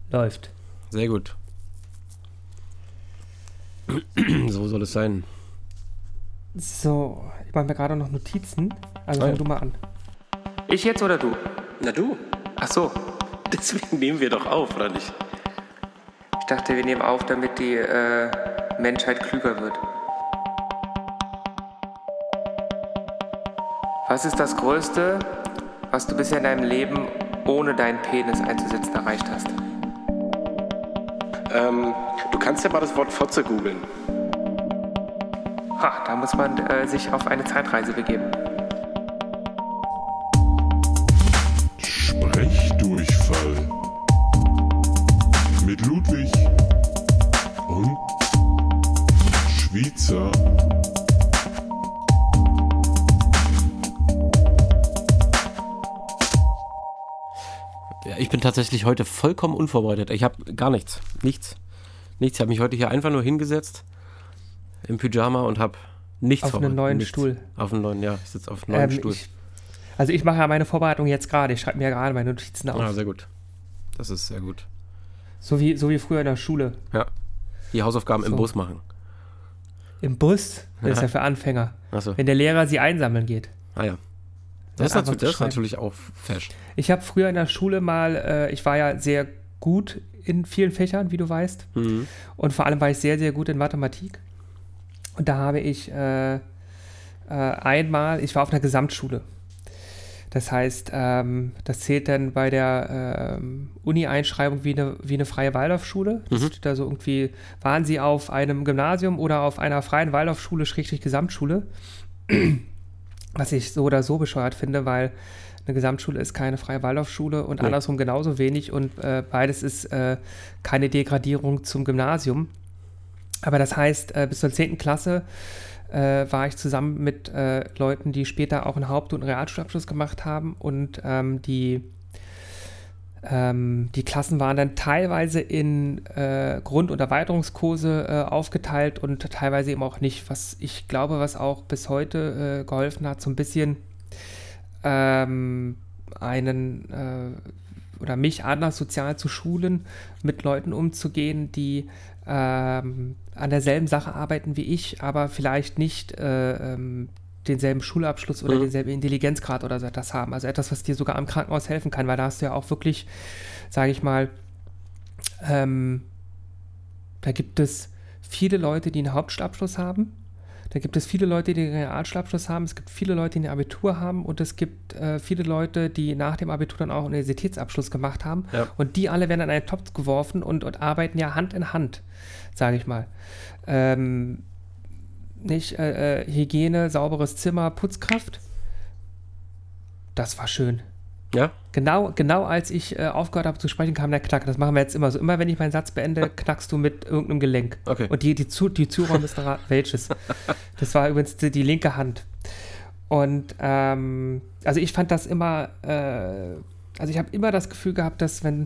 Läuft. Sehr gut. So soll es sein. So, ich mache mir gerade noch Notizen. Also Ah, fang ja. du mal an. Ich jetzt oder du? Na du. Ach so. Deswegen nehmen wir doch auf, oder nicht? Ich dachte, wir nehmen auf, damit die Menschheit klüger wird. Was ist das Größte, was du bisher in deinem Leben ohne deinen Penis einzusetzen erreicht hast? Du kannst ja mal das Wort Fotze googeln. Ha, da muss man sich auf eine Zeitreise begeben. Sprechdurchfall mit Ludwig und Schweizer. Ja, ich bin tatsächlich heute vollkommen unvorbereitet. Ich habe gar nichts. Nichts. Ich habe mich heute hier einfach nur hingesetzt im Pyjama und habe nichts Auf einen neuen Stuhl. Auf einen neuen, ja. Ich sitze auf einem neuen Stuhl. Ich mache ja meine Vorbereitung jetzt gerade. Ich schreibe mir gerade meine Notizen auf. Ah, sehr gut. Das ist sehr gut. So wie früher in der Schule. Ja. Die Hausaufgaben im So. Bus machen. Im Bus? Das ist ja für Anfänger. Achso. Wenn der Lehrer sie einsammeln geht. Ah ja. Das Das ist schreiben. natürlich auch fesch. Ich habe früher in der Schule mal, ich war ja sehr gut in vielen Fächern, wie du weißt. Mhm. Und vor allem war ich sehr, sehr gut in Mathematik. Und da habe ich einmal, ich war auf einer Gesamtschule. Das heißt, das zählt dann bei der Uni-Einschreibung wie eine freie Waldorfschule. Das steht da so irgendwie, waren sie auf einem Gymnasium oder auf einer freien Waldorfschule, Schrägstrich Gesamtschule. Was ich so oder so bescheuert finde, weil eine Gesamtschule ist keine freie Waldorfschule und andersrum genauso wenig und beides ist keine Degradierung zum Gymnasium. Aber das heißt, bis zur 10. Klasse war ich zusammen mit Leuten, die später auch einen Haupt- und einen Realschulabschluss gemacht haben und die Klassen waren dann teilweise in Grund- und Erweiterungskurse aufgeteilt und teilweise eben auch nicht, was ich glaube, was auch bis heute geholfen hat, so ein bisschen oder mich anders sozial zu schulen, mit Leuten umzugehen, die an derselben Sache arbeiten wie ich, aber vielleicht nicht denselben Schulabschluss oder denselben Intelligenzgrad oder so etwas haben. Also etwas, was dir sogar am Krankenhaus helfen kann, weil da hast du ja auch wirklich, sage ich mal, da gibt es viele Leute, die einen Hauptschulabschluss haben. Da gibt es viele Leute, die einen Realschulabschluss haben. Es gibt viele Leute, die ein Abitur haben. Und es gibt viele Leute, die nach dem Abitur dann auch einen Universitätsabschluss gemacht haben. Ja. Und die alle werden in einen Topf geworfen und arbeiten ja Hand in Hand, sage ich mal. Hygiene, sauberes Zimmer, Putzkraft. Das war schön. Ja? Genau als ich aufgehört habe zu sprechen, kam der Knack. Das machen wir jetzt immer so. Immer wenn ich meinen Satz beende, knackst du mit irgendeinem Gelenk. Okay. Und die Zuhörer müssen raten, welches. Das war übrigens die linke Hand. Und also ich fand das immer, also ich habe immer das Gefühl gehabt, dass wenn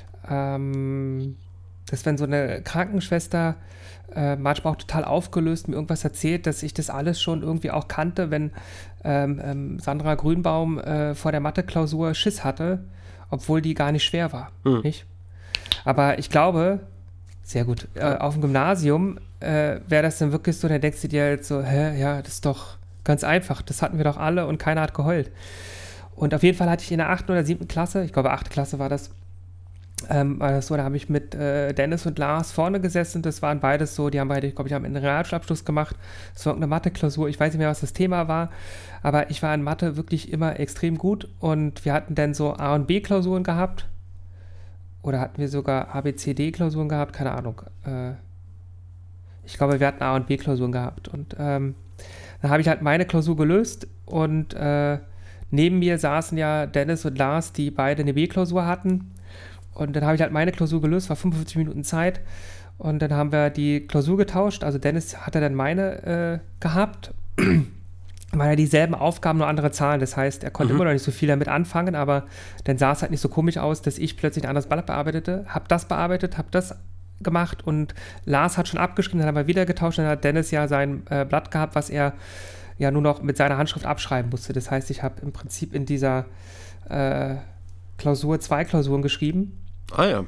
so eine Krankenschwester manchmal auch total aufgelöst mir irgendwas erzählt, dass ich das alles schon irgendwie auch kannte, wenn Sandra Grünbaum vor der Mathe-Klausur Schiss hatte, obwohl die gar nicht schwer war. Nicht? Aber ich glaube, sehr gut, auf dem Gymnasium wäre das dann wirklich so, dann denkst du dir jetzt so, ja, das ist doch ganz einfach, das hatten wir doch alle und keiner hat geheult. Und auf jeden Fall hatte ich in der 8. oder 7. Klasse, ich glaube 8. Klasse war das so, da habe ich mit Dennis und Lars vorne gesessen. Das waren beides so, die haben beide, ich glaube, haben einen Realschulabschluss gemacht. Das war eine Mathe-Klausur. Ich weiß nicht mehr, was das Thema war, aber ich war in Mathe wirklich immer extrem gut und wir hatten dann so A- und B-Klausuren gehabt oder hatten wir sogar A-B-C-D-Klausuren gehabt, keine Ahnung. Ich glaube, wir hatten A- und B-Klausuren gehabt und dann habe ich halt meine Klausur gelöst und neben mir saßen ja Dennis und Lars, die beide eine B-Klausur hatten. Und dann habe ich halt meine Klausur gelöst, war 45 Minuten Zeit. Und dann haben wir die Klausur getauscht. Also Dennis hatte dann meine gehabt. Weil er dieselben Aufgaben, nur andere Zahlen. Das heißt, er konnte immer noch nicht so viel damit anfangen, aber dann sah es halt nicht so komisch aus, dass ich plötzlich ein anderes Blatt bearbeitete. Hab das bearbeitet, hab das gemacht und Lars hat schon abgeschrieben, dann haben wir wieder getauscht. Dann hat Dennis ja sein Blatt gehabt, was er ja nur noch mit seiner Handschrift abschreiben musste. Das heißt, ich habe im Prinzip in dieser Klausur 2 Klausuren geschrieben. Ah ja.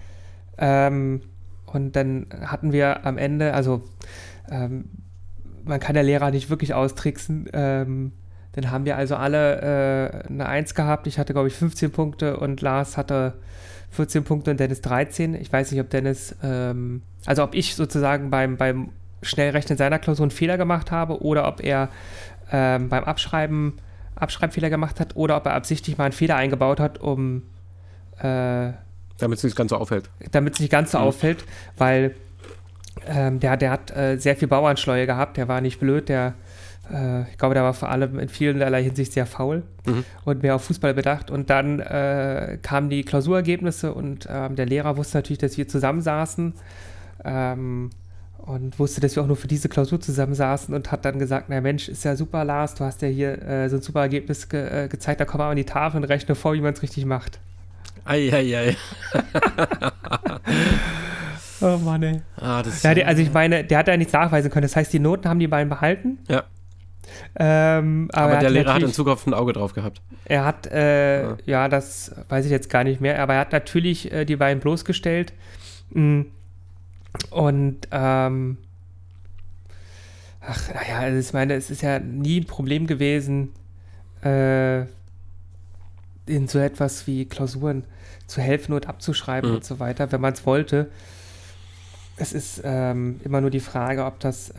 Und dann hatten wir am Ende, also man kann der Lehrer nicht wirklich austricksen, dann haben wir also alle eine 1 gehabt. Ich hatte, glaube ich, 15 Punkte und Lars hatte 14 Punkte und Dennis 13. Ich weiß nicht, ob Dennis, also ob ich sozusagen beim Schnellrechnen seiner Klausur einen Fehler gemacht habe oder ob er beim Abschreibfehler gemacht hat oder ob er absichtlich mal einen Fehler eingebaut hat, um damit es nicht ganz so auffällt. Damit es nicht ganz so auffällt, weil der hat sehr viel Bauernschleue gehabt, der war nicht blöd, ich glaube, der war vor allem in vielerlei Hinsicht sehr faul und mehr auf Fußball bedacht. Und dann kamen die Klausurergebnisse und der Lehrer wusste natürlich, dass wir zusammensaßen und wusste, dass wir auch nur für diese Klausur zusammensaßen und hat dann gesagt, na Mensch, ist ja super, Lars, du hast ja hier so ein super Ergebnis gezeigt, da komm mal an die Tafel und rechne vor, wie man es richtig macht. Ei. Oh Mann, ey. Also ich meine, der hat ja nichts nachweisen können. Das heißt, die Noten haben die beiden behalten. Ja. Aber der Lehrer hat in Zukunft ein Auge drauf gehabt. Er hat, ja, das weiß ich jetzt gar nicht mehr, aber er hat natürlich die beiden bloßgestellt. Und, also ich meine, es ist ja nie ein Problem gewesen, in so etwas wie Klausuren zu helfen und abzuschreiben und so weiter, wenn man es wollte. Es ist immer nur die Frage, ob das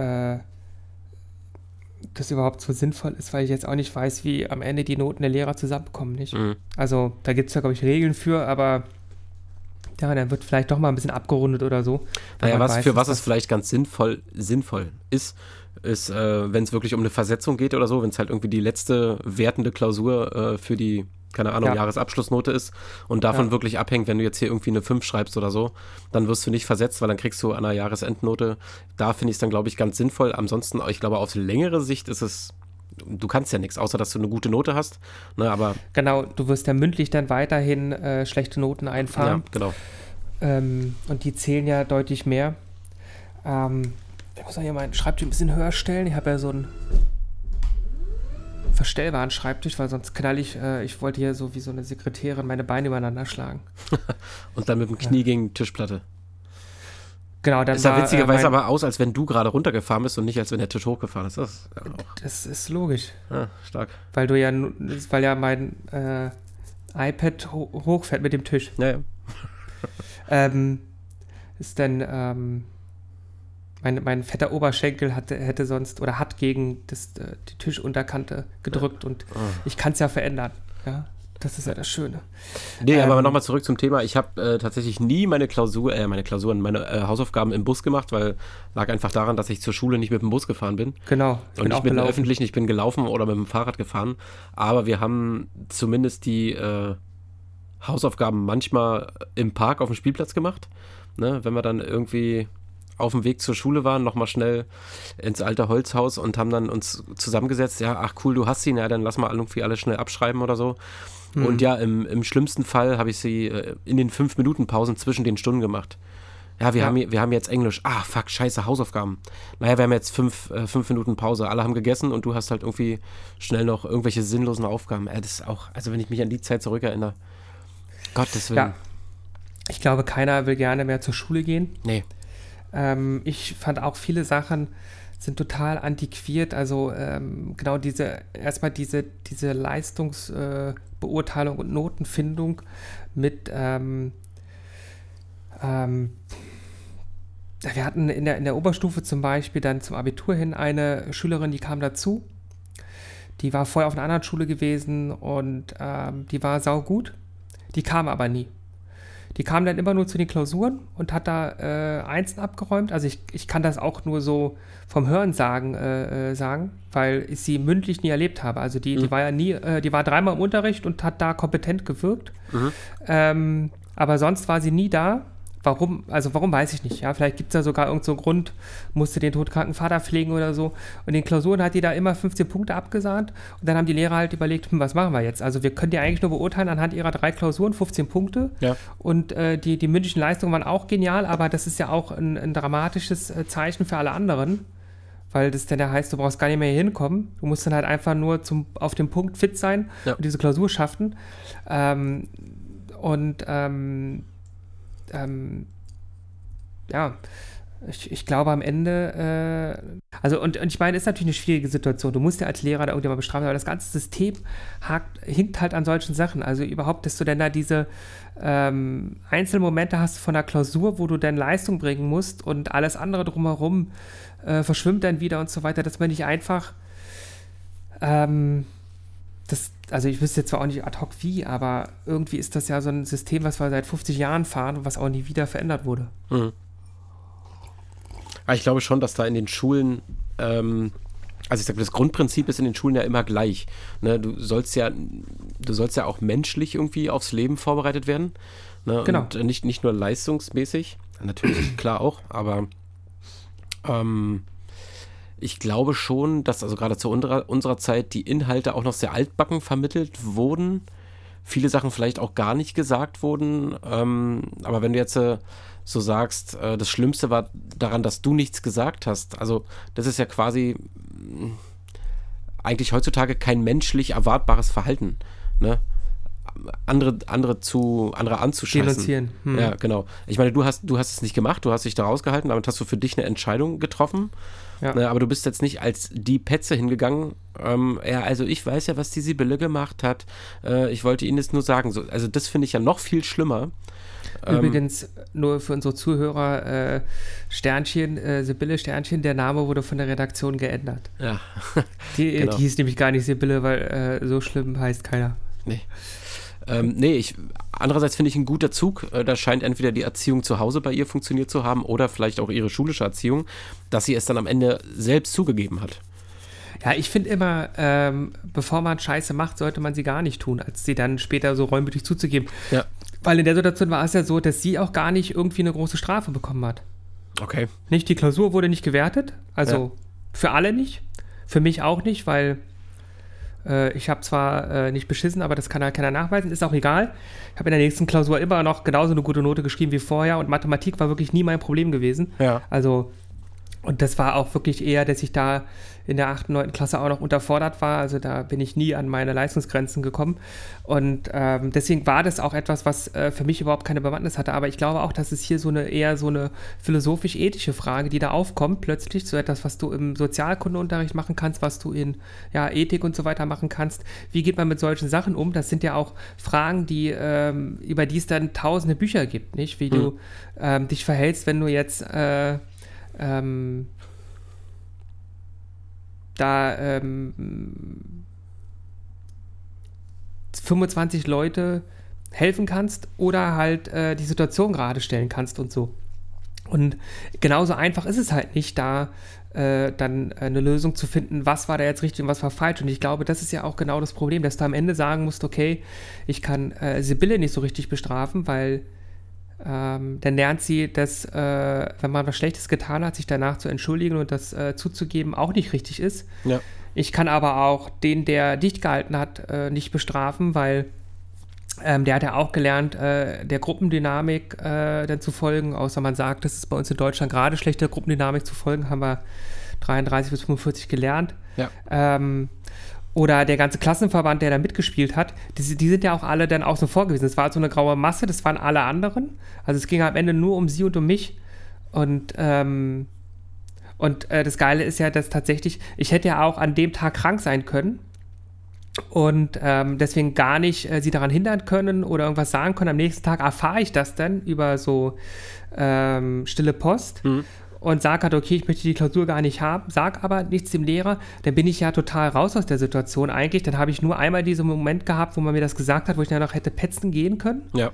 überhaupt so sinnvoll ist, weil ich jetzt auch nicht weiß, wie am Ende die Noten der Lehrer zusammenkommen, nicht? Also da gibt es ja, glaube ich, Regeln für, aber ja, dann wird vielleicht doch mal ein bisschen abgerundet oder so. Naja, was es vielleicht ganz sinnvoll ist, wenn es wirklich um eine Versetzung geht oder so, wenn es halt irgendwie die letzte wertende Klausur für die, keine Ahnung, Jahresabschlussnote ist und davon wirklich abhängt, wenn du jetzt hier irgendwie eine 5 schreibst oder so, dann wirst du nicht versetzt, weil dann kriegst du an der Jahresendnote, da finde ich es dann, glaube ich, ganz sinnvoll. Ansonsten, ich glaube, auf längere Sicht ist es, du kannst ja nichts, außer dass du eine gute Note hast, ne, aber... Genau, du wirst ja mündlich dann weiterhin schlechte Noten einfahren. Ja, genau. Und die zählen ja deutlich mehr. Ich muss auch hier meinen Schreibtisch ein bisschen höher stellen. Ich habe ja so einen verstellbaren Schreibtisch, weil sonst knall ich wollte hier so wie so eine Sekretärin meine Beine übereinander schlagen. Und dann mit dem Knie gegen die Tischplatte. Genau, dann ist ja witzigerweise aber aus, als wenn du gerade runtergefahren bist und nicht, als wenn der Tisch hochgefahren ist. Das ist logisch. Ja, stark. Weil ja mein iPad hochfährt mit dem Tisch. Ja. Ist dann mein fetter Oberschenkel hätte sonst oder hat gegen die Tischunterkante gedrückt und ich kann es ja verändern. Ja, das ist ja das Schöne. Nee, aber nochmal zurück zum Thema. Ich habe tatsächlich nie meine Hausaufgaben im Bus gemacht, weil lag einfach daran, dass ich zur Schule nicht mit dem Bus gefahren bin. Genau. Und nicht mit dem öffentlichen, ich bin gelaufen oder mit dem Fahrrad gefahren. Aber wir haben zumindest die Hausaufgaben manchmal im Park auf dem Spielplatz gemacht. Ne? Wenn wir dann irgendwie auf dem Weg zur Schule waren, nochmal schnell ins alte Holzhaus und haben dann uns zusammengesetzt, ja, ach cool, du hast sie, ja, dann lass mal irgendwie alles schnell abschreiben oder so. Und ja, im schlimmsten Fall habe ich sie in den 5-Minuten-Pausen zwischen den Stunden gemacht. Ja, wir haben jetzt Englisch. Ah, fuck, scheiße, Hausaufgaben. Naja, wir haben jetzt 5 Minuten Pause. Alle haben gegessen und du hast halt irgendwie schnell noch irgendwelche sinnlosen Aufgaben. Das ist auch, also wenn ich mich an die Zeit zurückerinnere, Gottes Willen. Ja, ich glaube, keiner will gerne mehr zur Schule gehen. Nee. Ich fand auch viele Sachen sind total antiquiert. Also genau diese Leistungsbeurteilung und Notenfindung mit wir hatten in der Oberstufe zum Beispiel dann zum Abitur hin eine Schülerin, die kam dazu. Die war vorher auf einer anderen Schule gewesen und die war saugut. Die kam aber nie. Die kam dann immer nur zu den Klausuren und hat da Einsen abgeräumt. Also ich kann das auch nur so vom Hören sagen, weil ich sie mündlich nie erlebt habe. Also die war ja nie, die war 3-mal im Unterricht und hat da kompetent gewirkt. Aber sonst war sie nie da. Warum weiß ich nicht. Ja, vielleicht gibt es da sogar irgendeinen Grund, musste den todkranken Vater pflegen oder so. Und in den Klausuren hat die da immer 15 Punkte abgesahnt. Und dann haben die Lehrer halt überlegt, was machen wir jetzt? Also wir können die eigentlich nur beurteilen anhand ihrer 3 Klausuren, 15 Punkte. Ja. Und die mündlichen Leistungen waren auch genial, aber das ist ja auch ein dramatisches Zeichen für alle anderen. Weil das dann ja heißt, du brauchst gar nicht mehr hier hinkommen. Du musst dann halt einfach nur auf dem Punkt fit sein und diese Klausur schaffen. ja, ich glaube am Ende, und ich meine, ist natürlich eine schwierige Situation. Du musst ja als Lehrer da irgendwann mal bestrafen, aber das ganze System hinkt halt an solchen Sachen. Also überhaupt, dass du dann da diese Einzelmomente hast von der Klausur, wo du dann Leistung bringen musst und alles andere drumherum verschwimmt dann wieder und so weiter, dass man nicht einfach also ich wüsste jetzt zwar auch nicht ad hoc wie, aber irgendwie ist das ja so ein System, was wir seit 50 Jahren fahren und was auch nie wieder verändert wurde. Mhm. Aber ich glaube schon, dass da in den Schulen, also ich sage, das Grundprinzip ist in den Schulen ja immer gleich. Ne? Du sollst ja auch menschlich irgendwie aufs Leben vorbereitet werden. Ne? Genau. Und nicht nur leistungsmäßig. Natürlich, klar auch, aber ich glaube schon, dass also gerade zu unserer Zeit die Inhalte auch noch sehr altbacken vermittelt wurden. Viele Sachen vielleicht auch gar nicht gesagt wurden. Aber wenn du jetzt so sagst, das Schlimmste war daran, dass du nichts gesagt hast. Also das ist ja quasi eigentlich heutzutage kein menschlich erwartbares Verhalten. Ne? Andere anzuscheißen. Denunzieren. Ja, genau. Ich meine, du hast es nicht gemacht, du hast dich da rausgehalten, damit hast du für dich eine Entscheidung getroffen. Ja. Aber du bist jetzt nicht als die Petze hingegangen. Also ich weiß ja, was die Sibylle gemacht hat. Ich wollte Ihnen das nur sagen. So, also das finde ich ja noch viel schlimmer. Übrigens, nur für unsere Zuhörer, Sibylle Sternchen, der Name wurde von der Redaktion geändert. Ja, genau. Die hieß nämlich gar nicht Sibylle, weil so schlimm heißt keiner. Nee. Andererseits finde ich ein guter Zug, da scheint entweder die Erziehung zu Hause bei ihr funktioniert zu haben oder vielleicht auch ihre schulische Erziehung, dass sie es dann am Ende selbst zugegeben hat. Ja, ich finde immer, bevor man Scheiße macht, sollte man sie gar nicht tun, als sie dann später so reumütig zuzugeben. Ja. Weil in der Situation war es ja so, dass sie auch gar nicht irgendwie eine große Strafe bekommen hat. Okay. Nicht, die Klausur wurde nicht gewertet, also für alle nicht, für mich auch nicht, weil ich habe zwar nicht beschissen, aber das kann ja keiner nachweisen, ist auch egal. Ich habe in der nächsten Klausur immer noch genauso eine gute Note geschrieben wie vorher und Mathematik war wirklich nie mein Problem gewesen. Ja. Also, und das war auch wirklich eher, dass ich da in der 8., 9. Klasse auch noch unterfordert war. Also da bin ich nie an meine Leistungsgrenzen gekommen. Und deswegen war das auch etwas, was für mich überhaupt keine Bewandtnis hatte. Aber ich glaube auch, dass es hier eher so eine philosophisch-ethische Frage, die da aufkommt, plötzlich, so etwas, was du im Sozialkundeunterricht machen kannst, was du in Ethik und so weiter machen kannst. Wie geht man mit solchen Sachen um? Das sind ja auch Fragen, über die es dann tausende Bücher gibt, nicht? Wie du dich verhältst, wenn du jetzt 25 Leute helfen kannst oder halt die Situation gerade stellen kannst und so. Und genauso einfach ist es halt nicht, da dann eine Lösung zu finden, was war da jetzt richtig und was war falsch. Und ich glaube, das ist ja auch genau das Problem, dass du am Ende sagen musst, okay, ich kann Sibylle nicht so richtig bestrafen, weil dann lernt sie, dass, wenn man was Schlechtes getan hat, sich danach zu entschuldigen und das zuzugeben, auch nicht richtig ist. Ja. Ich kann aber auch den, der dicht gehalten hat, nicht bestrafen, weil der hat ja auch gelernt, der Gruppendynamik dann zu folgen, außer man sagt, das ist bei uns in Deutschland gerade schlecht, der Gruppendynamik zu folgen, haben wir 33 bis 45 gelernt. Ja. Oder der ganze Klassenverband, der da mitgespielt hat, die sind ja auch alle dann außen vor gewesen. Das war so eine graue Masse, das waren alle anderen. Also es ging am Ende nur um sie und um mich. Und das Geile ist ja, dass tatsächlich, ich hätte ja auch an dem Tag krank sein können und deswegen gar nicht sie daran hindern können oder irgendwas sagen können. Am nächsten Tag erfahre ich das dann über so stille Post. Und sag halt, okay, ich möchte die Klausur gar nicht haben, sag aber nichts dem Lehrer, dann bin ich ja total raus aus der Situation eigentlich. Dann habe ich nur einmal diesen Moment gehabt, wo man mir das gesagt hat, wo ich dann noch hätte petzen gehen können. Ja.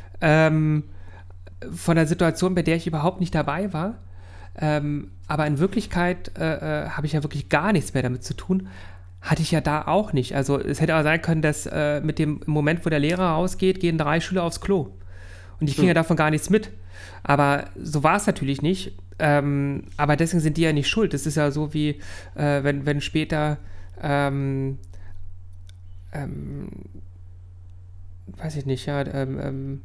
Von der Situation, bei der ich überhaupt nicht dabei war. Aber in Wirklichkeit habe ich ja wirklich gar nichts mehr damit zu tun. Hatte ich ja da auch nicht. Also es hätte aber sein können, dass mit dem Moment, wo der Lehrer rausgeht, gehen 3 Schüler aufs Klo. Und ich kriege ja davon gar nichts mit. Aber so war es natürlich nicht. Aber deswegen sind die ja nicht schuld. Das ist ja so wie, wenn später, weiß ich nicht, wenn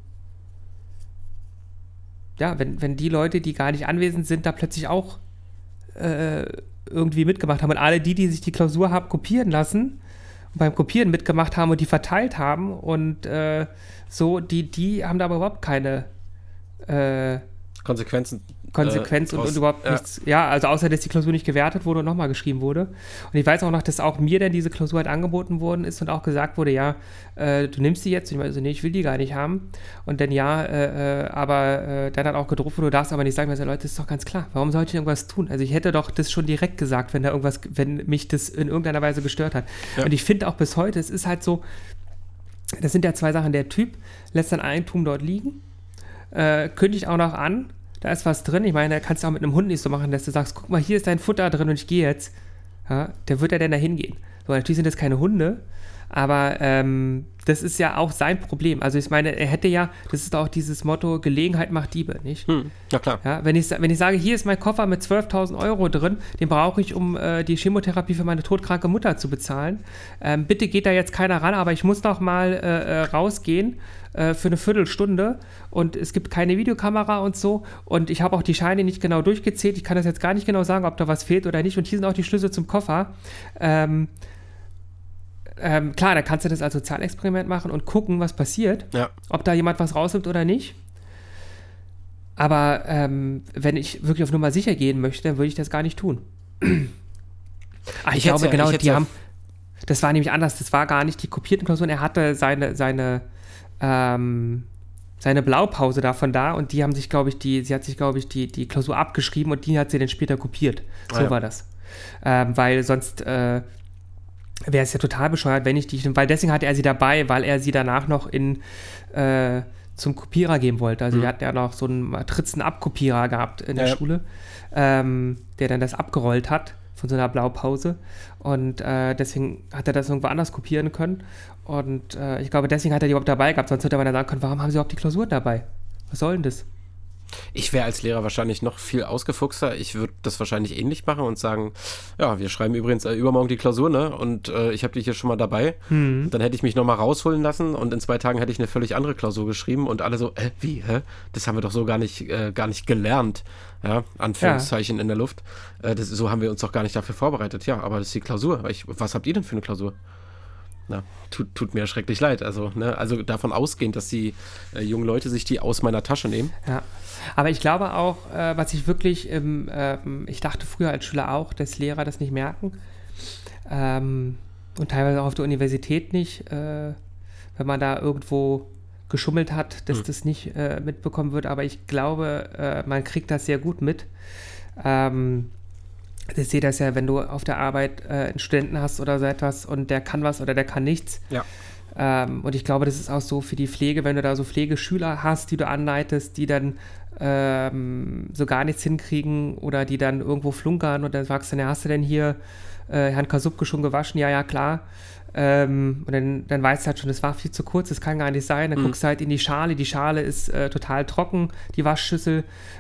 die Leute, die gar nicht anwesend sind, da plötzlich auch irgendwie mitgemacht haben. Und alle die sich die Klausur haben kopieren lassen, und beim Kopieren mitgemacht haben und die verteilt haben und so, die haben da aber überhaupt keine Konsequenzen. Und überhaupt nichts. Ja, also außer, dass die Klausur nicht gewertet wurde und nochmal geschrieben wurde. Und ich weiß auch noch, dass auch mir dann diese Klausur halt angeboten worden ist und auch gesagt wurde, ja, du nimmst die jetzt. Und ich meine, so, nee, ich will die gar nicht haben. Und dann aber dann hat auch gedroht wurde, du darfst aber nicht sagen, Leute, das ist doch ganz klar. Warum sollte ich irgendwas tun? Also ich hätte doch das schon direkt gesagt, wenn mich das in irgendeiner Weise gestört hat. Ja. Und ich finde auch bis heute, es ist halt so, das sind ja zwei Sachen. Der Typ lässt sein Eigentum dort liegen, kündigt auch noch an, da ist was drin. Ich meine, da kannst du auch mit einem Hund nicht so machen, dass du sagst, guck mal, hier ist dein Futter drin und ich gehe jetzt. Ja, der wird ja dann da hingehen. So, natürlich sind das keine Hunde, aber das ist ja auch sein Problem. Also ich meine, er hätte ja, das ist auch dieses Motto, Gelegenheit macht Diebe, nicht? Ja, klar. Ja, wenn ich sage, hier ist mein Koffer mit 12.000 Euro drin, den brauche ich, um die Chemotherapie für meine todkranke Mutter zu bezahlen. Bitte geht da jetzt keiner ran, aber ich muss noch mal rausgehen für eine Viertelstunde und es gibt keine Videokamera und so und ich habe auch die Scheine nicht genau durchgezählt. Ich kann das jetzt gar nicht genau sagen, ob da was fehlt oder nicht und hier sind auch die Schlüssel zum Koffer. Klar, da kannst du das als Sozialexperiment machen und gucken, was passiert, ob da jemand was rausnimmt oder nicht. Aber wenn ich wirklich auf Nummer sicher gehen möchte, dann würde ich das gar nicht tun. Ich glaube, genau, das war nämlich anders, das war gar nicht die kopierten Klausuren, er hatte seine Blaupause davon da und sie hat sich, glaube ich, die Klausur abgeschrieben und die hat sie dann später kopiert. So war das. Weil sonst wäre es ja total bescheuert, wenn ich weil deswegen hatte er sie dabei, weil er sie danach noch zum Kopierer geben wollte. Also wir hatten ja noch so einen Matrizen-Abkopierer gehabt in der Schule, der dann das abgerollt hat von so einer Blaupause und deswegen hat er das irgendwo anders kopieren können und ich glaube, deswegen hat er die überhaupt dabei gehabt, sonst hätte man dann sagen können, warum haben sie überhaupt die Klausur dabei? Was soll denn das? Ich wäre als Lehrer wahrscheinlich noch viel ausgefuchster. Ich würde das wahrscheinlich ähnlich machen und sagen, ja, wir schreiben übrigens übermorgen die Klausur, ne? Und ich habe die hier schon mal dabei. Dann hätte ich mich nochmal rausholen lassen und in 2 Tagen hätte ich eine völlig andere Klausur geschrieben und alle so, wie, das haben wir doch so gar nicht gelernt. Ja, Anführungszeichen in der Luft. So haben wir uns doch gar nicht dafür vorbereitet. Ja, aber das ist die Klausur. Was habt ihr denn für eine Klausur? Na, tut mir schrecklich leid. Also davon ausgehend, dass die jungen Leute sich die aus meiner Tasche nehmen. Ja, aber ich glaube auch, was ich wirklich, ich dachte früher als Schüler auch, dass Lehrer das nicht merken und teilweise auch auf der Universität nicht, wenn man da irgendwo geschummelt hat, dass das nicht mitbekommen wird. Aber ich glaube, man kriegt das sehr gut mit. Ich sehe das ja, wenn du auf der Arbeit einen Studenten hast oder so etwas und der kann was oder der kann nichts. Ja. Und ich glaube, das ist auch so für die Pflege, wenn du da so Pflegeschüler hast, die du anleitest, die dann so gar nichts hinkriegen oder die dann irgendwo flunkern und dann fragst du, hast du denn hier Herrn Kasubke schon gewaschen? Ja, klar. Und dann weißt du halt schon, das war viel zu kurz, das kann gar nicht sein. Dann guckst du halt in die Schale ist total trocken, die Waschschüssel.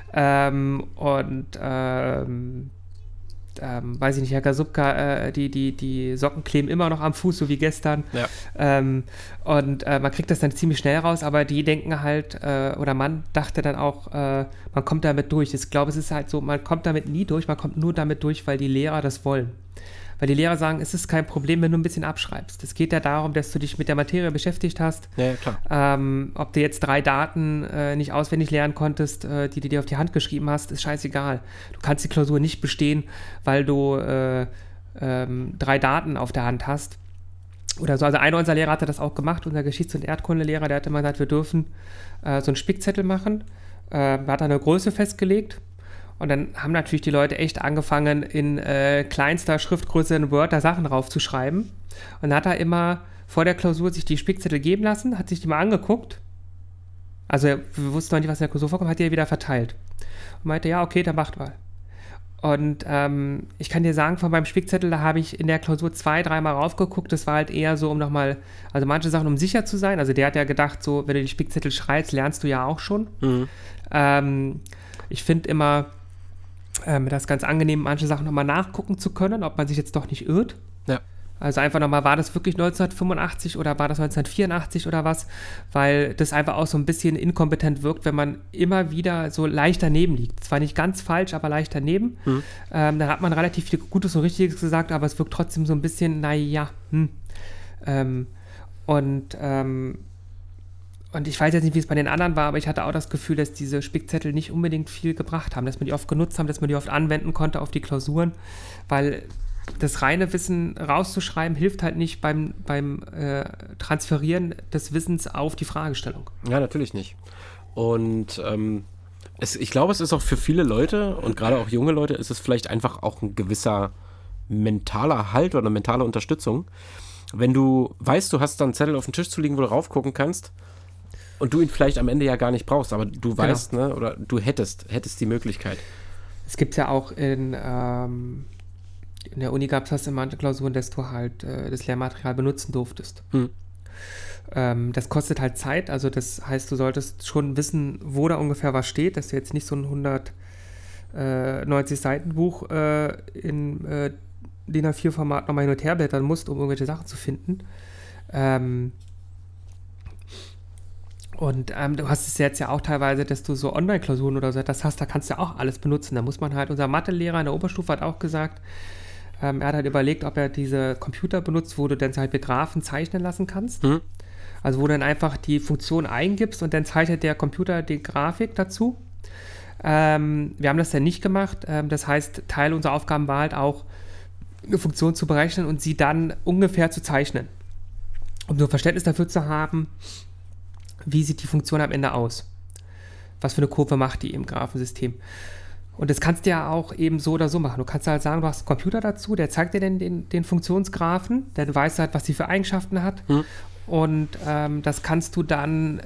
Weiß ich nicht, Herr Kasubka, die Socken kleben immer noch am Fuß, so wie gestern. Ja. Man kriegt das dann ziemlich schnell raus, aber die denken halt, oder man dachte dann auch, man kommt damit durch. Ich glaube, es ist halt so, man kommt damit nie durch, man kommt nur damit durch, weil die Lehrer das wollen. Weil die Lehrer sagen, es ist kein Problem, wenn du ein bisschen abschreibst. Es geht ja darum, dass du dich mit der Materie beschäftigt hast. Ja, klar. Ob du jetzt 3 Daten nicht auswendig lernen konntest, die du dir auf die Hand geschrieben hast, ist scheißegal. Du kannst die Klausur nicht bestehen, weil du 3 Daten auf der Hand hast. Oder so. Also einer unserer Lehrer hatte das auch gemacht, unser Geschichts- und Erdkundelehrer, der hatte mal gesagt, wir dürfen so einen Spickzettel machen. Hat eine Größe festgelegt. Und dann haben natürlich die Leute echt angefangen, in kleinster Schriftgröße in Word da Sachen draufzuschreiben. Und dann hat er immer vor der Klausur sich die Spickzettel geben lassen, hat sich die mal angeguckt. Also wir wussten noch nicht, was in der Klausur vorkommt, hat die wieder verteilt. Und meinte, ja, okay, dann macht mal. Und ich kann dir sagen, von meinem Spickzettel, da habe ich in der Klausur 2-3 Mal raufgeguckt. Das war halt eher so, um nochmal, also manche Sachen, um sicher zu sein. Also der hat ja gedacht, so, wenn du die Spickzettel schreibst, lernst du ja auch schon. Ich finde immer, das ist ganz angenehm, manche Sachen nochmal nachgucken zu können, ob man sich jetzt doch nicht irrt. Ja. Also einfach nochmal, war das wirklich 1985 oder war das 1984 oder was? Weil das einfach auch so ein bisschen inkompetent wirkt, wenn man immer wieder so leicht daneben liegt. Zwar nicht ganz falsch, aber leicht daneben. Dann hat man relativ viel Gutes und Richtiges gesagt, aber es wirkt trotzdem so ein bisschen, Und Und ich weiß jetzt nicht, wie es bei den anderen war, aber ich hatte auch das Gefühl, dass diese Spickzettel nicht unbedingt viel gebracht haben, dass man die oft genutzt haben, dass man die oft anwenden konnte auf die Klausuren, weil das reine Wissen rauszuschreiben hilft halt nicht beim Transferieren des Wissens auf die Fragestellung. Ja, natürlich nicht. Und ich glaube, es ist auch für viele Leute und gerade auch junge Leute, ist es vielleicht einfach auch ein gewisser mentaler Halt oder mentale Unterstützung. Wenn du weißt, du hast dann einen Zettel auf dem Tisch zu liegen, wo du raufgucken kannst und du ihn vielleicht am Ende ja gar nicht brauchst, aber du weißt, ne, oder du hättest die Möglichkeit. Es gibt ja auch in der Uni gab es das in manchen Klausuren, dass du halt das Lehrmaterial benutzen durftest. Das kostet halt Zeit, also das heißt, du solltest schon wissen, wo da ungefähr was steht, dass du jetzt nicht so ein 190 Seiten Buch in DIN A4-Format nochmal hin und her blättern musst, um irgendwelche Sachen zu finden. Du hast es jetzt ja auch teilweise, dass du so Online-Klausuren oder so das hast, da kannst du ja auch alles benutzen. Da muss man halt, unser Mathelehrer in der Oberstufe hat auch gesagt, er hat halt überlegt, ob er diese Computer benutzt, wo du dann halt mit Graphen zeichnen lassen kannst. Also wo du dann einfach die Funktion eingibst und dann zeichnet der Computer die Grafik dazu. Wir haben das dann nicht gemacht. Das heißt, Teil unserer Aufgaben war halt auch, eine Funktion zu berechnen und sie dann ungefähr zu zeichnen. Um so ein Verständnis dafür zu haben, wie sieht die Funktion am Ende aus? Was für eine Kurve macht die im Graphensystem? Und das kannst du ja auch eben so oder so machen. Du kannst halt sagen, du hast einen Computer dazu, der zeigt dir den Funktionsgraphen, der du weißt halt, was die für Eigenschaften hat. Und das kannst du dann,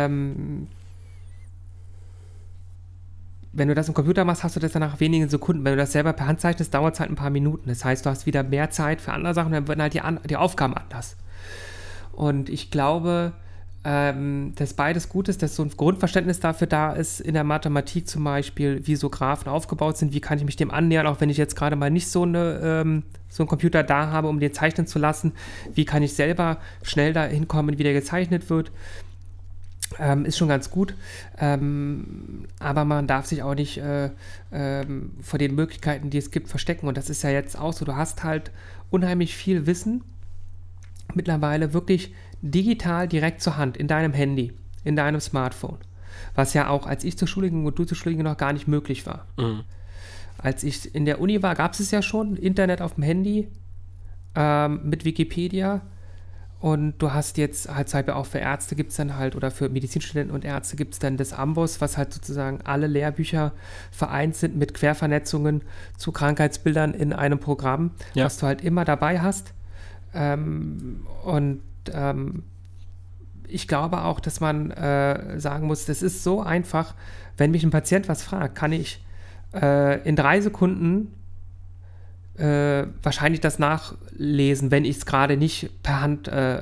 wenn du das im Computer machst, hast du das dann nach wenigen Sekunden. Wenn du das selber per Hand zeichnest, dauert es halt ein paar Minuten. Das heißt, du hast wieder mehr Zeit für andere Sachen, dann werden halt die Aufgaben anders. Und ich glaube, dass beides gut ist, dass so ein Grundverständnis dafür da ist, in der Mathematik zum Beispiel, wie so Graphen aufgebaut sind, wie kann ich mich dem annähern, auch wenn ich jetzt gerade mal nicht so einen Computer da habe, um den zeichnen zu lassen, wie kann ich selber schnell da hinkommen, wie der gezeichnet wird. Ist schon ganz gut, aber man darf sich auch nicht vor den Möglichkeiten, die es gibt, verstecken. Und das ist ja jetzt auch so, du hast halt unheimlich viel Wissen mittlerweile wirklich digital direkt zur Hand, in deinem Handy, in deinem Smartphone. Was ja auch, als ich zur Schule ging und du zur Schule ging, noch gar nicht möglich war. Als ich in der Uni war, gab es ja schon, Internet auf dem Handy mit Wikipedia. Und du hast jetzt halt auch für Ärzte gibt es dann halt, oder für Medizinstudenten und Ärzte gibt es dann das Amboss, was halt sozusagen alle Lehrbücher vereint sind mit Quervernetzungen zu Krankheitsbildern in einem Programm, was du halt immer dabei hast. Ich glaube auch, dass man sagen muss, das ist so einfach, wenn mich ein Patient was fragt, kann ich in 3 Sekunden wahrscheinlich das nachlesen, wenn ich es gerade nicht per Hand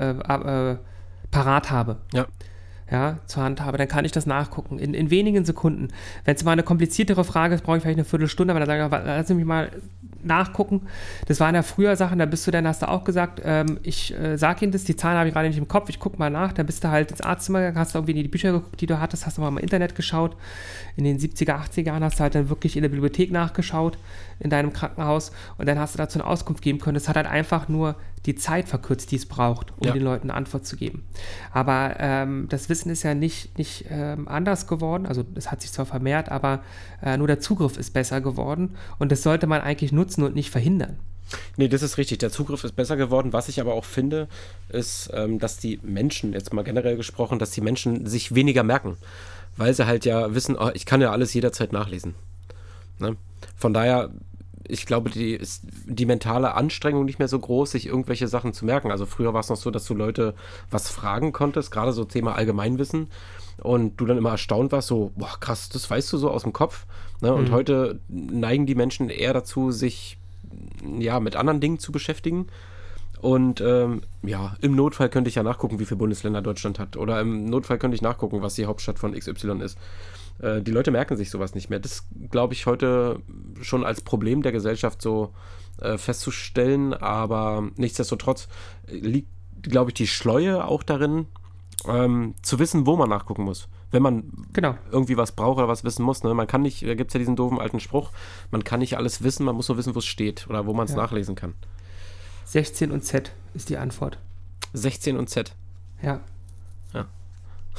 parat habe. Ja, zur Hand habe, dann kann ich das nachgucken, in wenigen Sekunden. Wenn es mal eine kompliziertere Frage ist, brauche ich vielleicht eine Viertelstunde, aber dann sage ich, lass mich mal nachgucken. Das waren ja früher Sachen, da hast du auch gesagt, ich sage Ihnen das, die Zahlen habe ich gerade nicht im Kopf, ich gucke mal nach, dann bist du halt ins Arztzimmer gegangen, hast du irgendwie die Bücher geguckt, die du hattest, hast du mal im Internet geschaut. In den 70er, 80er Jahren hast du halt dann wirklich in der Bibliothek nachgeschaut, in deinem Krankenhaus, und dann hast du dazu eine Auskunft geben können. Das hat halt einfach nur die Zeit verkürzt, die es braucht, um den Leuten eine Antwort zu geben. Aber das Wissen ist ja nicht anders geworden, also es hat sich zwar vermehrt, aber nur der Zugriff ist besser geworden, und das sollte man eigentlich nutzen und nicht verhindern. Nee, das ist richtig. Der Zugriff ist besser geworden. Was ich aber auch finde, ist, dass die Menschen, jetzt mal generell gesprochen, dass die Menschen sich weniger merken, weil sie halt ja wissen, oh, ich kann ja alles jederzeit nachlesen. Ne? Von daher, ich glaube, ist die mentale Anstrengung nicht mehr so groß, sich irgendwelche Sachen zu merken. Also früher war es noch so, dass du Leute was fragen konntest, gerade so Thema Allgemeinwissen, und du dann immer erstaunt warst, so, boah, krass, das weißt du so aus dem Kopf. Ne? Und heute neigen die Menschen eher dazu, sich mit anderen Dingen zu beschäftigen. Und im Notfall könnte ich ja nachgucken, wie viele Bundesländer Deutschland hat. Oder im Notfall könnte ich nachgucken, was die Hauptstadt von XY ist. Die Leute merken sich sowas nicht mehr. Das glaube ich heute schon als Problem der Gesellschaft so festzustellen. Aber nichtsdestotrotz liegt, glaube ich, die Schleue auch darin, zu wissen, wo man nachgucken muss. Wenn man irgendwie was braucht oder was wissen muss. Ne? Man kann nicht, da gibt es ja diesen doofen alten Spruch, man kann nicht alles wissen, man muss nur wissen, wo es steht oder wo man es nachlesen kann. 16 und Z ist die Antwort. 16 und Z? Ja.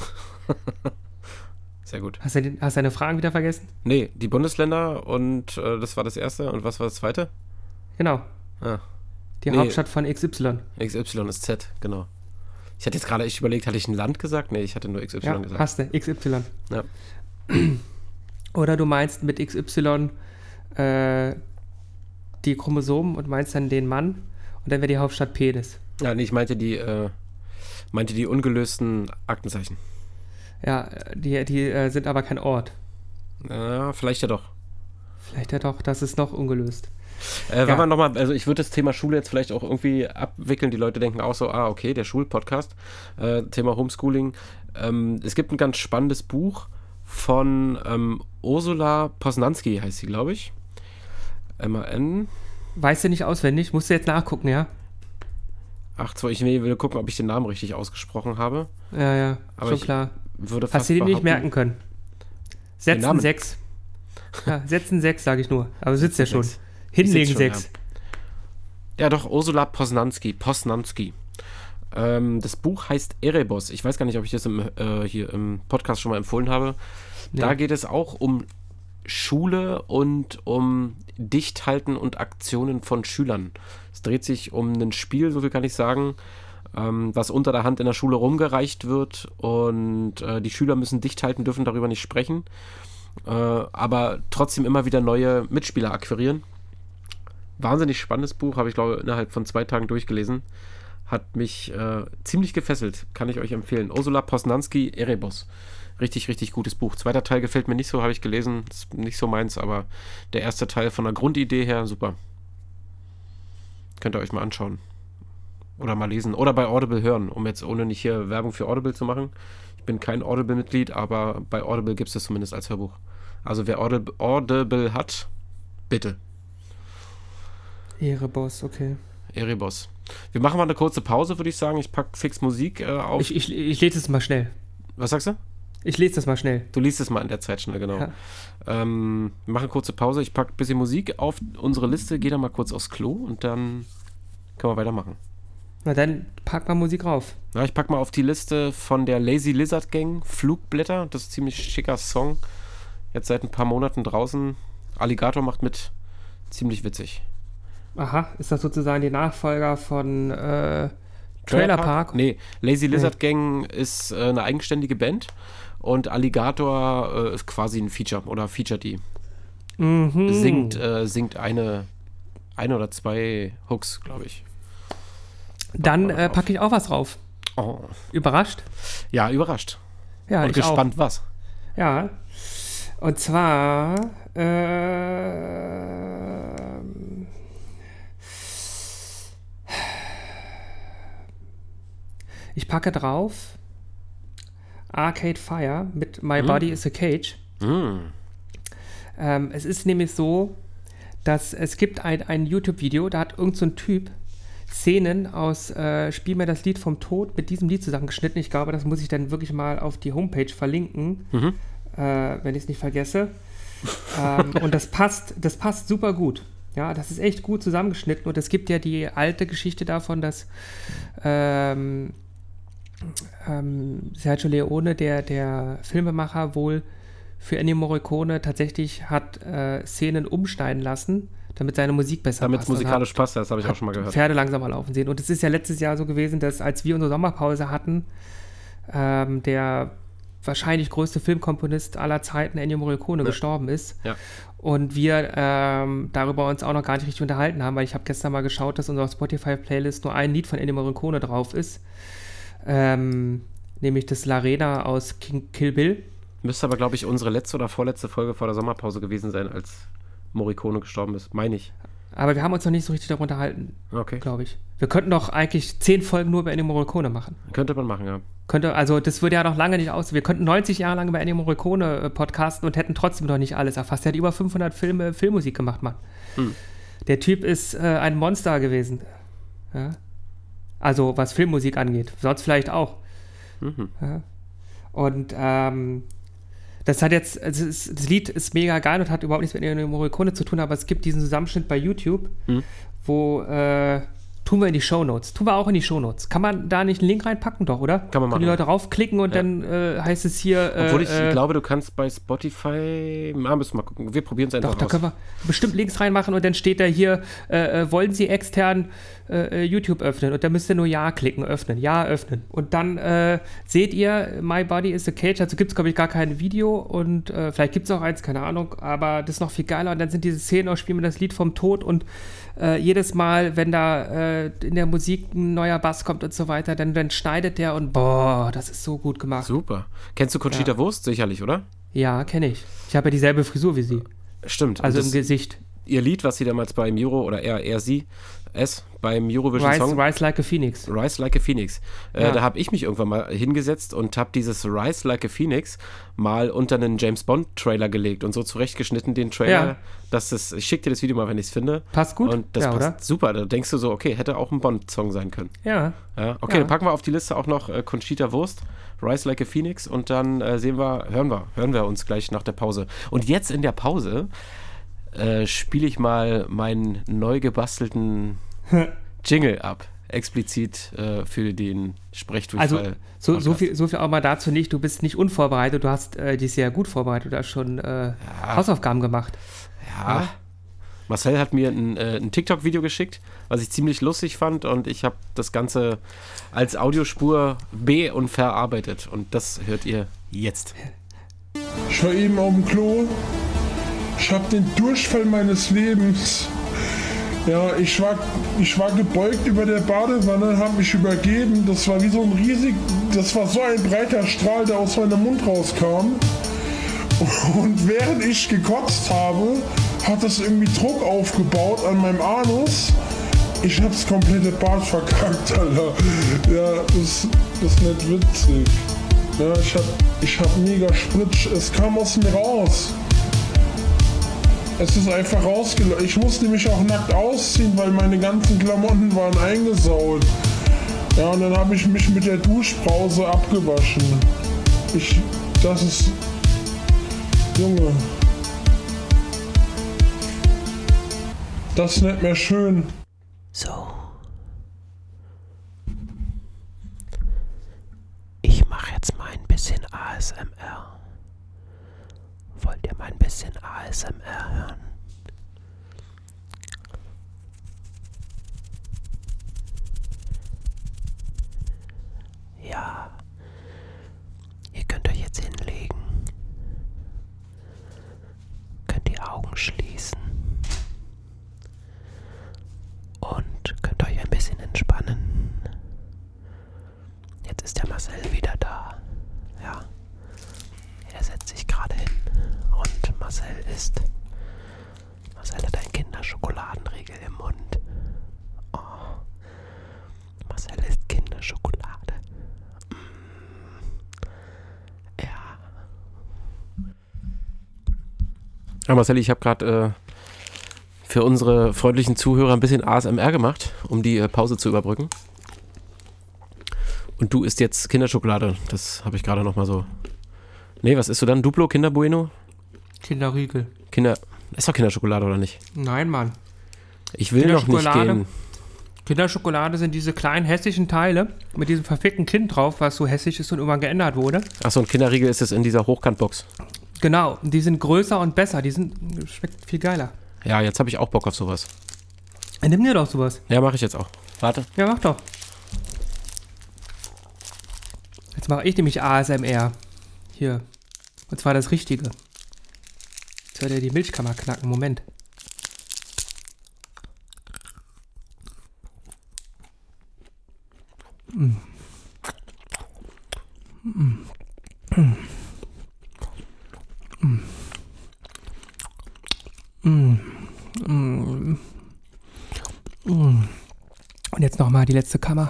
Sehr gut. Hast du deine Fragen wieder vergessen? Nee, die Bundesländer und das war das erste. Und was war das zweite? Genau. Ah, Die Nee. Hauptstadt von XY. XY ist Z, genau. Ich hatte jetzt gerade echt überlegt, hatte ich ein Land gesagt? Nee, ich hatte nur XY Ja, gesagt. hast du, XY. Ja. Oder du meinst mit XY die Chromosomen und meinst dann den Mann und dann wäre die Hauptstadt Penis. Ja, nee, ich meinte die ungelösten Aktenzeichen. Ja, die sind aber kein Ort. Vielleicht ja doch. Vielleicht ja doch, das ist noch ungelöst. Wenn man nochmal, also ich würde das Thema Schule jetzt vielleicht auch irgendwie abwickeln. Die Leute denken auch so, okay, der Schulpodcast, Thema Homeschooling. Es gibt ein ganz spannendes Buch von Ursula Posnanski, heißt sie, glaube ich. MAN. Weißt du nicht auswendig? Musst du jetzt nachgucken, ja? Ich will gucken, ob ich den Namen richtig ausgesprochen habe. Ja, Aber schon ich klar. würde Hast fast du dir nicht behaupten- merken können? Setzen Namen? 6. Ja, setzen 6, sage ich nur. Aber sitzt ja schon. Sechs. Hinlegen schon, 6. Ja, doch, Ursula Posnanski. Das Buch heißt Erebos. Ich weiß gar nicht, ob ich das hier im Podcast schon mal empfohlen habe. Nee. Da geht es auch um Schule und um Dichthalten und Aktionen von Schülern. Es dreht sich um ein Spiel, so viel kann ich sagen, was unter der Hand in der Schule rumgereicht wird und die Schüler müssen dicht halten, dürfen darüber nicht sprechen, aber trotzdem immer wieder neue Mitspieler akquirieren. Wahnsinnig spannendes Buch, habe ich glaube innerhalb von 2 Tagen durchgelesen. Hat mich ziemlich gefesselt, kann ich euch empfehlen. Ursula Posnanski, Erebos. Richtig, richtig gutes Buch. 2. Teil gefällt mir nicht so, habe ich gelesen. Ist nicht so meins, aber der 1. Teil von der Grundidee her, super. Könnt ihr euch mal anschauen. Oder mal lesen. Oder bei Audible hören, um jetzt ohne nicht hier Werbung für Audible zu machen. Ich bin kein Audible-Mitglied, aber bei Audible gibt es das zumindest als Hörbuch. Also wer Audible hat, bitte. Erebos, okay. Erebos. Wir machen mal eine kurze Pause, würde ich sagen. Ich packe fix Musik auf. Ich lese es mal schnell. Was sagst du? Ich lese das mal schnell. Du liest es mal in der Zeit schnell, genau. Ja. Wir machen eine kurze Pause. Ich packe ein bisschen Musik auf unsere Liste, gehe dann mal kurz aufs Klo und dann können wir weitermachen. Na dann pack mal Musik rauf. Ja, ich packe mal auf die Liste von der Lazy Lizard Gang Flugblätter. Das ist ein ziemlich schicker Song. Jetzt seit ein paar Monaten draußen. Alligator macht mit. Ziemlich witzig. Aha, ist das sozusagen die Nachfolger von Trailer Park? Nee, Lazy Lizard Gang ist eine eigenständige Band und Alligator ist quasi ein Feature oder featuret die. Mhm. Singt eine oder 2 Hooks, glaube ich. Dann Pack mal packe ich auch was drauf. Oh. Überrascht? Ja, überrascht. Ja, und ich gespannt, was. Ja. Und zwar ich packe drauf Arcade Fire mit My Body is a Cage. Es ist nämlich so, dass es gibt ein YouTube-Video, da hat irgend so ein Typ Szenen aus Spiel mir das Lied vom Tod mit diesem Lied zusammengeschnitten. Ich glaube, das muss ich dann wirklich mal auf die Homepage verlinken, wenn ich es nicht vergesse. Und das passt super gut. Ja, das ist echt gut zusammengeschnitten. Und es gibt ja die alte Geschichte davon, dass Sergio Leone, der Filmemacher, wohl für Ennio Morricone tatsächlich hat Szenen umschneiden lassen, damit seine Musik besser Damit passt. es musikalisch passt, das habe ich auch schon mal gehört. Pferde langsamer laufen sehen. Und es ist ja letztes Jahr so gewesen, dass als wir unsere Sommerpause hatten, der wahrscheinlich größte Filmkomponist aller Zeiten, Ennio Morricone, gestorben ist. Ja. Und wir darüber uns auch noch gar nicht richtig unterhalten haben, weil ich habe gestern mal geschaut, dass unserer Spotify-Playlist nur ein Lied von Ennio Morricone drauf ist. Nämlich das Larena aus Kill Bill. Müsste aber, glaube ich, unsere letzte oder vorletzte Folge vor der Sommerpause gewesen sein, als Morricone gestorben ist. Meine ich. Aber wir haben uns noch nicht so richtig darüber unterhalten, Okay. glaube ich. Wir könnten doch eigentlich 10 Folgen nur über Ennio Morricone machen. Könnte man machen, ja. Also das würde ja noch lange nicht aus. Wir könnten 90 Jahre lang über Ennio Morricone podcasten und hätten trotzdem noch nicht alles erfasst. Er hat über 500 Filmmusik gemacht, Mann. Der Typ ist ein Monster gewesen. Ja? Also was Filmmusik angeht. Sonst vielleicht auch. Ja? Und das hat jetzt, das Lied ist mega geil und hat überhaupt nichts mit Ennio Morricone zu tun, aber es gibt diesen Zusammenschnitt bei YouTube, wo Tun wir in die Shownotes. Tun wir auch in die Shownotes. Kann man da nicht einen Link reinpacken? Doch, oder? Kann man machen. Können die Leute raufklicken und dann heißt es hier... Obwohl ich glaube, du kannst bei Spotify... müssen wir mal gucken. Wir probieren es einfach aus. Doch, da können wir bestimmt Links reinmachen und dann steht da hier, wollen Sie extern YouTube öffnen? Und dann müsst ihr nur Ja klicken, öffnen. Ja, öffnen. Und dann seht ihr, My Body is a Cage. Dazu gibt es, glaube ich, gar kein Video und vielleicht gibt es auch eins, keine Ahnung. Aber das ist noch viel geiler. Und dann sind diese Szenen auch, spielen wir das Lied vom Tod und jedes Mal, wenn da in der Musik ein neuer Bass kommt und so weiter, dann schneidet der und boah, das ist so gut gemacht. Super. Kennst du Conchita Wurst? Sicherlich, oder? Ja, kenne ich. Ich habe ja dieselbe Frisur wie sie. Stimmt. Also im Gesicht. Ihr Lied, was sie damals beim Euro, oder eher sie, beim Eurovision Song... Rise Like a Phoenix. Rise Like a Phoenix. Da habe ich mich irgendwann mal hingesetzt und habe dieses Rise Like a Phoenix mal unter einen James Bond Trailer gelegt und so zurechtgeschnitten den Trailer, ich schicke dir das Video mal, wenn ich es finde. Passt gut. Und das passt oder? super. Da denkst du so, okay, hätte auch ein Bond-Song sein können. Ja. Okay, dann packen wir auf die Liste auch noch Conchita Wurst, Rise Like a Phoenix und dann hören wir uns gleich nach der Pause. Und jetzt in der Pause spiele ich mal meinen neu gebastelten Jingle ab. Explizit für den Sprechdurchfall. Also so viel auch mal dazu nicht. Du bist nicht unvorbereitet. Du hast dich sehr gut vorbereitet. Du hast schon Hausaufgaben gemacht. Ja. Marcel hat mir ein TikTok-Video geschickt, was ich ziemlich lustig fand und ich habe das Ganze als Audiospur und verarbeitet. Und das hört ihr jetzt. Ich war eben auf dem Klo. Ich habe den Durchfall meines Lebens. Ja, ich war gebeugt über der Badewanne, habe mich übergeben. Das war wie so das war so ein breiter Strahl, der aus meinem Mund rauskam. Und während ich gekotzt habe, hat das irgendwie Druck aufgebaut an meinem Anus. Ich hab's komplette Bad verkackt, Alter. Ja, das ist nicht witzig. Ja, ich hab mega Spritsch. Es kam aus mir raus. Es ist einfach rausgelaufen. Ich musste mich auch nackt ausziehen, weil meine ganzen Klamotten waren eingesaut. Ja, und dann habe ich mich mit der Duschbrause abgewaschen. Das ist... Junge. Das ist nicht mehr schön. So. Ich mache jetzt mal ein bisschen ASMR. Wollt ihr mal ein bisschen ASMR hören? Ja. Ihr könnt euch jetzt hinlegen. Könnt die Augen schließen. Und könnt euch ein bisschen entspannen. Jetzt ist der Marcel wieder da. Ja. Er setzt sich gerade hin. Und Marcel hat einen Kinderschokoladenriegel im Mund. Oh. Marcel isst Kinderschokolade. Ja. Ja, Marcel, ich habe gerade für unsere freundlichen Zuhörer ein bisschen ASMR gemacht, um die Pause zu überbrücken. Und du isst jetzt Kinderschokolade. Das habe ich gerade noch mal so... Nee, was isst du dann? Duplo, Kinder Bueno? Kinderriegel. Ist doch Kinderschokolade, oder nicht? Nein, Mann. Ich will noch nicht gehen. Kinderschokolade sind diese kleinen hässlichen Teile mit diesem verfickten Kind drauf, was so hässlich ist und irgendwann geändert wurde. Achso, ein Kinderriegel ist es in dieser Hochkantbox. Genau, die sind größer und besser. Schmeckt viel geiler. Ja, jetzt habe ich auch Bock auf sowas. Nimm dir doch sowas. Ja, mache ich jetzt auch. Warte. Ja, mach doch. Jetzt mache ich nämlich ASMR. Hier. Und zwar das Richtige. Jetzt hört ihr die Milchkammer knacken. Moment. Und jetzt nochmal die letzte Kammer.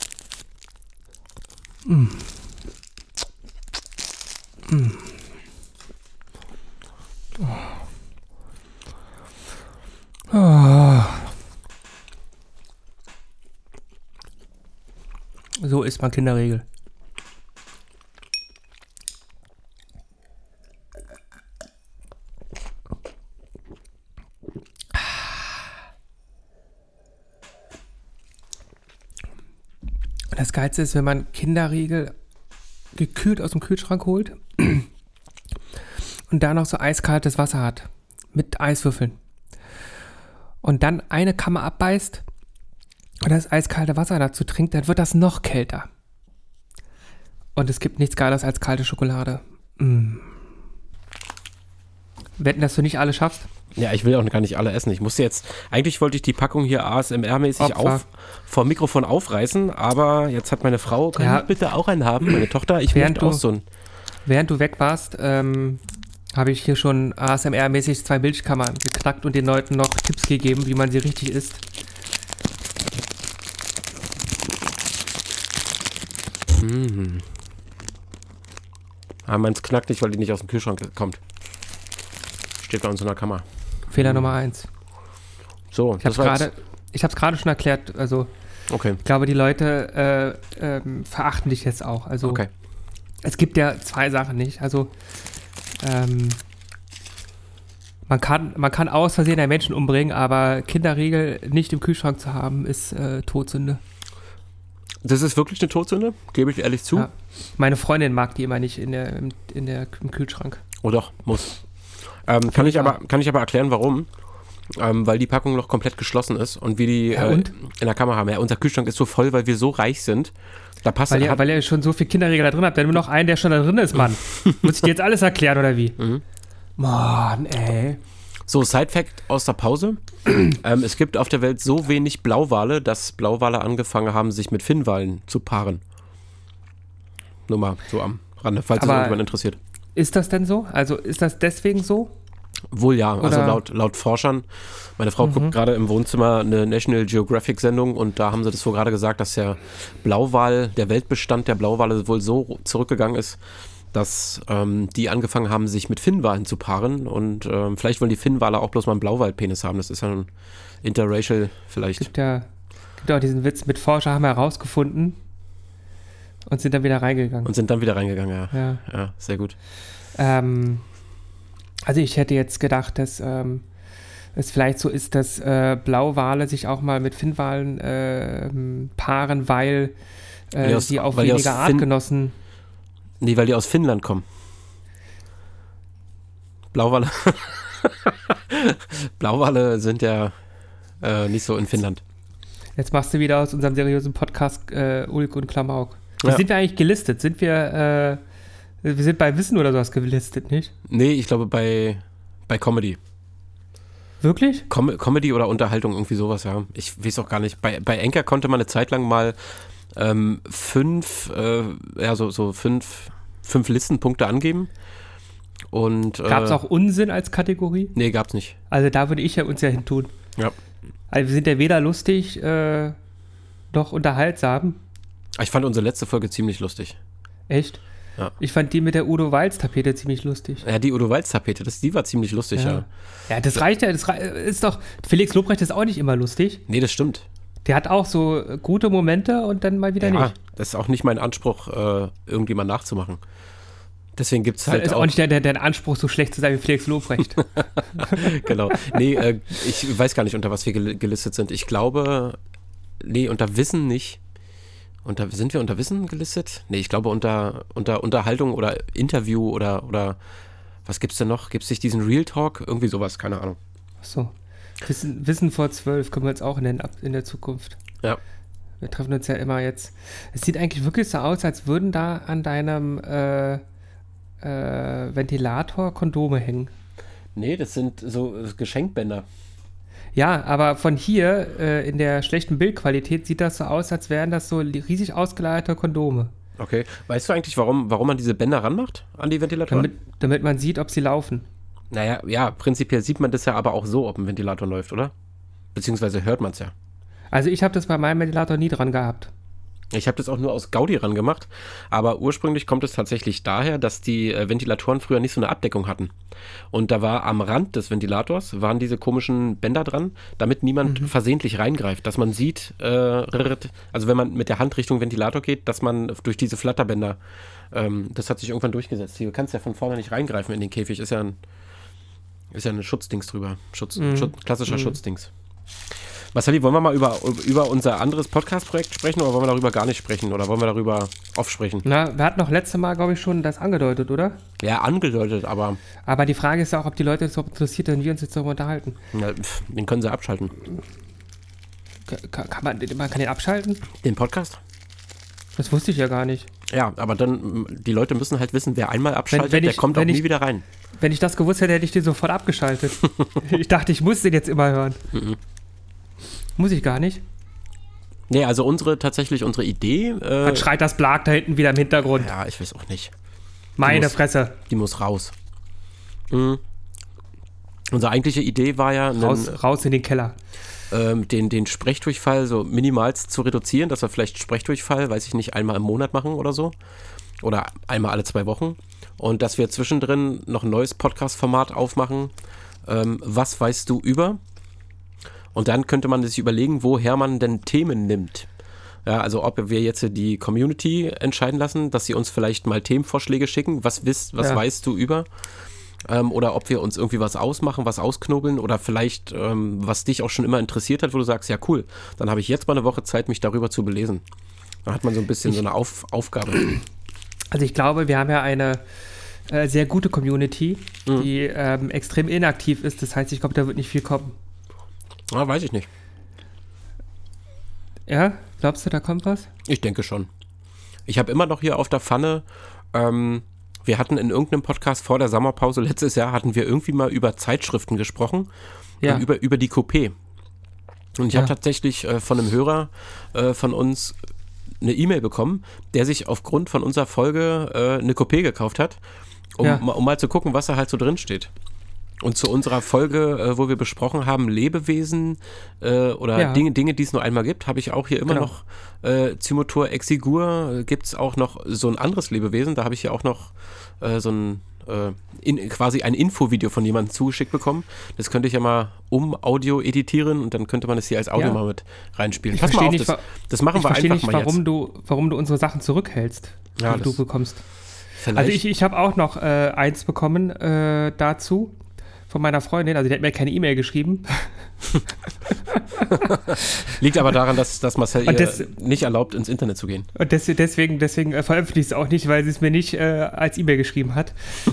So isst man Kinderriegel. Und das Geilste ist, wenn man Kinderriegel gekühlt aus dem Kühlschrank holt und da noch so eiskaltes Wasser hat mit Eiswürfeln und dann eine Kammer abbeißt und das eiskalte Wasser dazu trinkt, dann wird das noch kälter. Und es gibt nichts Geiles als kalte Schokolade. Wetten, dass du nicht alle schaffst? Ja, ich will auch gar nicht alle essen. Eigentlich wollte ich die Packung hier ASMR-mäßig vor dem Mikrofon aufreißen, aber jetzt hat meine Frau, kann ich bitte auch einen haben, meine Tochter, ich möchte auch so einen. Während du weg warst, habe ich hier schon ASMR-mäßig 2 Milchkammern geknackt und den Leuten noch Tipps gegeben, wie man sie richtig isst. Aber meins knackt nicht, weil die nicht aus dem Kühlschrank kommt. Steht bei uns in der Kammer. Fehler Nummer 1. So, ich habe es gerade schon erklärt. Also, okay. Ich glaube, die Leute verachten dich jetzt auch. Also, okay. Es gibt ja 2 Sachen nicht. Also, man kann aus Versehen einen Menschen umbringen, aber Kinderriegel nicht im Kühlschrank zu haben, ist Todsünde. Das ist wirklich eine Todsünde, gebe ich ehrlich zu. Ja. Meine Freundin mag die immer nicht im Kühlschrank. Oh doch, muss. Kann ich aber erklären, warum. Weil die Packung noch komplett geschlossen ist und wir die in der Kammer haben. Ja, unser Kühlschrank ist so voll, weil wir so reich sind. Da passt weil ihr schon so viel Kinderriegel da drin habt. Dann nur noch einen, der schon da drin ist, Mann. Muss ich dir jetzt alles erklären, oder wie? Mann, ey. So, Side-Fact aus der Pause. Es gibt auf der Welt so wenig Blauwale, dass Blauwale angefangen haben, sich mit Finnwalen zu paaren. Nur mal so am Rande, falls es irgendjemand interessiert. Ist das denn so? Also ist das deswegen so? Wohl ja, also laut Forschern. Meine Frau guckt gerade im Wohnzimmer eine National Geographic Sendung und da haben sie das wohl gerade gesagt, dass der Weltbestand der Blauwale wohl so zurückgegangen ist, dass die angefangen haben, sich mit Finnwalen zu paaren und vielleicht wollen die Finnwale auch bloß mal einen Blauwalpenis haben. Das ist ja ein Interracial vielleicht. Gibt auch diesen Witz mit Forscher haben herausgefunden und sind dann wieder reingegangen. Ja, sehr gut. Also ich hätte jetzt gedacht, dass es vielleicht so ist, dass Blauwale sich auch mal mit Finnwalen paaren, weil sie auch weniger Artgenossen... Nee, weil die aus Finnland kommen. Blauwale sind ja nicht so in Finnland. Jetzt machst du wieder aus unserem seriösen Podcast Ulk und Klamauk. Sind wir eigentlich gelistet? Sind wir sind bei Wissen oder sowas gelistet, nicht? Nee, ich glaube bei Comedy. Wirklich? Comedy oder Unterhaltung, irgendwie sowas, ja. Ich weiß auch gar nicht. Bei Anchor konnte man eine Zeit lang mal 5 Listenpunkte angeben. Und gab es auch Unsinn als Kategorie? Nee, gab's nicht. Also da würde ich uns ja hin tun. Ja. Also wir sind ja weder lustig noch unterhaltsam. Ich fand unsere letzte Folge ziemlich lustig. Echt? Ja. Ich fand die mit der Udo-Walz-Tapete ziemlich lustig. Ja, die Udo-Walz-Tapete, die war ziemlich lustig, ja. Ja, das reicht ja. Ist doch. Felix Lobrecht ist auch nicht immer lustig. Nee, das stimmt. Der hat auch so gute Momente und dann mal wieder nicht. Das ist auch nicht mein Anspruch, irgendjemand nachzumachen. Deswegen gibt es halt ist auch nicht der Anspruch, so schlecht zu sein wie Felix Lobrecht. Genau. Nee, ich weiß gar nicht, unter was wir gelistet sind. Ich glaube, unter Wissen nicht. Sind wir unter Wissen gelistet? Nee, ich glaube unter Unterhaltung oder Interview oder was gibt's denn noch? Gibt es nicht diesen Real Talk? Irgendwie sowas, keine Ahnung. Achso. Wissen vor 12 können wir jetzt auch nennen in der Zukunft. Ja. Wir treffen uns ja immer jetzt. Es sieht eigentlich wirklich so aus, als würden da an deinem Ventilator Kondome hängen. Nee, das sind so Geschenkbänder. Ja, aber von hier in der schlechten Bildqualität sieht das so aus, als wären das so riesig ausgeleierte Kondome. Okay. Weißt du eigentlich, warum man diese Bänder ranmacht an die Ventilatoren? Damit man sieht, ob sie laufen. Naja, ja, prinzipiell sieht man das ja aber auch so, ob ein Ventilator läuft, oder? Beziehungsweise hört man es ja. Also ich habe das bei meinem Ventilator nie dran gehabt. Ich habe das auch nur aus Gaudi ran gemacht, aber ursprünglich kommt es tatsächlich daher, dass die Ventilatoren früher nicht so eine Abdeckung hatten. Und da war am Rand des Ventilators, waren diese komischen Bänder dran, damit niemand versehentlich reingreift, dass man sieht, also wenn man mit der Hand Richtung Ventilator geht, dass man durch diese Flatterbänder, das hat sich irgendwann durchgesetzt. Du kannst ja von vorne nicht reingreifen in den Käfig, ist ja ein Schutzdings drüber, klassischer Schutzdings. Marcelli, wollen wir mal über unser anderes Podcast-Projekt sprechen oder wollen wir darüber gar nicht sprechen oder wollen wir darüber oft sprechen? Na, wir hatten doch letztes Mal, glaube ich, schon das angedeutet, oder? Ja, angedeutet, aber... Aber die Frage ist ja auch, ob die Leute das überhaupt interessiert, wenn wir uns jetzt darüber unterhalten. Na, den können sie abschalten. Kann man den abschalten? Den Podcast? Das wusste ich ja gar nicht. Ja, aber dann, die Leute müssen halt wissen, wer einmal abschaltet, Wenn der ich- kommt auch wenn nie ich- wieder rein. Wenn ich das gewusst hätte, hätte ich den sofort abgeschaltet. Ich dachte, ich muss den jetzt immer hören. Muss ich gar nicht. Nee, also unsere Idee... Was schreit das Blag da hinten wieder im Hintergrund? ja, ich weiß auch nicht. Meine muss- Fresse. Die muss raus. Unsere eigentliche Idee war ja, Raus in den Keller. den Sprechdurchfall so minimalst zu reduzieren, dass wir vielleicht Sprechdurchfall, weiß ich nicht, einmal im Monat machen oder so. Oder einmal alle 2 Wochen. Und dass wir zwischendrin noch ein neues Podcast-Format aufmachen. Was weißt du über? Und dann könnte man sich überlegen, woher man denn Themen nimmt. Ja, also ob wir jetzt die Community entscheiden lassen, dass sie uns vielleicht mal Themenvorschläge schicken. Was weißt du über? Oder ob wir uns irgendwie was ausmachen, was ausknobeln oder vielleicht, was dich auch schon immer interessiert hat, wo du sagst, ja cool, dann habe ich jetzt mal eine Woche Zeit, mich darüber zu belesen. Dann hat man so ein bisschen so eine Aufgabe. Also ich glaube, wir haben ja eine sehr gute Community, die extrem inaktiv ist. Das heißt, ich glaube, da wird nicht viel kommen. Ah, weiß ich nicht. Ja? Glaubst du, da kommt was? Ich denke schon. Ich habe immer noch hier auf der Pfanne, wir hatten in irgendeinem Podcast vor der Sommerpause letztes Jahr, hatten wir irgendwie mal über Zeitschriften gesprochen. Ja. Und über die Coupé. Und ich habe tatsächlich von einem Hörer von uns eine E-Mail bekommen, der sich aufgrund von unserer Folge eine Coupé gekauft hat, um mal zu gucken, was da halt so drin steht. Und zu unserer Folge, wo wir besprochen haben, Lebewesen oder Dinge, die es nur einmal gibt, habe ich auch hier immer noch Cymotor exigur, gibt es auch noch so ein anderes Lebewesen, da habe ich hier auch noch so ein quasi ein Infovideo von jemandem zugeschickt bekommen. Das könnte ich ja mal Audio editieren und dann könnte man es hier als Audio mal mit reinspielen. Ich Pass mal verstehe auf, nicht, das machen wir einfach mal jetzt. Warum du unsere Sachen zurückhältst, Ja, die du bekommst. Vielleicht. Also ich habe auch noch eins bekommen dazu von meiner Freundin. Also die hat mir keine E-Mail geschrieben. Liegt aber daran, dass Marcel Und ihr nicht erlaubt, ins Internet zu gehen. Und deswegen veröffentliche ich es auch nicht, weil sie es mir nicht als E-Mail geschrieben hat.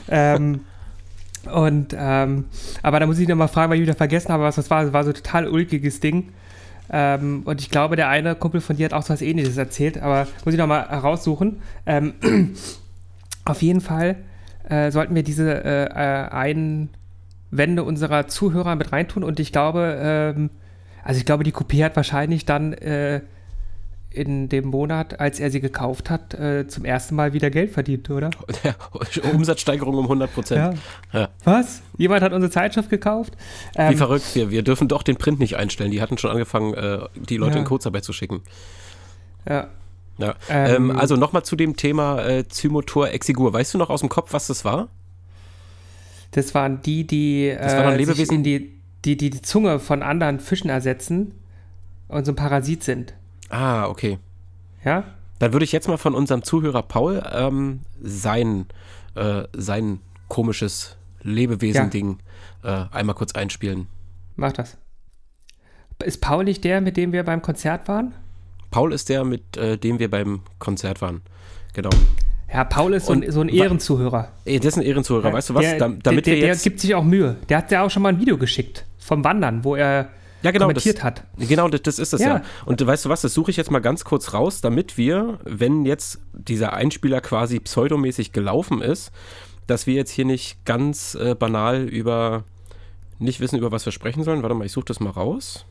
Aber da muss ich nochmal fragen, weil ich wieder vergessen habe, was das war. Das war so ein total ulkiges Ding. Und ich glaube, der eine Kumpel von dir hat auch so was Ähnliches erzählt, aber muss ich nochmal heraussuchen. Auf jeden Fall sollten wir diese Einwände unserer Zuhörer mit reintun und ich glaube, die Coupé hat wahrscheinlich dann in dem Monat, als er sie gekauft hat, zum ersten Mal wieder Geld verdient, oder? Ja, Umsatzsteigerung um 100%. Ja. Was? Jemand hat unsere Zeitschrift gekauft? Wie verrückt, wir dürfen doch den Print nicht einstellen. Die hatten schon angefangen, die Leute in Kurzarbeit zu schicken. Ja. Ja. Also nochmal zu dem Thema Cymotor exigur. Weißt du noch aus dem Kopf, was das war? Das waren die das waren Lebewesen, die Zunge von anderen Fischen ersetzen und so ein Parasit sind. Ah, okay. Ja? Dann würde ich jetzt mal von unserem Zuhörer Paul sein komisches Lebewesen-Ding einmal kurz einspielen. Mach das. Ist Paul nicht der, mit dem wir beim Konzert waren? Paul ist der, mit dem wir beim Konzert waren. Genau. Ja, Paul ist so ein Ehrenzuhörer. Das ist ein Ehrenzuhörer. Weißt du was? Der gibt sich auch Mühe. Der hat ja auch schon mal ein Video geschickt vom Wandern, wo er kommentiert hat. Genau, das ist es ja. Und weißt du was, das suche ich jetzt mal ganz kurz raus, damit wir, wenn jetzt dieser Einspieler quasi pseudomäßig gelaufen ist, dass wir jetzt hier nicht ganz banal nicht wissen, über was wir sprechen sollen. Warte mal, ich suche das mal raus.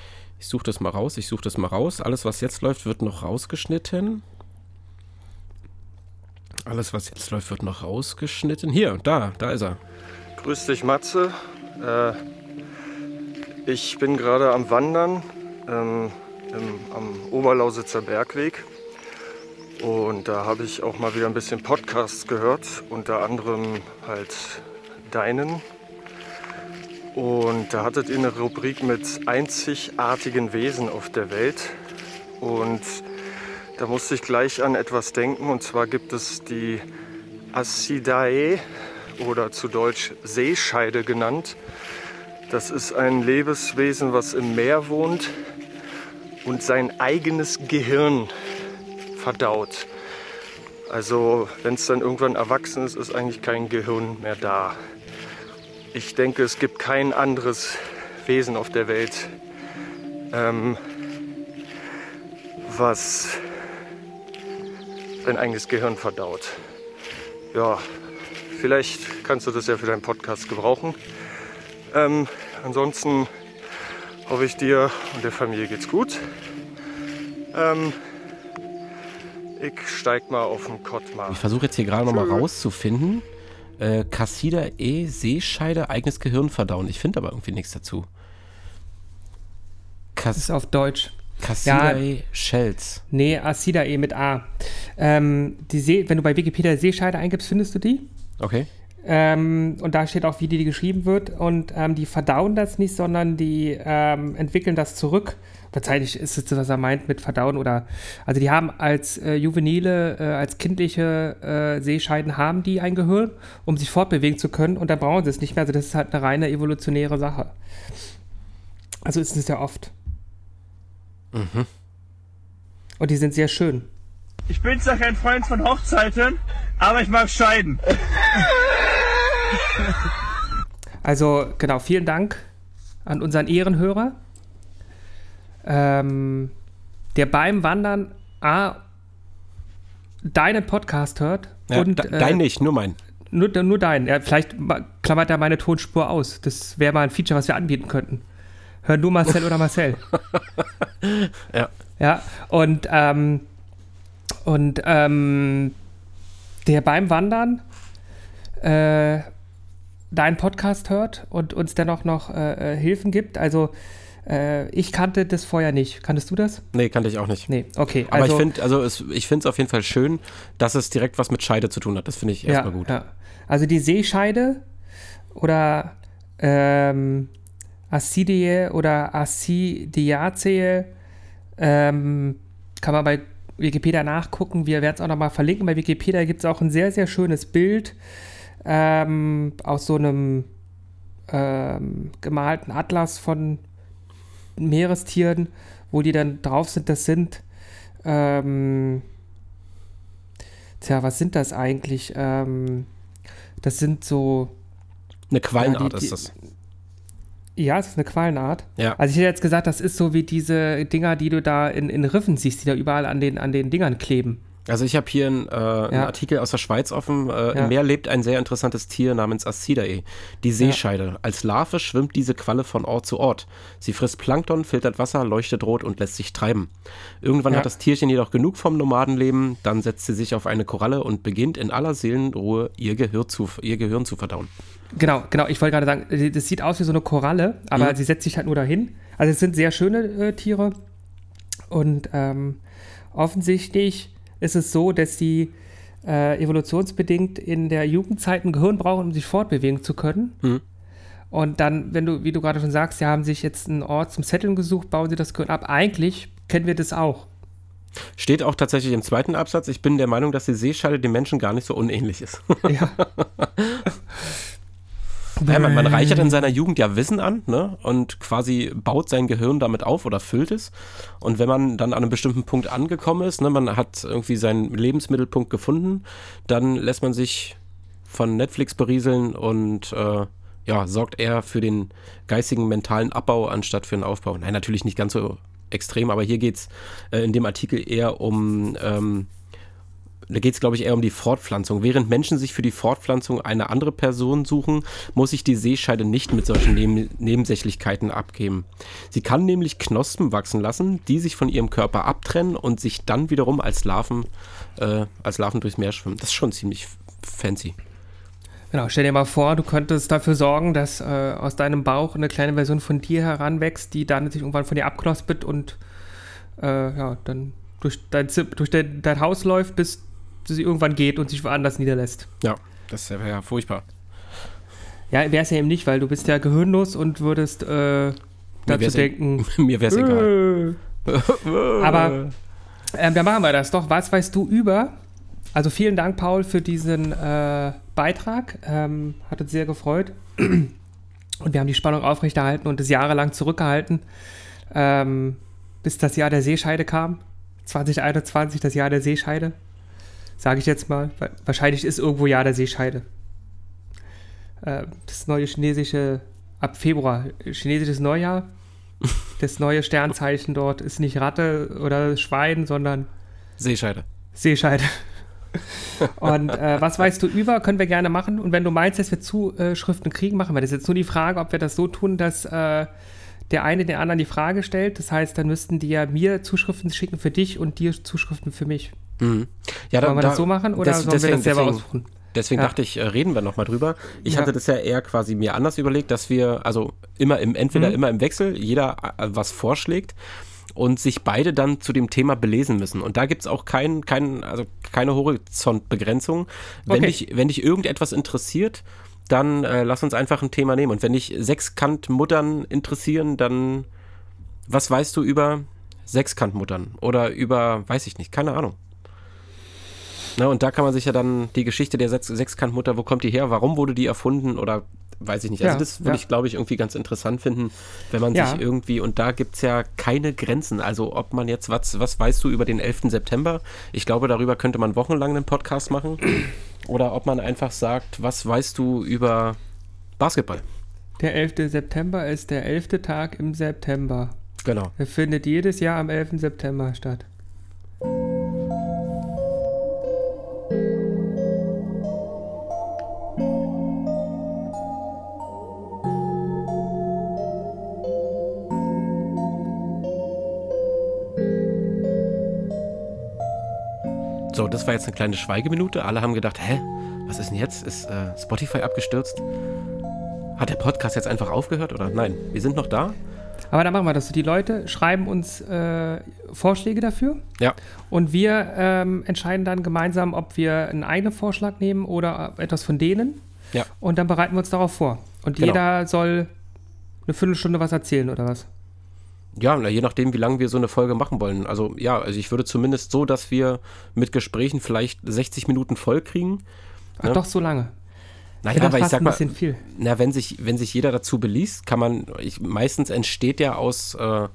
Alles, was jetzt läuft, wird noch rausgeschnitten. Hier, da ist er. Grüß dich, Matze. Ich bin gerade am Wandern am Oberlausitzer Bergweg und da habe ich auch mal wieder ein bisschen Podcasts gehört, unter anderem halt deinen. Und da hattet ihr eine Rubrik mit einzigartigen Wesen auf der Welt und da musste ich gleich an etwas denken und zwar gibt es die Ascidae oder zu Deutsch Seescheide genannt. Das ist ein Lebewesen, was im Meer wohnt und sein eigenes Gehirn verdaut. Also wenn es dann irgendwann erwachsen ist, ist eigentlich kein Gehirn mehr da. Ich denke, es gibt kein anderes Wesen auf der Welt, was sein eigenes Gehirn verdaut. Ja, vielleicht kannst du das ja für deinen Podcast gebrauchen. Ansonsten hoffe ich, dir und der Familie geht's gut. Ich steig mal auf den Kottmar. Ich versuche jetzt hier gerade nochmal rauszufinden. Cassida Seescheide, eigenes Gehirn verdauen. Ich finde aber irgendwie nichts dazu. Das ist auf Deutsch. Cassidae Shells. Nee, Acidae mit A. Wenn du bei Wikipedia Seescheide eingibst, findest du die. Okay. Und da steht auch, wie die geschrieben wird. Und die verdauen das nicht, sondern die entwickeln das zurück. Wahrscheinlich ist es, was er meint mit verdauen. Also die haben als juvenile, als kindliche Seescheiden haben die ein Gehirn, um sich fortbewegen zu können. Und dann brauchen sie es nicht mehr. Also das ist halt eine reine evolutionäre Sache. Also ist es ja oft. Mhm. Und die sind sehr schön. Ich bin zwar kein Freund von Hochzeiten, aber ich mag Scheiden. Also, genau, vielen Dank an unseren Ehrenhörer, der beim Wandern deinen Podcast hört. Ja, und dein nicht, nur mein. Nur deinen. Ja, vielleicht klammert er meine Tonspur aus. Das wäre mal ein Feature, was wir anbieten könnten. Hör nur Marcel oder Marcel. Ja. Ja, und der beim Wandern deinen Podcast hört und uns dennoch noch Hilfen gibt. Also ich kannte das vorher nicht. Kanntest du das? Nee, kannte ich auch nicht. Nee, okay. Aber ich finde es auf jeden Fall schön, dass es direkt was mit Scheide zu tun hat. Das finde ich erstmal gut. Ja. Also die Seescheide oder Acidae oder Acidiaceae kann man bei Wikipedia nachgucken. Wir werden es auch nochmal verlinken. Bei Wikipedia gibt es auch ein sehr, sehr schönes Bild aus so einem gemalten Atlas von Meerestieren, wo die dann drauf sind. Das sind was sind das eigentlich? Das sind so eine Quallenart ist das. Ja, es ist eine Quallenart. Ja. Also ich hätte jetzt gesagt, das ist so wie diese Dinger, die du da in Riffen siehst, die da überall an den Dingern kleben. Also ich habe hier einen Artikel aus der Schweiz offen. Im Meer lebt ein sehr interessantes Tier namens Acidae, die Seescheide. Ja. Als Larve schwimmt diese Qualle von Ort zu Ort. Sie frisst Plankton, filtert Wasser, leuchtet rot und lässt sich treiben. Irgendwann hat das Tierchen jedoch genug vom Nomadenleben, dann setzt sie sich auf eine Koralle und beginnt in aller Seelenruhe ihr Gehirn zu verdauen. Genau. Ich wollte gerade sagen, das sieht aus wie so eine Koralle, aber sie setzt sich halt nur dahin. Also es sind sehr schöne Tiere und offensichtlich ist es so, dass sie evolutionsbedingt in der Jugendzeit ein Gehirn brauchen, um sich fortbewegen zu können. Und dann, wie du gerade schon sagst, sie haben sich jetzt einen Ort zum Setteln gesucht, bauen sie das Gehirn ab. Eigentlich kennen wir das auch. Steht auch tatsächlich im zweiten Absatz. Ich bin der Meinung, dass die Seescheide dem Menschen gar nicht so unähnlich ist. Ja. Ja, man reichert in seiner Jugend ja Wissen an, ne? Und quasi baut sein Gehirn damit auf oder füllt es. Und wenn man dann an einem bestimmten Punkt angekommen ist, ne, man hat irgendwie seinen Lebensmittelpunkt gefunden, dann lässt man sich von Netflix berieseln und sorgt eher für den geistigen, mentalen Abbau anstatt für den Aufbau. Nein, natürlich nicht ganz so extrem, aber hier geht es in dem Artikel eher um da geht es, glaube ich, eher um die Fortpflanzung. Während Menschen sich für die Fortpflanzung eine andere Person suchen, muss sich die Seescheide nicht mit solchen Nebensächlichkeiten abgeben. Sie kann nämlich Knospen wachsen lassen, die sich von ihrem Körper abtrennen und sich dann wiederum als Larven durchs Meer schwimmen. Das ist schon ziemlich fancy. Genau, stell dir mal vor, du könntest dafür sorgen, dass aus deinem Bauch eine kleine Version von dir heranwächst, die dann sich irgendwann von dir abknospelt und dann durch dein Haus läuft, bis sie irgendwann geht und sich woanders niederlässt. Ja, das wäre ja furchtbar. Ja, wäre es ja eben nicht, weil du bist ja gehirnlos und würdest dazu denken. Mir wäre es egal. Aber dann machen wir das doch. Was weißt du über? Also vielen Dank, Paul, für diesen Beitrag. Hat uns sehr gefreut. Und wir haben die Spannung aufrechterhalten und es jahrelang zurückgehalten, bis das Jahr der Seescheide kam. 2021, das Jahr der Seescheide. Sage ich jetzt mal. Wahrscheinlich ist irgendwo Jahr der Seescheide. Das neue chinesische, ab Februar, chinesisches Neujahr. Das neue Sternzeichen dort ist nicht Ratte oder Schwein, sondern Seescheide. Seescheide. Und was weißt du über, können wir gerne machen. Und wenn du meinst, dass wir Zuschriften kriegen, machen wir das. Jetzt nur die Frage, ob wir das so tun, dass der eine den anderen die Frage stellt. Das heißt, dann müssten die ja mir Zuschriften schicken für dich und dir Zuschriften für mich. Mhm. Ja, wollen wir das so machen oder sollen wir das selber aussuchen? Deswegen dachte ich, reden wir nochmal drüber. Ich hatte das ja eher quasi mir anders überlegt, dass wir, also immer im Wechsel, jeder was vorschlägt und sich beide dann zu dem Thema belesen müssen. Und da gibt es auch keine Horizontbegrenzung. Wenn dich irgendetwas interessiert, dann lass uns einfach ein Thema nehmen. Und wenn dich Sechskantmuttern interessieren, dann was weißt du über Sechskantmuttern? Oder über, weiß ich nicht, keine Ahnung. Na, und da kann man sich ja dann die Geschichte der Sechskantmutter, wo kommt die her, warum wurde die erfunden oder weiß ich nicht. Also das würde ich, glaube ich, irgendwie ganz interessant finden, wenn man sich irgendwie, und da gibt es ja keine Grenzen. Also ob man jetzt, was weißt du über den 11. September? Ich glaube, darüber könnte man wochenlang einen Podcast machen. Oder ob man einfach sagt, was weißt du über Basketball? Der 11. September ist der 11. Tag im September. Genau. Er findet jedes Jahr am 11. September statt. So, das war jetzt eine kleine Schweigeminute. Alle haben gedacht, was ist denn jetzt? Ist Spotify abgestürzt? Hat der Podcast jetzt einfach aufgehört oder nein? Wir sind noch da. Aber dann machen wir das so. Die Leute schreiben uns Vorschläge dafür. Ja. Und wir entscheiden dann gemeinsam, ob wir einen eigenen Vorschlag nehmen oder etwas von denen. Ja. Und dann bereiten wir uns darauf vor. Und jeder soll eine Viertelstunde was erzählen oder was? Ja, je nachdem, wie lange wir so eine Folge machen wollen. Also ich würde zumindest so, dass wir mit Gesprächen vielleicht 60 Minuten voll kriegen. Ach, doch so lange? Naja, aber ich sag mal, viel. Wenn sich jeder dazu beliest, meistens entsteht ja aus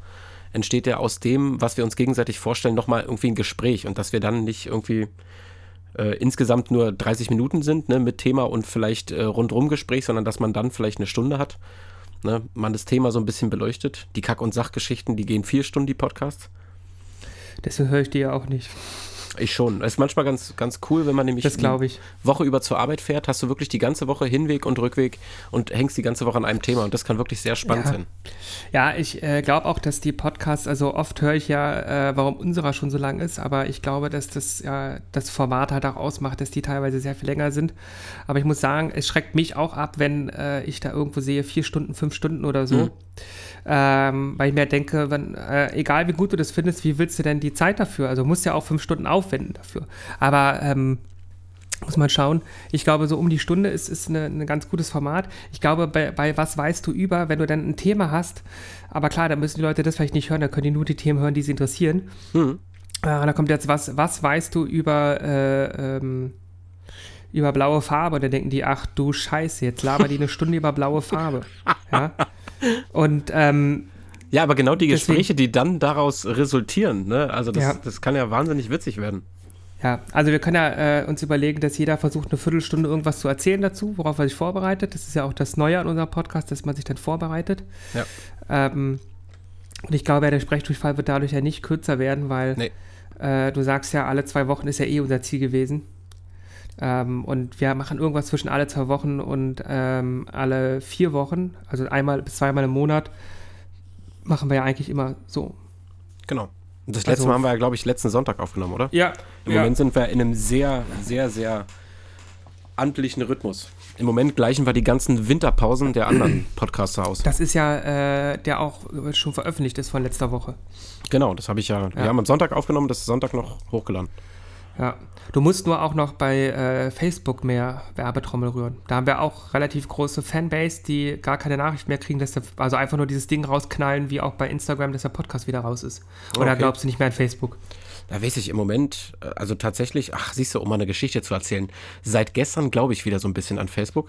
dem, was wir uns gegenseitig vorstellen, nochmal irgendwie ein Gespräch und dass wir dann nicht irgendwie insgesamt nur 30 Minuten sind, ne, mit Thema und vielleicht rundrum Gespräch, sondern dass man dann vielleicht eine Stunde hat. Ne, man das Thema so ein bisschen beleuchtet. Die Kack- und Sachgeschichten, die gehen 4 Stunden, die Podcasts. Deswegen höre ich die ja auch nicht. Ich schon. Es ist manchmal ganz, ganz cool, wenn man nämlich eine Woche über zur Arbeit fährt, hast du wirklich die ganze Woche Hinweg und Rückweg und hängst die ganze Woche an einem Thema und das kann wirklich sehr spannend sein. Ja, ich glaube auch, dass die Podcasts, also oft höre ich ja, warum unserer schon so lang ist, aber ich glaube, dass das das Format halt auch ausmacht, dass die teilweise sehr viel länger sind. Aber ich muss sagen, es schreckt mich auch ab, wenn ich da irgendwo sehe 4 Stunden, 5 Stunden oder so. Weil ich mir denke, egal wie gut du das findest, wie willst du denn die Zeit dafür? Also du musst ja auch 5 Stunden aufwenden dafür. Aber muss man schauen. Ich glaube, so um die Stunde ist ein ganz gutes Format. Ich glaube, bei was weißt du über, wenn du dann ein Thema hast, aber klar, da müssen die Leute das vielleicht nicht hören, da können die nur die Themen hören, die sie interessieren. Da kommt jetzt was weißt du über blaue Farbe? Und dann denken die, ach du Scheiße, jetzt labern die eine Stunde über blaue Farbe. Ja. Und ja, aber genau die Gespräche, die dann daraus resultieren, ne? Also das kann ja wahnsinnig witzig werden. Ja, also wir können ja uns überlegen, dass jeder versucht, eine Viertelstunde irgendwas zu erzählen dazu, worauf er sich vorbereitet. Das ist ja auch das Neue an unserem Podcast, dass man sich dann vorbereitet. Ja. Und ich glaube, der Sprechdurchfall wird dadurch ja nicht kürzer werden, weil du sagst ja, alle 2 Wochen ist ja unser Ziel gewesen. Und wir machen irgendwas zwischen alle 2 Wochen und alle 4 Wochen, also 1 bis 2 Mal im Monat, machen wir ja eigentlich immer so. Genau. Und das letzte Mal haben wir ja, glaube ich, letzten Sonntag aufgenommen, oder? Ja. Im Moment sind wir in einem sehr, sehr, sehr amtlichen Rhythmus. Im Moment gleichen wir die ganzen Winterpausen der anderen Podcaster aus. Das ist ja, der auch schon veröffentlicht ist von letzter Woche. Genau, das habe ich wir haben am Sonntag aufgenommen, das ist Sonntag noch hochgeladen. Ja, du musst nur auch noch bei Facebook mehr Werbetrommel rühren. Da haben wir auch relativ große Fanbase, die gar keine Nachricht mehr kriegen, also einfach nur dieses Ding rausknallen, wie auch bei Instagram, dass der Podcast wieder raus ist. Oder glaubst du nicht mehr an Facebook? Da weiß ich im Moment, also tatsächlich, siehst du, um mal eine Geschichte zu erzählen, seit gestern glaube ich wieder so ein bisschen an Facebook.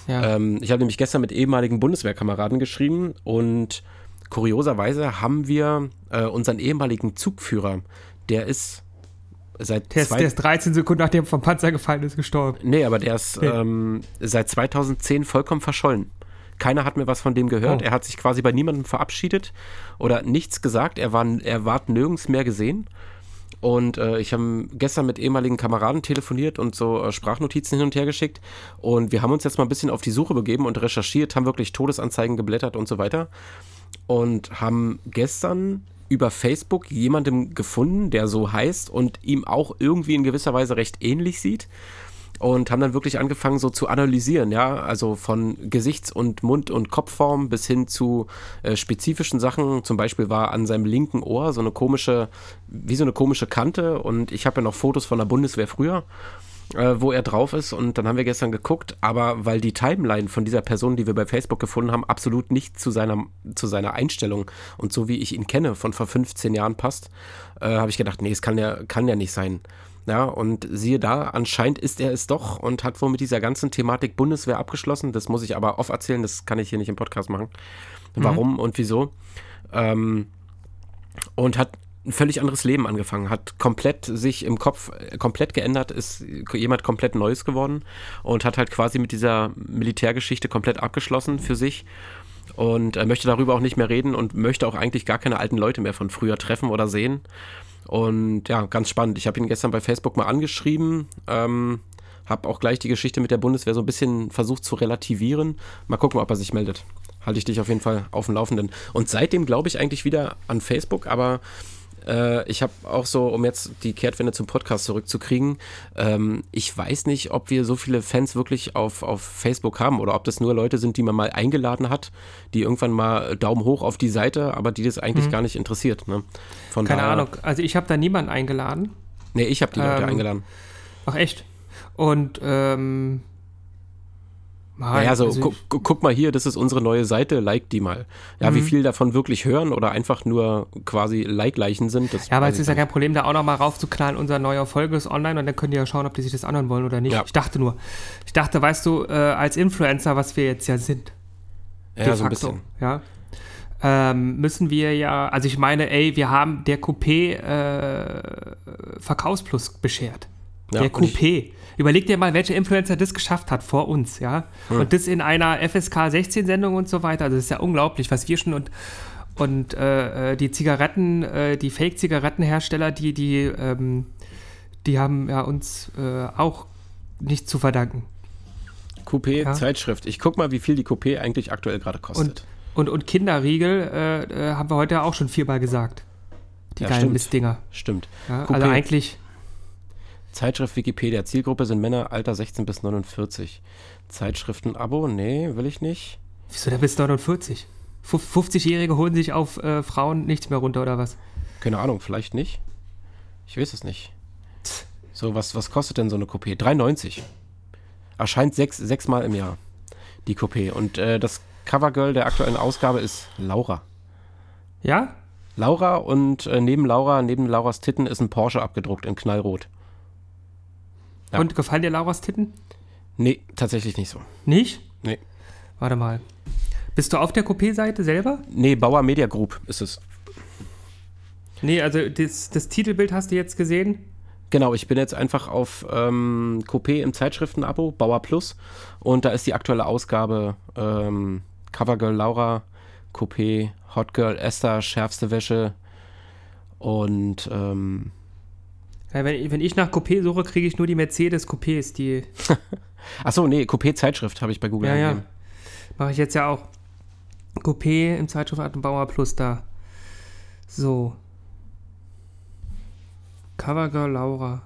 Ja. Ich habe nämlich gestern mit ehemaligen Bundeswehrkameraden geschrieben und kurioserweise haben wir unseren ehemaligen Zugführer, der ist seit Der ist 13 Sekunden nachdem er vom Panzer gefallen ist, gestorben. Nee, aber der ist seit 2010 vollkommen verschollen. Keiner hat mir was von dem gehört. Oh. Er hat sich quasi bei niemandem verabschiedet oder nichts gesagt. Er ward nirgends mehr gesehen. Und ich habe gestern mit ehemaligen Kameraden telefoniert und so Sprachnotizen hin und her geschickt. Und wir haben uns jetzt mal ein bisschen auf die Suche begeben und recherchiert, haben wirklich Todesanzeigen geblättert und so weiter. Und haben gestern über Facebook jemandem gefunden, der so heißt und ihm auch irgendwie in gewisser Weise recht ähnlich sieht. Und haben dann wirklich angefangen so zu analysieren, ja, also von Gesichts- und Mund- und Kopfform bis hin zu spezifischen Sachen. Zum Beispiel war an seinem linken Ohr so eine komische Kante und ich habe ja noch Fotos von der Bundeswehr früher, wo er drauf ist und dann haben wir gestern geguckt, aber weil die Timeline von dieser Person, die wir bei Facebook gefunden haben, absolut nicht zu seiner Einstellung und so wie ich ihn kenne von vor 15 Jahren passt, habe ich gedacht, nee, es kann ja nicht sein. Ja, und siehe da, anscheinend ist er es doch und hat wohl mit dieser ganzen Thematik Bundeswehr abgeschlossen. Das muss ich aber off erzählen, das kann ich hier nicht im Podcast machen. Warum und wieso. Und hat ein völlig anderes Leben angefangen, hat komplett sich im Kopf komplett geändert, ist jemand komplett Neues geworden und hat halt quasi mit dieser Militärgeschichte komplett abgeschlossen für sich. Und er möchte darüber auch nicht mehr reden und möchte auch eigentlich gar keine alten Leute mehr von früher treffen oder sehen. Und ja, ganz spannend. Ich habe ihn gestern bei Facebook mal angeschrieben, habe auch gleich die Geschichte mit der Bundeswehr so ein bisschen versucht zu relativieren. Mal gucken, ob er sich meldet. Halte ich dich auf jeden Fall auf dem Laufenden. Und seitdem glaube ich eigentlich wieder an Facebook, aber ich habe auch so, um jetzt die Kehrtwende zum Podcast zurückzukriegen, ich weiß nicht, ob wir so viele Fans wirklich auf Facebook haben oder ob das nur Leute sind, die man mal eingeladen hat, die irgendwann mal Daumen hoch auf die Seite, aber die das eigentlich gar nicht interessiert. Ne? Keine Ahnung, also ich habe da niemanden eingeladen. Nee, ich habe die Leute eingeladen. Ach echt? Und naja, so, also guck mal hier, das ist unsere neue Seite, like die mal. Ja, wie viel davon wirklich hören oder einfach nur quasi Like-Leichen sind, das ja, aber es ist ja kein Problem, da auch noch mal raufzuknallen, unser neuer Folge ist online und dann können die ja schauen, ob die sich das anhören wollen oder nicht. Ja. Ich dachte, weißt du, als Influencer, was wir jetzt ja sind, ja, so ein bisschen. Ja, müssen wir ja, also ich meine, wir haben der Coupé Verkaufsplus beschert. Ja, der Coupé. Überleg dir mal, welcher Influencer das geschafft hat vor uns, ja. Und das in einer FSK 16-Sendung und so weiter. Also das ist ja unglaublich, was wir schon und die Zigaretten, die Fake-Zigarettenhersteller, die haben ja uns auch nicht zu verdanken. Coupé, ja? Zeitschrift. Ich guck mal, wie viel die Coupé eigentlich aktuell gerade kostet. Und Kinderriegel haben wir heute auch schon 4-mal gesagt. Die geilen Mistdinger. Stimmt. Ja, also eigentlich... Zeitschrift Wikipedia. Zielgruppe sind Männer, Alter 16 bis 49. Zeitschriften-Abo? Nee, will ich nicht. Wieso der bis 49? 50-Jährige holen sich auf Frauen nichts mehr runter, oder was? Keine Ahnung, vielleicht nicht. Ich weiß es nicht. So, was kostet denn so eine Coupé? 3,90. Erscheint 6 Mal im Jahr, die Coupé. Und das Covergirl der aktuellen Ausgabe ist Laura. Ja? Laura und neben Lauras Titten ist ein Porsche abgedruckt in knallrot. Ja. Und gefallen dir Lauras Titten? Nee, tatsächlich nicht so. Nicht? Nee. Warte mal. Bist du auf der Coupé-Seite selber? Nee, Bauer Media Group ist es. Nee, also das Titelbild hast du jetzt gesehen? Genau, ich bin jetzt einfach auf Coupé im Zeitschriftenabo, Bauer Plus. Und da ist die aktuelle Ausgabe Covergirl Laura, Coupé, Hotgirl Esther, schärfste Wäsche und ja, wenn ich nach Coupé suche, kriege ich nur die Mercedes Coupés, die... Achso, nee, Coupé-Zeitschrift habe ich bei Google eingegeben. Ja. Mache ich jetzt ja auch. Coupé im Zeitschriftenabo Bauer Plus da. So. Covergirl Laura.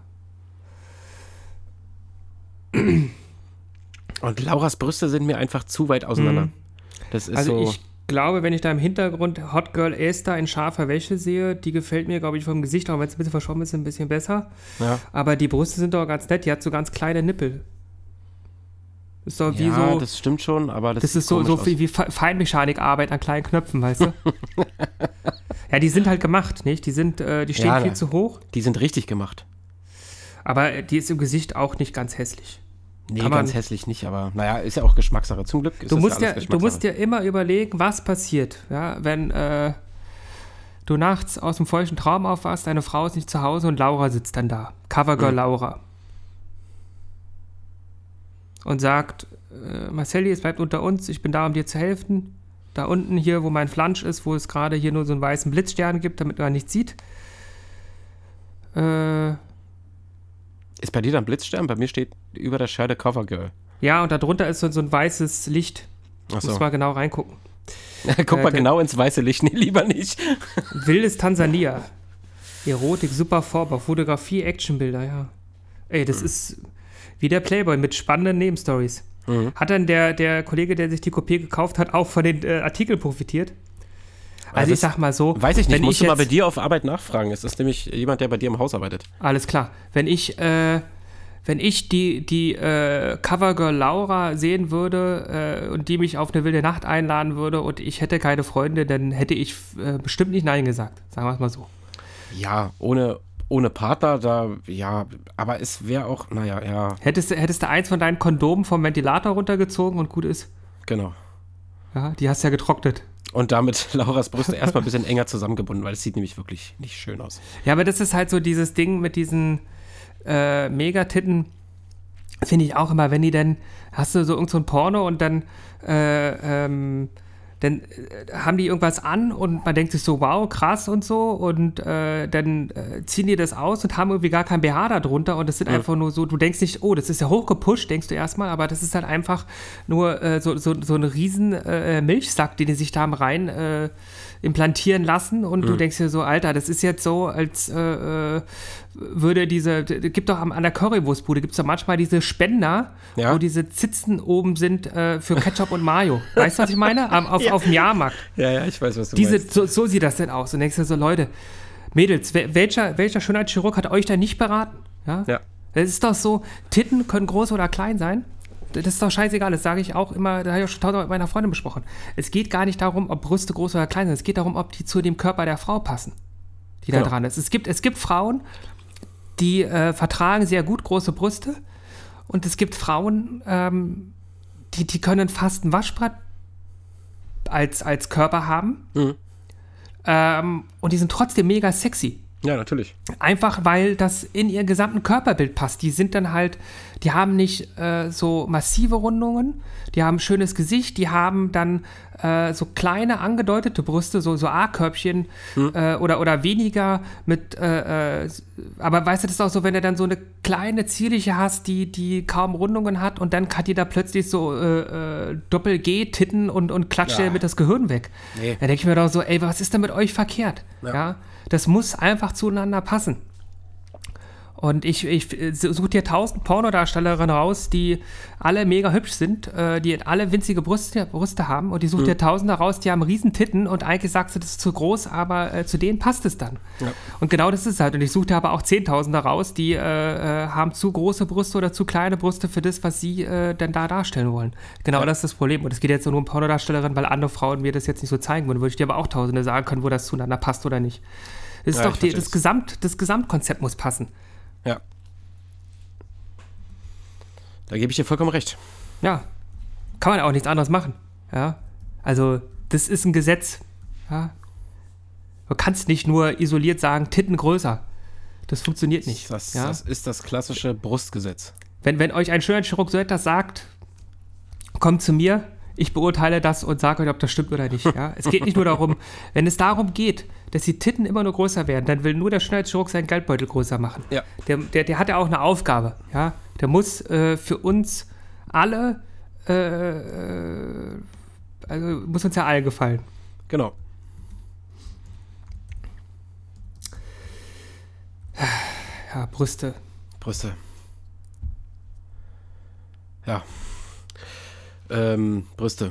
Und Lauras Brüste sind mir einfach zu weit auseinander. Das ist also so... Ich glaube, wenn ich da im Hintergrund Hot Girl Esther in scharfer Wäsche sehe, die gefällt mir, glaube ich, vom Gesicht, auch wenn es ein bisschen verschwommen ist, ein bisschen besser. Ja. Aber die Brüste sind doch ganz nett, die hat so ganz kleine Nippel. Ist doch wie so... das stimmt schon, aber das ist so wie Feinmechanikarbeit an kleinen Knöpfen, weißt du? Ja, die sind halt gemacht, nicht? Die stehen viel zu hoch. Die sind richtig gemacht. Aber die ist im Gesicht auch nicht ganz hässlich. Nee, Kann ganz man- hässlich nicht, aber naja, ist ja auch Geschmackssache. Zum Glück ist Du das musst ja ja, alles du musst Geschmackssache. ja immer überlegen, was passiert, ja, wenn du nachts aus dem feuchten Traum aufwachst, deine Frau ist nicht zu Hause und Laura sitzt dann da, Covergirl Laura, und sagt, Marcelli, es bleibt unter uns, ich bin da, um dir zu helfen. Da unten hier, wo mein Flansch ist, wo es gerade hier nur so einen weißen Blitzstern gibt, damit man nichts sieht. Ist bei dir dann Blitzstern? Bei mir steht über der Scheibe Covergirl. Ja, und darunter ist so ein weißes Licht. Achso. Muss mal genau reingucken. Guck mal der- genau ins weiße Licht. Nee, lieber nicht. Wildes Tansania. Erotik, super Vorbau, Fotografie, Actionbilder, ja. Ey, das ist wie der Playboy mit spannenden Nebenstories. Hat dann der Kollege, der sich die Kopie gekauft hat, auch von den Artikeln profitiert? Also ich sag mal so, Weiß ich nicht, wenn musst du ich mal bei jetzt- dir auf Arbeit nachfragen. Es ist nämlich jemand, der bei dir im Haus arbeitet. Alles klar. Wenn ich die Covergirl Laura sehen würde und die mich auf eine wilde Nacht einladen würde und ich hätte keine Freunde, dann hätte ich bestimmt nicht Nein gesagt. Sagen wir es mal so. Ja, ohne Partner, da, ja, aber es wäre auch, naja, ja, Hättest du eins von deinen Kondomen vom Ventilator runtergezogen und gut ist? genau. Ja, die hast du ja getrocknet. Und damit Lauras Brüste erstmal ein bisschen enger zusammengebunden, weil es sieht nämlich wirklich nicht schön aus. Ja, aber das ist halt so dieses Ding mit diesen Megatitten, finde ich auch immer, wenn die dann, hast du so irgend so ein Porno und dann haben die irgendwas an und man denkt sich so, wow, krass und so und dann ziehen die das aus und haben irgendwie gar kein BH da drunter und das sind einfach nur so, du denkst nicht, oh, das ist ja hochgepusht, denkst du erstmal, aber das ist halt einfach nur so ein riesen Milchsack, den die sich da haben rein implantieren lassen und du denkst dir so, Alter, das ist jetzt so, als würde gibt doch an der Currywurstbude, gibt es doch manchmal diese Spender, Ja. wo diese Zitzen oben sind für Ketchup und Mayo. Weißt du, was ich meine? Auf dem Jahrmarkt. Ja, ich weiß, was du meinst. So sieht das denn aus. Und denkst du so, Leute, Mädels, welcher Schönheitschirurg hat euch da nicht beraten? Ja? Ja. Das ist doch so, Titten können groß oder klein sein. Das ist doch scheißegal, das sage ich auch immer, da habe ich auch schon tausendmal mit meiner Freundin besprochen. Es geht gar nicht darum, ob Brüste groß oder klein sind, es geht darum, ob die zu dem Körper der Frau passen, die da Genau. dran ist. Es gibt Frauen, die vertragen sehr gut große Brüste und es gibt Frauen, die können fast ein Waschbrett als Körper haben und die sind trotzdem mega sexy. Ja, natürlich. Einfach, weil das in ihr gesamten Körperbild passt. Die sind dann halt, die haben nicht so massive Rundungen, die haben ein schönes Gesicht, die haben dann so kleine angedeutete Brüste, so A-Körbchen oder weniger mit, aber weißt du, das ist auch so, wenn du dann so eine kleine zierliche hast, die kaum Rundungen hat und dann hat die da plötzlich so Doppel-G-Titten und klatscht dir mit das Gehirn weg. Nee. Da denke ich mir doch so, ey, was ist denn mit euch verkehrt? Ja. Das muss einfach zueinander passen. Und ich suche dir 1000 Pornodarstellerinnen raus, die alle mega hübsch sind, die alle winzige Brüste haben und die suche dir Tausende raus, die haben riesen Titten und eigentlich sagst du, das ist zu groß, aber zu denen passt es dann. Ja. Und genau das ist es halt. Und ich suche dir aber auch 10.000 raus, die haben zu große Brüste oder zu kleine Brüste für das, was sie dann da darstellen wollen. Genau das ist das Problem. Und es geht jetzt nur um Pornodarstellerinnen, weil andere Frauen mir das jetzt nicht so zeigen würden. Würde ich dir aber auch Tausende sagen können, wo das zueinander passt oder nicht. Das ist doch das Gesamtkonzept muss passen. Ja. Da gebe ich dir vollkommen recht. Ja, kann man auch nichts anderes machen. Ja, also das ist ein Gesetz. Ja, du kannst nicht nur isoliert sagen, Titten größer. Das funktioniert nicht. Das ja? ist das klassische Brustgesetz. Wenn euch ein Schönheitschirurg so etwas sagt, kommt zu mir, ich beurteile das und sage euch, ob das stimmt oder nicht. Ja? Es geht nicht nur darum, wenn es darum geht, dass die Titten immer nur größer werden, dann will nur der Schönheitschirurg seinen Geldbeutel größer machen. Ja. Der hat ja auch eine Aufgabe. Ja? Der muss für uns alle, also muss uns ja allen gefallen. Genau. Ja, Brüste. Ja. Brüste.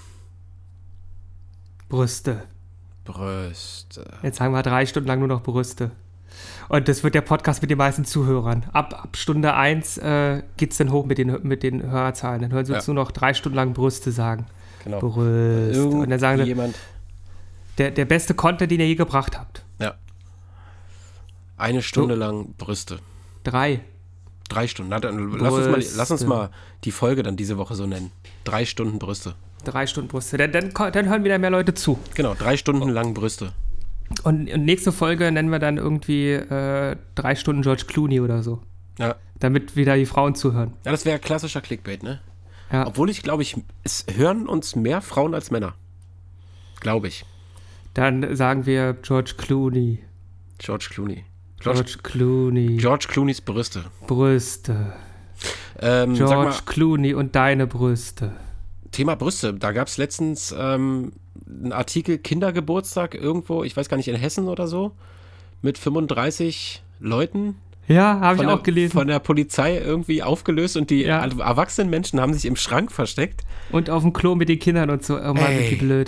Jetzt sagen wir 3 Stunden lang nur noch Brüste. Und das wird der Podcast mit den meisten Zuhörern. Ab Stunde 1 geht es dann hoch mit den Hörerzahlen. Dann hören sie uns nur noch 3 Stunden lang Brüste sagen. Genau. Brüste. Und dann sagen sie, jemand. Der beste Content, den ihr je gebracht habt. Ja. 1 Stunde lang Brüste. 3. 3 Stunden. Na, dann Brüste. lass uns mal die Folge dann diese Woche so nennen. 3 Stunden Brüste. 3 Stunden Brüste. Dann hören wieder mehr Leute zu. Genau, 3 Stunden lang Brüste. Und nächste Folge nennen wir dann irgendwie 3 Stunden George Clooney oder so. Ja. Damit wieder die Frauen zuhören. Ja, das wäre klassischer Clickbait, ne? Ja. Obwohl es hören uns mehr Frauen als Männer. Glaube ich. Dann sagen wir George Clooney. George Clooney. George Clooney. George Clooneys Brüste. Brüste. Sag mal, George Clooney und deine Brüste. Thema Brüste. Da gab es letztens einen Artikel, Kindergeburtstag irgendwo, ich weiß gar nicht, in Hessen oder so, mit 35 Leuten. Ja, habe ich auch gelesen. Von der Polizei irgendwie aufgelöst und die erwachsenen Menschen haben sich im Schrank versteckt. Und auf dem Klo mit den Kindern und so. Oh Mann, wie blöd.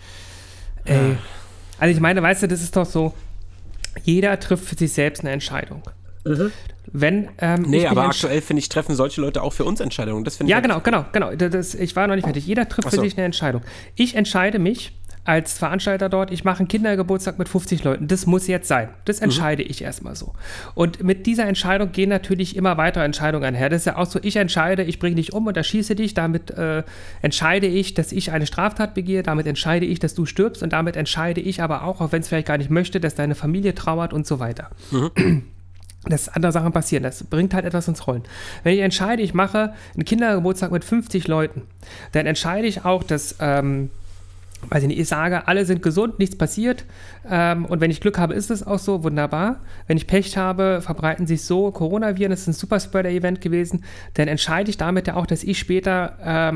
Ey. Also ich meine, weißt du, das ist doch so, jeder trifft für sich selbst eine Entscheidung. Wenn, aber aktuell, finde ich, treffen solche Leute auch für uns Entscheidungen. Das finde ich genau. Ich war noch nicht fertig. Jeder trifft für sich eine Entscheidung. Ich entscheide mich als Veranstalter dort, ich mache einen Kindergeburtstag mit 50 Leuten. Das muss jetzt sein. Das entscheide ich erstmal so. Und mit dieser Entscheidung gehen natürlich immer weitere Entscheidungen einher. Das ist ja auch so, ich entscheide, ich bringe dich um und erschieße dich. Damit entscheide ich, dass ich eine Straftat begehe. Damit entscheide ich, dass du stirbst. Und damit entscheide ich aber auch wenn es vielleicht gar nicht möchte, dass deine Familie trauert und so weiter. Dass andere Sachen passieren. Das bringt halt etwas ins Rollen. Wenn ich entscheide, ich mache einen Kindergeburtstag mit 50 Leuten, dann entscheide ich auch, dass weiß ich nicht, ich sage, alle sind gesund, nichts passiert und wenn ich Glück habe, ist es auch so, wunderbar. Wenn ich Pech habe, verbreiten sich so Coronaviren, das ist ein Superspreader-Event gewesen, dann entscheide ich damit ja auch, dass ich später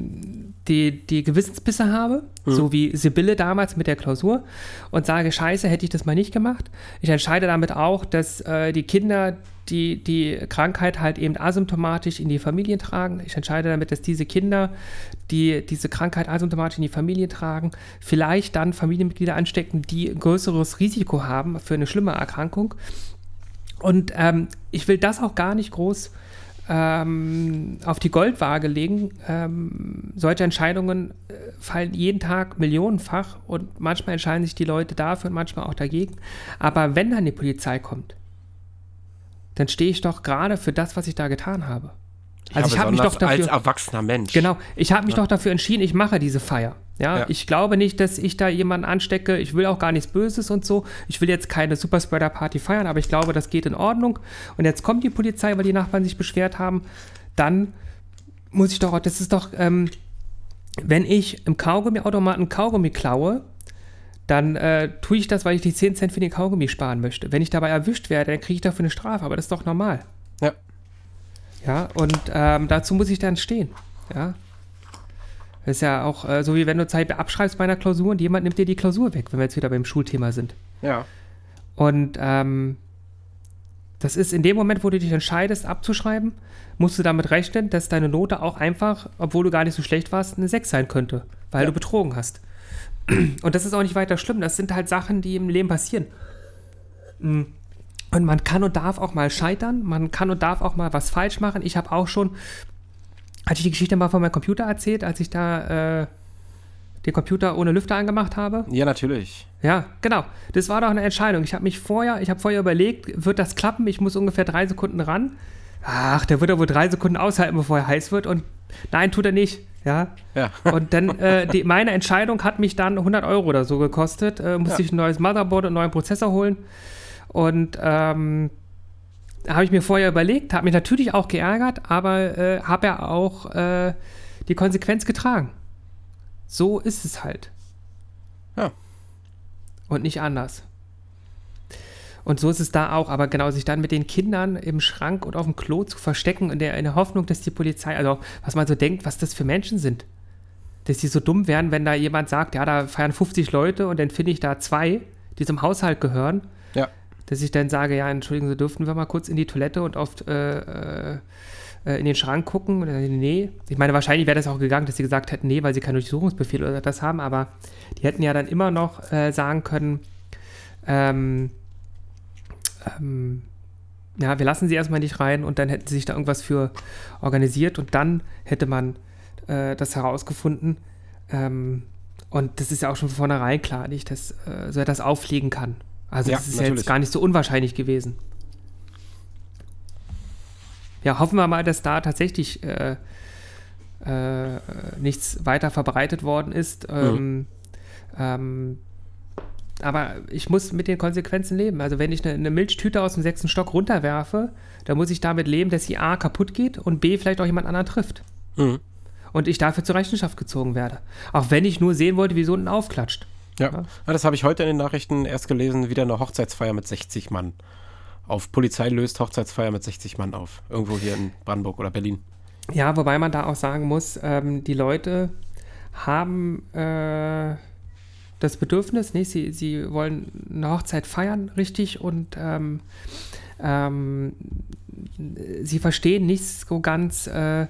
die Gewissensbisse habe, so wie Sibylle damals mit der Klausur und sage, scheiße, hätte ich das mal nicht gemacht. Ich entscheide damit auch, dass die Kinder die Krankheit halt eben asymptomatisch in die Familien tragen. Ich entscheide damit, dass diese Kinder, die diese Krankheit asymptomatisch in die Familie tragen, vielleicht dann Familienmitglieder anstecken, die ein größeres Risiko haben für eine schlimme Erkrankung. Und ich will das auch gar nicht groß auf die Goldwaage legen. Solche Entscheidungen fallen jeden Tag millionenfach und manchmal entscheiden sich die Leute dafür und manchmal auch dagegen. Aber wenn dann die Polizei kommt, dann stehe ich doch gerade für das, was ich da getan habe. Also ich habe mich doch dafür, als erwachsener Mensch. Genau, ich habe mich doch dafür entschieden, ich mache diese Feier. Ja? Ich glaube nicht, dass ich da jemanden anstecke. Ich will auch gar nichts Böses und so. Ich will jetzt keine Superspreader-Party feiern, aber ich glaube, das geht in Ordnung. Und jetzt kommt die Polizei, weil die Nachbarn sich beschwert haben. Dann muss ich doch, das ist doch, wenn ich im Kaugummiautomaten Kaugummi klaue, dann tue ich das, weil ich die 10 Cent für den Kaugummi sparen möchte. Wenn ich dabei erwischt werde, dann kriege ich dafür eine Strafe, aber das ist doch normal. Ja. Ja, und dazu muss ich dann stehen. Ja. Das ist ja auch so, wie wenn du Zeit abschreibst bei einer Klausur und jemand nimmt dir die Klausur weg, wenn wir jetzt wieder beim Schulthema sind. Ja. Und das ist in dem Moment, wo du dich entscheidest, abzuschreiben, musst du damit rechnen, dass deine Note auch einfach, obwohl du gar nicht so schlecht warst, eine 6 sein könnte, weil du betrogen hast. Und das ist auch nicht weiter schlimm. Das sind halt Sachen, die im Leben passieren. Und man kann und darf auch mal scheitern. Man kann und darf auch mal was falsch machen. Ich habe auch schon, hatte ich die Geschichte mal von meinem Computer erzählt, als ich da den Computer ohne Lüfter angemacht habe? Ja, natürlich. Ja, genau. Das war doch eine Entscheidung. Ich habe vorher überlegt, wird das klappen? Ich muss ungefähr 3 Sekunden ran. Ach, der wird ja wohl 3 Sekunden aushalten, bevor er heiß wird. Und nein, tut er nicht. Ja. Und dann, meine Entscheidung hat mich dann 100 € oder so gekostet. Musste ich ein neues Motherboard und einen neuen Prozessor holen. Und habe ich mir vorher überlegt, habe mich natürlich auch geärgert, aber habe ja auch die Konsequenz getragen. So ist es halt. Ja. Und nicht anders. Und so ist es da auch, aber genau, sich dann mit den Kindern im Schrank und auf dem Klo zu verstecken in der Hoffnung, dass die Polizei, also was man so denkt, was das für Menschen sind. Dass die so dumm wären, wenn da jemand sagt, ja, da feiern 50 Leute und dann finde ich da 2, die zum Haushalt gehören. Ja. Dass ich dann sage, ja, entschuldigen Sie, dürften wir mal kurz in die Toilette und in den Schrank gucken? Oder, nee. Ich meine, wahrscheinlich wäre das auch gegangen, dass sie gesagt hätten, nee, weil sie keinen Durchsuchungsbefehl oder das haben, aber die hätten ja dann immer noch sagen können, ja, wir lassen sie erstmal nicht rein und dann hätten sie sich da irgendwas für organisiert und dann hätte man das herausgefunden. Und das ist ja auch schon von vornherein klar, nicht, dass so etwas auffliegen kann. Also das ist ja jetzt gar nicht so unwahrscheinlich gewesen. Ja, hoffen wir mal, dass da tatsächlich nichts weiter verbreitet worden ist. Aber ich muss mit den Konsequenzen leben. Also wenn ich eine Milchtüte aus dem 6. Stock runterwerfe, dann muss ich damit leben, dass sie A, kaputt geht und B, vielleicht auch jemand anderen trifft. Und ich dafür zur Rechenschaft gezogen werde. Auch wenn ich nur sehen wollte, wie so ein aufklatscht. Ja, das habe ich heute in den Nachrichten erst gelesen, wieder eine Hochzeitsfeier mit 60 Mann. Polizei löst Hochzeitsfeier mit 60 Mann auf. Irgendwo hier in Brandenburg oder Berlin. Ja, wobei man da auch sagen muss, die Leute haben das Bedürfnis, sie wollen eine Hochzeit feiern, richtig, und sie verstehen nicht so ganz,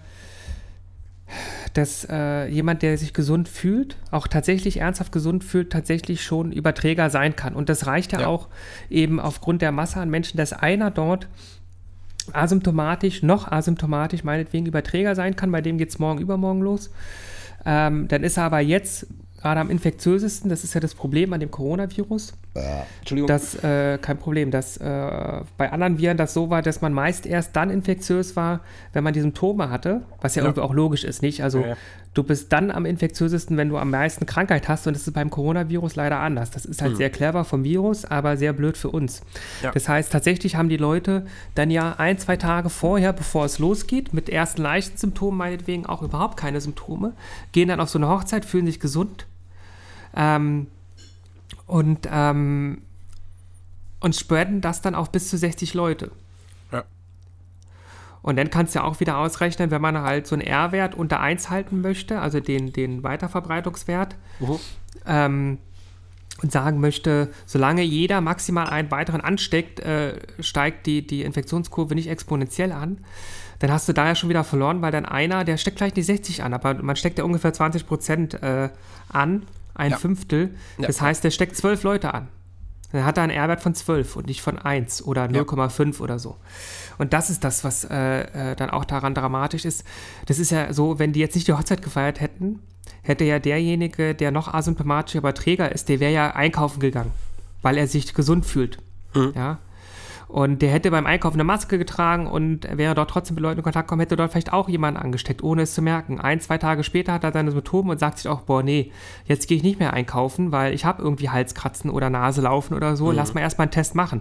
dass jemand, der sich gesund fühlt, auch tatsächlich ernsthaft gesund fühlt, tatsächlich schon Überträger sein kann. Und das reicht ja auch eben aufgrund der Masse an Menschen, dass einer dort asymptomatisch meinetwegen Überträger sein kann, bei dem geht es morgen, übermorgen los. Dann ist er aber jetzt gerade am infektiösesten, das ist ja das Problem an dem Coronavirus. Entschuldigung. Das, kein Problem, dass bei anderen Viren das so war, dass man meist erst dann infektiös war, wenn man die Symptome hatte, was ja irgendwie auch logisch ist, nicht? Also du bist dann am infektiösesten, wenn du am meisten Krankheit hast, und das ist beim Coronavirus leider anders. Das ist halt sehr clever vom Virus, aber sehr blöd für uns. Ja. Das heißt, tatsächlich haben die Leute dann ja 1-2 Tage vorher, bevor es losgeht, mit ersten leichten Symptomen meinetwegen auch überhaupt keine Symptome, gehen dann auf so eine Hochzeit, fühlen sich gesund, und spreaden das dann auf bis zu 60 Leute. Ja. Und dann kannst du ja auch wieder ausrechnen, wenn man halt so einen R-Wert unter 1 halten möchte, also den Weiterverbreitungswert, und sagen möchte, solange jeder maximal einen weiteren ansteckt, steigt die Infektionskurve nicht exponentiell an. Dann hast du da ja schon wieder verloren, weil dann einer, der steckt vielleicht nicht 60 an, aber man steckt ja ungefähr 20% an, ein Fünftel. Das heißt, der steckt 12 Leute an. Dann hat er einen R-Wert von 12 und nicht von 1 oder 0,5 oder so. Und das ist das, was dann auch daran dramatisch ist. Das ist ja so, wenn die jetzt nicht die Hochzeit gefeiert hätten, hätte ja derjenige, der noch asymptomatischer Überträger ist, der wäre ja einkaufen gegangen, weil er sich gesund fühlt. Ja. Und der hätte beim Einkaufen eine Maske getragen und wäre dort trotzdem mit Leuten in Kontakt gekommen, hätte dort vielleicht auch jemanden angesteckt, ohne es zu merken. 1-2 Tage später hat er seine Symptome und sagt sich auch, boah, nee, jetzt gehe ich nicht mehr einkaufen, weil ich habe irgendwie Halskratzen oder Nase laufen oder so, lass mal erstmal einen Test machen.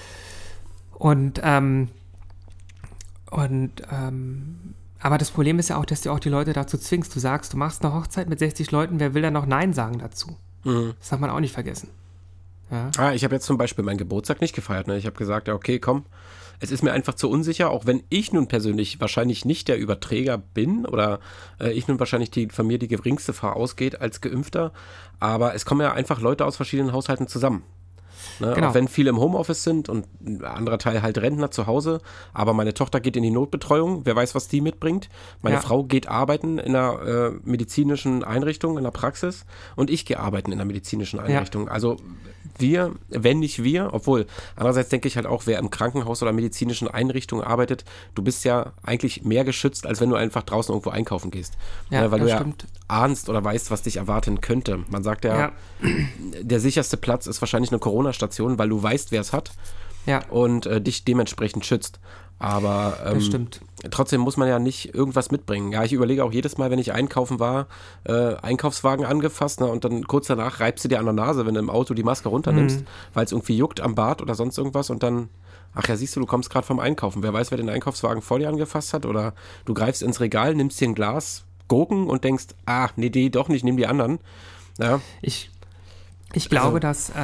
Aber das Problem ist ja auch, dass du auch die Leute dazu zwingst. Du sagst, du machst eine Hochzeit mit 60 Leuten, wer will da noch Nein sagen dazu? Das darf man auch nicht vergessen. Ja. Ich habe jetzt zum Beispiel meinen Geburtstag nicht gefeiert. Ne? Ich habe gesagt, ja, okay, komm, es ist mir einfach zu unsicher, auch wenn ich nun persönlich wahrscheinlich nicht der Überträger bin oder ich nun wahrscheinlich von mir die geringste Gefahr ausgeht als Geimpfter, aber es kommen ja einfach Leute aus verschiedenen Haushalten zusammen. Ne? Genau. Auch wenn viele im Homeoffice sind und ein anderer Teil halt Rentner zu Hause, aber meine Tochter geht in die Notbetreuung, wer weiß, was die mitbringt. Meine Frau geht arbeiten in einer medizinischen Einrichtung, in der Praxis, und ich gehe arbeiten in einer medizinischen Einrichtung. Also wenn nicht wir, obwohl andererseits denke ich halt auch, wer im Krankenhaus oder medizinischen Einrichtungen arbeitet, du bist ja eigentlich mehr geschützt, als wenn du einfach draußen irgendwo einkaufen gehst. Weil du stimmt. Ahnst oder weißt, was dich erwarten könnte. Man sagt der sicherste Platz ist wahrscheinlich eine Corona-Station, weil du weißt, wer es hat und dich dementsprechend schützt. Aber das stimmt. Trotzdem muss man ja nicht irgendwas mitbringen. Ja, ich überlege auch jedes Mal, wenn ich einkaufen war, Einkaufswagen angefasst, ne, und dann kurz danach reibst du dir an der Nase, wenn du im Auto die Maske runternimmst, weil es irgendwie juckt am Bart oder sonst irgendwas, und dann, ach ja, siehst du kommst gerade vom Einkaufen. Wer weiß, wer den Einkaufswagen vor dir angefasst hat, oder du greifst ins Regal, nimmst dir ein Glas Gurken und denkst, nee, doch nicht, nimm die anderen. Ja. Ich glaube, dass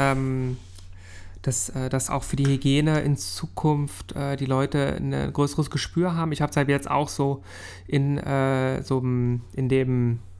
auch für die Hygiene in Zukunft die Leute ein größeres Gespür haben. Ich habe es halt jetzt auch so in dem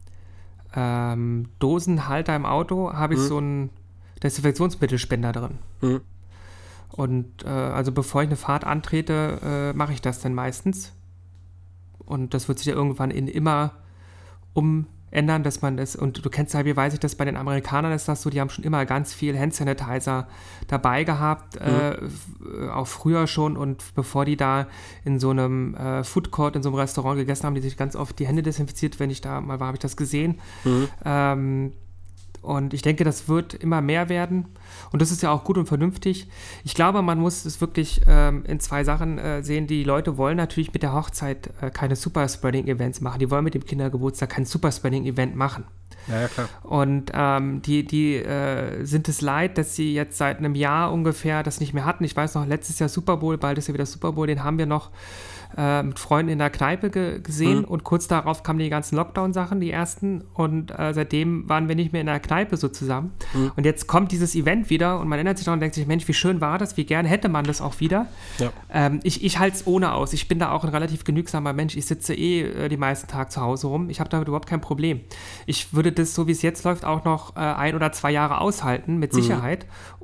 Dosenhalter im Auto habe ich so einen Desinfektionsmittelspender drin. Und also bevor ich eine Fahrt antrete, mache ich das dann meistens. Und das wird sich ja irgendwann in immer umändern, dass man das, und du kennst ja, wie weiß ich das, bei den Amerikanern ist das so, die haben schon immer ganz viel Hand-Sanitizer dabei gehabt, auch früher schon, und bevor die da in so einem Food Court, in so einem Restaurant gegessen haben, die sich ganz oft die Hände desinfiziert, wenn ich da mal war, habe ich das gesehen. Und ich denke, das wird immer mehr werden. Und das ist ja auch gut und vernünftig. Ich glaube, man muss es wirklich in zwei Sachen sehen. Die Leute wollen natürlich mit der Hochzeit keine Super-Spreading-Events machen. Die wollen mit dem Kindergeburtstag kein Super-Spreading-Event machen. Ja, klar. Und die sind es leid, dass sie jetzt seit einem Jahr ungefähr das nicht mehr hatten. Ich weiß noch, letztes Jahr Super Bowl, bald ist ja wieder Super Bowl, den haben wir noch mit Freunden in der Kneipe gesehen und kurz darauf kamen die ganzen Lockdown-Sachen, die ersten, und seitdem waren wir nicht mehr in der Kneipe so zusammen. Und jetzt kommt dieses Event wieder und man erinnert sich daran und denkt sich, Mensch, wie schön war das, wie gerne hätte man das auch wieder. Ja. Ich halte es ohne aus. Ich bin da auch ein relativ genügsamer Mensch. Ich sitze die meisten Tage zu Hause rum. Ich habe damit überhaupt kein Problem. Ich würde das, so wie es jetzt läuft, auch noch 1 oder 2 Jahre aushalten, mit Sicherheit,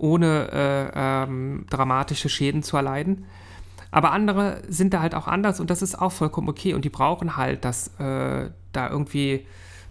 ohne dramatische Schäden zu erleiden. Aber andere sind da halt auch anders und das ist auch vollkommen okay. Und die brauchen halt das da irgendwie.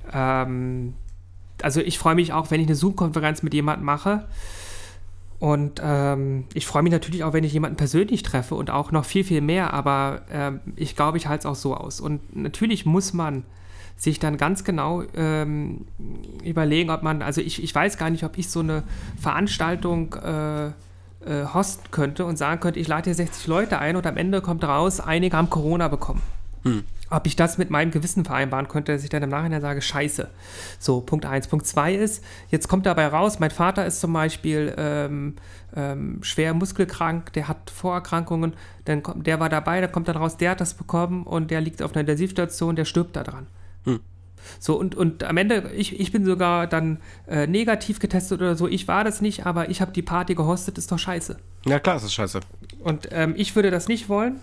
Also ich freue mich auch, wenn ich eine Zoom-Konferenz mit jemandem mache. Und ich freue mich natürlich auch, wenn ich jemanden persönlich treffe und auch noch viel, viel mehr. Aber ich glaube, ich halte es auch so aus. Und natürlich muss man sich dann ganz genau überlegen, ob man, also ich weiß gar nicht, ob ich so eine Veranstaltung hosten könnte und sagen könnte, ich lade hier 60 Leute ein und am Ende kommt raus, einige haben Corona bekommen. Ob ich das mit meinem Gewissen vereinbaren könnte, dass ich dann im Nachhinein sage, scheiße. So, Punkt 1. Punkt 2 ist, jetzt kommt dabei raus, mein Vater ist zum Beispiel schwer muskelkrank, der hat Vorerkrankungen, der war dabei, da kommt dann raus, der hat das bekommen und der liegt auf einer Intensivstation, der stirbt da dran. So, und am Ende, ich bin sogar dann negativ getestet oder so, ich war das nicht, aber ich habe die Party gehostet, ist doch scheiße. Ja klar, ist das scheiße. Und ich würde das nicht wollen.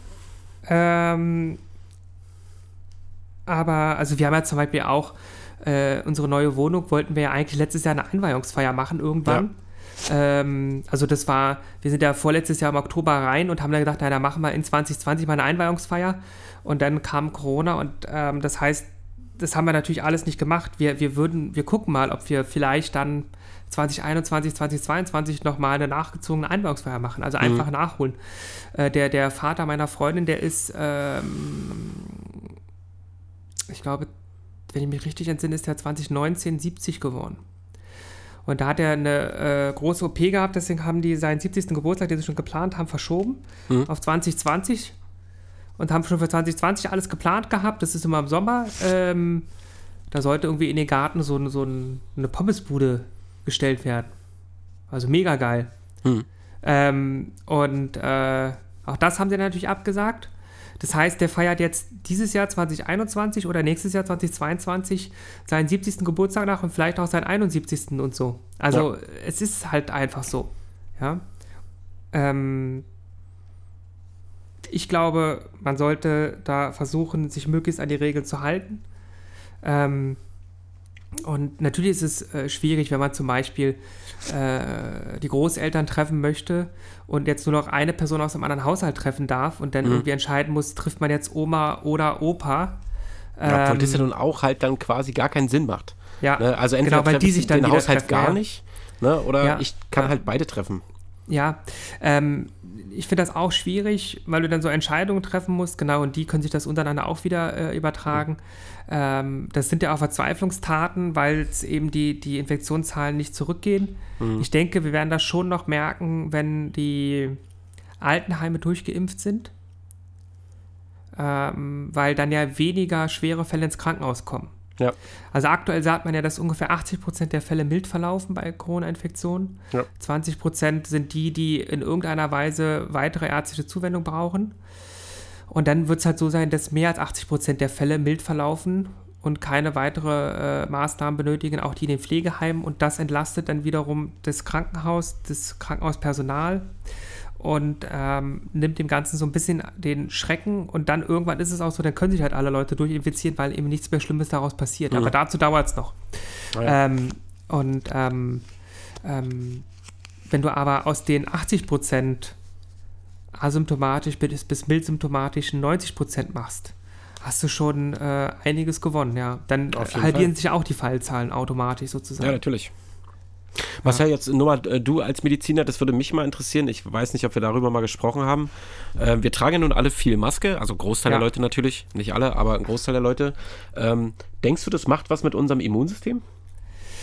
Aber, also wir haben ja zum Beispiel auch unsere neue Wohnung, wollten wir ja eigentlich letztes Jahr eine Einweihungsfeier machen irgendwann. Ja. Also das war, wir sind ja vorletztes Jahr im Oktober rein und haben dann gedacht, na, dann machen wir in 2020 mal eine Einweihungsfeier. Und dann kam Corona und das heißt, das haben wir natürlich alles nicht gemacht. Wir gucken mal, ob wir vielleicht dann 2021, 2022 nochmal eine nachgezogene Einweihungsfeier machen. Also einfach nachholen. Der Vater meiner Freundin, der ist, ich glaube, wenn ich mich richtig entsinne, ist der 2019 70 geworden. Und da hat er eine große OP gehabt, deswegen haben die seinen 70. Geburtstag, den sie schon geplant haben, verschoben auf 2020. Und haben schon für 2020 alles geplant gehabt. Das ist immer im Sommer. Da sollte irgendwie in den Garten so eine Pommesbude gestellt werden. Also mega geil. Und auch das haben sie natürlich abgesagt. Das heißt, der feiert jetzt dieses Jahr 2021 oder nächstes Jahr 2022 seinen 70. Geburtstag nach und vielleicht auch seinen 71. und so. Also es ist halt einfach so. Ja. Ich glaube, man sollte da versuchen, sich möglichst an die Regeln zu halten. Und natürlich ist es schwierig, wenn man zum Beispiel die Großeltern treffen möchte und jetzt nur noch eine Person aus einem anderen Haushalt treffen darf und dann irgendwie entscheiden muss, trifft man jetzt Oma oder Opa. Obwohl das ja nun auch halt dann quasi gar keinen Sinn macht. Ja, ne? Also entweder genau, weil die sich dann den Haushalt treffen, gar nicht, ne? Oder ich kann halt beide treffen. Ja, ich finde das auch schwierig, weil du dann so Entscheidungen treffen musst, genau, und die können sich das untereinander auch wieder übertragen. Das sind ja auch Verzweiflungstaten, weil es eben die Infektionszahlen nicht zurückgehen. Ich denke, wir werden das schon noch merken, wenn die Altenheime durchgeimpft sind, weil dann ja weniger schwere Fälle ins Krankenhaus kommen. Ja. Also aktuell sagt man ja, dass ungefähr 80% der Fälle mild verlaufen bei Corona-Infektionen. Ja. 20% sind die in irgendeiner Weise weitere ärztliche Zuwendung brauchen. Und dann wird es halt so sein, dass mehr als 80% der Fälle mild verlaufen und keine weitere Maßnahmen benötigen, auch die in den Pflegeheimen. Und das entlastet dann wiederum das Krankenhaus, das Krankenhauspersonal und nimmt dem Ganzen so ein bisschen den Schrecken. Und dann irgendwann ist es auch so, dann können sich halt alle Leute durchinfizieren, weil eben nichts mehr Schlimmes daraus passiert. Aber dazu dauert es noch. Ja. Wenn du aber aus den 80% asymptomatisch bis mild symptomatischen 90% machst, hast du schon einiges gewonnen, ja. Dann halbieren sich auch die Fallzahlen automatisch sozusagen. Ja, natürlich. Was ja jetzt nur mal, du als Mediziner, das würde mich mal interessieren, ich weiß nicht, ob wir darüber mal gesprochen haben. Wir tragen ja nun alle viel Maske, also Großteil der Leute natürlich, nicht alle, aber ein Großteil der Leute. Denkst du, das macht was mit unserem Immunsystem?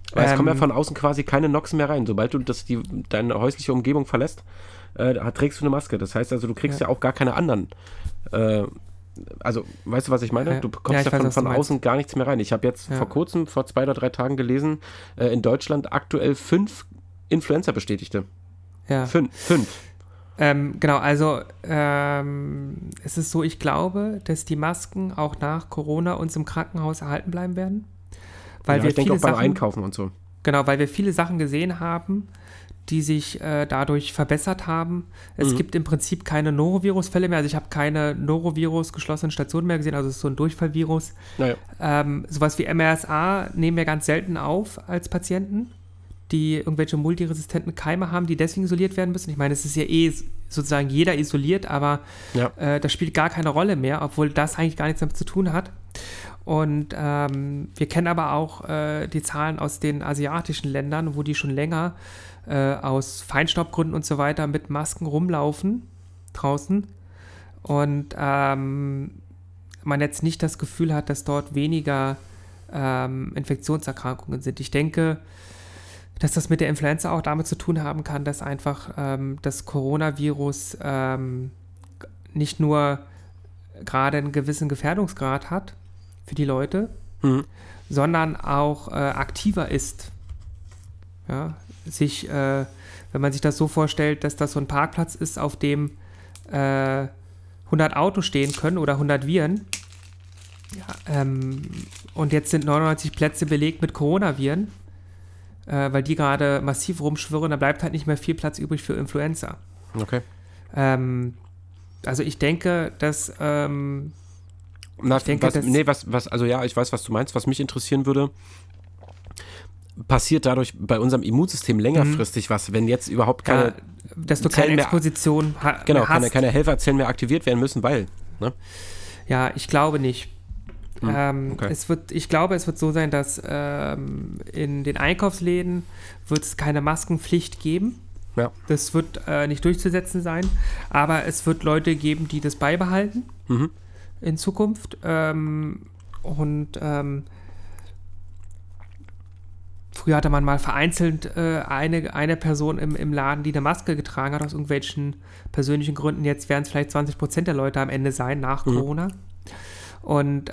Weil es kommen ja von außen quasi keine Noxen mehr rein. Sobald du deine häusliche Umgebung verlässt, trägst du eine Maske. Das heißt also, du kriegst ja auch gar keine anderen. Also, weißt du, was ich meine? Du bekommst von außen gar nichts mehr rein. Ich habe jetzt vor kurzem, vor 2 oder 3 Tagen gelesen, in Deutschland aktuell 5 Influenza-Bestätigte. Ja. 5. Genau, also es ist so, ich glaube, dass die Masken auch nach Corona uns im Krankenhaus erhalten bleiben werden. Weil wir ich denke auch beim Sachen, Einkaufen und so. Genau, weil wir viele Sachen gesehen haben, die sich dadurch verbessert haben. Es gibt im Prinzip keine Norovirus-Fälle mehr. Also ich habe keine Norovirus-geschlossenen Stationen mehr gesehen. Also es ist so ein Durchfallvirus. Naja. Sowas wie MRSA nehmen wir ganz selten auf als Patienten, die irgendwelche multiresistenten Keime haben, die deswegen isoliert werden müssen. Ich meine, es ist ja sozusagen jeder isoliert, aber das spielt gar keine Rolle mehr, obwohl das eigentlich gar nichts damit zu tun hat. Und wir kennen aber auch die Zahlen aus den asiatischen Ländern, wo die schon länger aus Feinstaubgründen und so weiter mit Masken rumlaufen draußen. Und man jetzt nicht das Gefühl hat, dass dort weniger Infektionserkrankungen sind. Ich denke, dass das mit der Influenza auch damit zu tun haben kann, dass einfach das Coronavirus nicht nur gerade einen gewissen Gefährdungsgrad hat für die Leute, sondern auch aktiver ist. Ja, wenn man sich das so vorstellt, dass das so ein Parkplatz ist, auf dem 100 Autos stehen können oder 100 Viren, und jetzt sind 99 Plätze belegt mit Coronaviren, weil die gerade massiv rumschwirren, da bleibt halt nicht mehr viel Platz übrig für Influenza. Okay. Also ich denke, dass ich weiß, was du meinst. Was mich interessieren würde, passiert dadurch bei unserem Immunsystem längerfristig was, wenn jetzt überhaupt keine dass du keine Exposition hast. Genau, keine Helferzellen mehr aktiviert werden müssen, weil, ne? Ja, ich glaube nicht. Okay. Ich glaube, es wird so sein, dass in den Einkaufsläden wird es keine Maskenpflicht geben. Ja. Das wird nicht durchzusetzen sein, aber es wird Leute geben, die das beibehalten in Zukunft. Früher hatte man mal vereinzelt eine Person im Laden, die eine Maske getragen hat, aus irgendwelchen persönlichen Gründen. Jetzt werden es vielleicht 20% der Leute am Ende sein, nach Corona. Und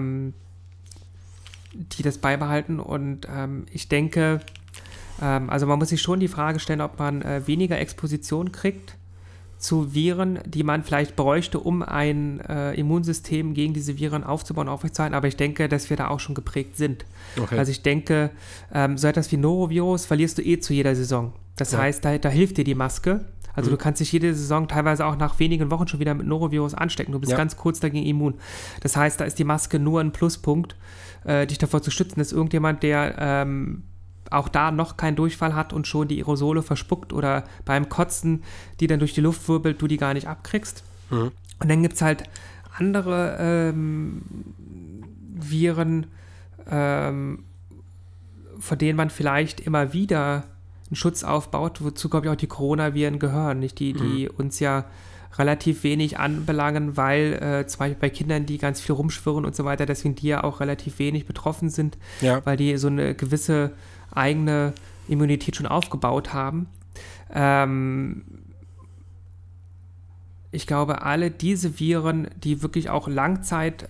die das beibehalten. Und ich denke, also man muss sich schon die Frage stellen, ob man weniger Exposition kriegt zu Viren, die man vielleicht bräuchte, um ein Immunsystem gegen diese Viren aufzubauen, aufrechtzuerhalten. Aber ich denke, dass wir da auch schon geprägt sind. Okay. Also ich denke, so etwas wie Norovirus verlierst du zu jeder Saison. Das heißt, da hilft dir die Maske. Also du kannst dich jede Saison teilweise auch nach wenigen Wochen schon wieder mit Norovirus anstecken. Du bist ganz kurz dagegen immun. Das heißt, da ist die Maske nur ein Pluspunkt, dich davor zu schützen, dass irgendjemand, der auch da noch keinen Durchfall hat und schon die Aerosole verspuckt oder beim Kotzen, die dann durch die Luft wirbelt, du die gar nicht abkriegst. Und dann gibt es halt andere Viren, von denen man vielleicht immer wieder einen Schutz aufbaut, wozu, glaube ich, auch die Coronaviren gehören, nicht? Die uns ja relativ wenig anbelangen, weil zum Beispiel bei Kindern, die ganz viel rumschwirren und so weiter, deswegen die ja auch relativ wenig betroffen sind, weil die so eine gewisse eigene Immunität schon aufgebaut haben. Ich glaube, alle diese Viren, die wirklich auch Langzeit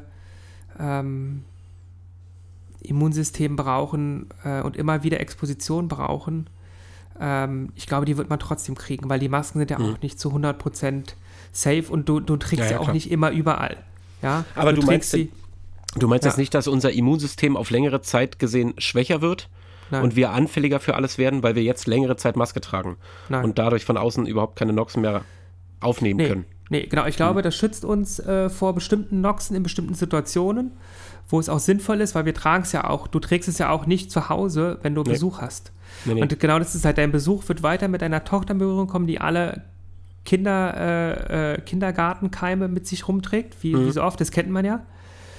Immunsystem brauchen und immer wieder Exposition brauchen, ich glaube, die wird man trotzdem kriegen, weil die Masken sind ja auch nicht zu 100% safe und du trägst sie auch nicht immer überall. Ja? Aber du meinst jetzt nicht, dass unser Immunsystem auf längere Zeit gesehen schwächer wird? Nein. Und wir anfälliger für alles werden, weil wir jetzt längere Zeit Maske tragen und dadurch von außen überhaupt keine Noxen mehr aufnehmen können. Nee, genau. Ich glaube, das schützt uns vor bestimmten Noxen in bestimmten Situationen, wo es auch sinnvoll ist, weil wir tragen es ja auch, du trägst es ja auch nicht zu Hause, wenn du Besuch hast. Nee. Und genau das ist halt, dein Besuch wird weiter mit deiner Tochter in Berührung kommen, die alle Kindergartenkeime mit sich rumträgt, wie so oft, das kennt man ja.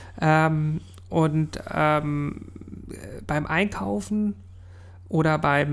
Beim Einkaufen oder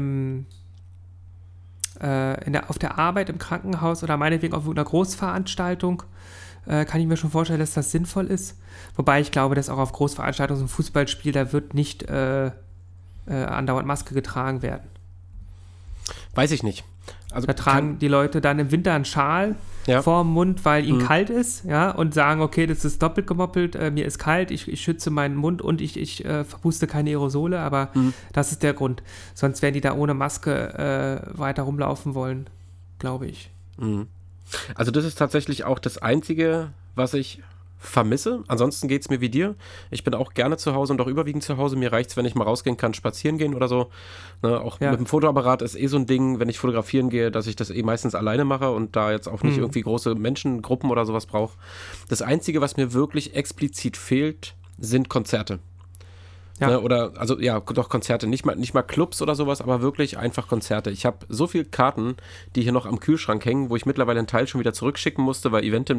auf der Arbeit im Krankenhaus oder meinetwegen auf einer Großveranstaltung kann ich mir schon vorstellen, dass das sinnvoll ist. Wobei ich glaube, dass auch auf Großveranstaltungen, so ein Fußballspiel, da wird nicht andauernd Maske getragen werden. Weiß ich nicht. Also Da tragen die Leute dann im Winter einen Schal vorm Mund, weil ihnen kalt ist, ja, und sagen, okay, das ist doppelt gemoppelt, mir ist kalt, ich schütze meinen Mund und ich verpuste keine Aerosole, aber das ist der Grund. Sonst werden die da ohne Maske weiter rumlaufen wollen, glaube ich. Also das ist tatsächlich auch das Einzige, was ich vermisse. Ansonsten geht es mir wie dir. Ich bin auch gerne zu Hause und auch überwiegend zu Hause. Mir reicht es, wenn ich mal rausgehen kann, spazieren gehen oder so. Ne, auch mit dem Fotoapparat ist so ein Ding, wenn ich fotografieren gehe, dass ich das meistens alleine mache und da jetzt auch nicht irgendwie große Menschengruppen oder sowas brauche. Das Einzige, was mir wirklich explizit fehlt, sind Konzerte. Ja. Ne, oder, also ja, doch Konzerte, nicht mal Clubs oder sowas, aber wirklich einfach Konzerte. Ich habe so viele Karten, die hier noch am Kühlschrank hängen, wo ich mittlerweile einen Teil schon wieder zurückschicken musste, weil Eventim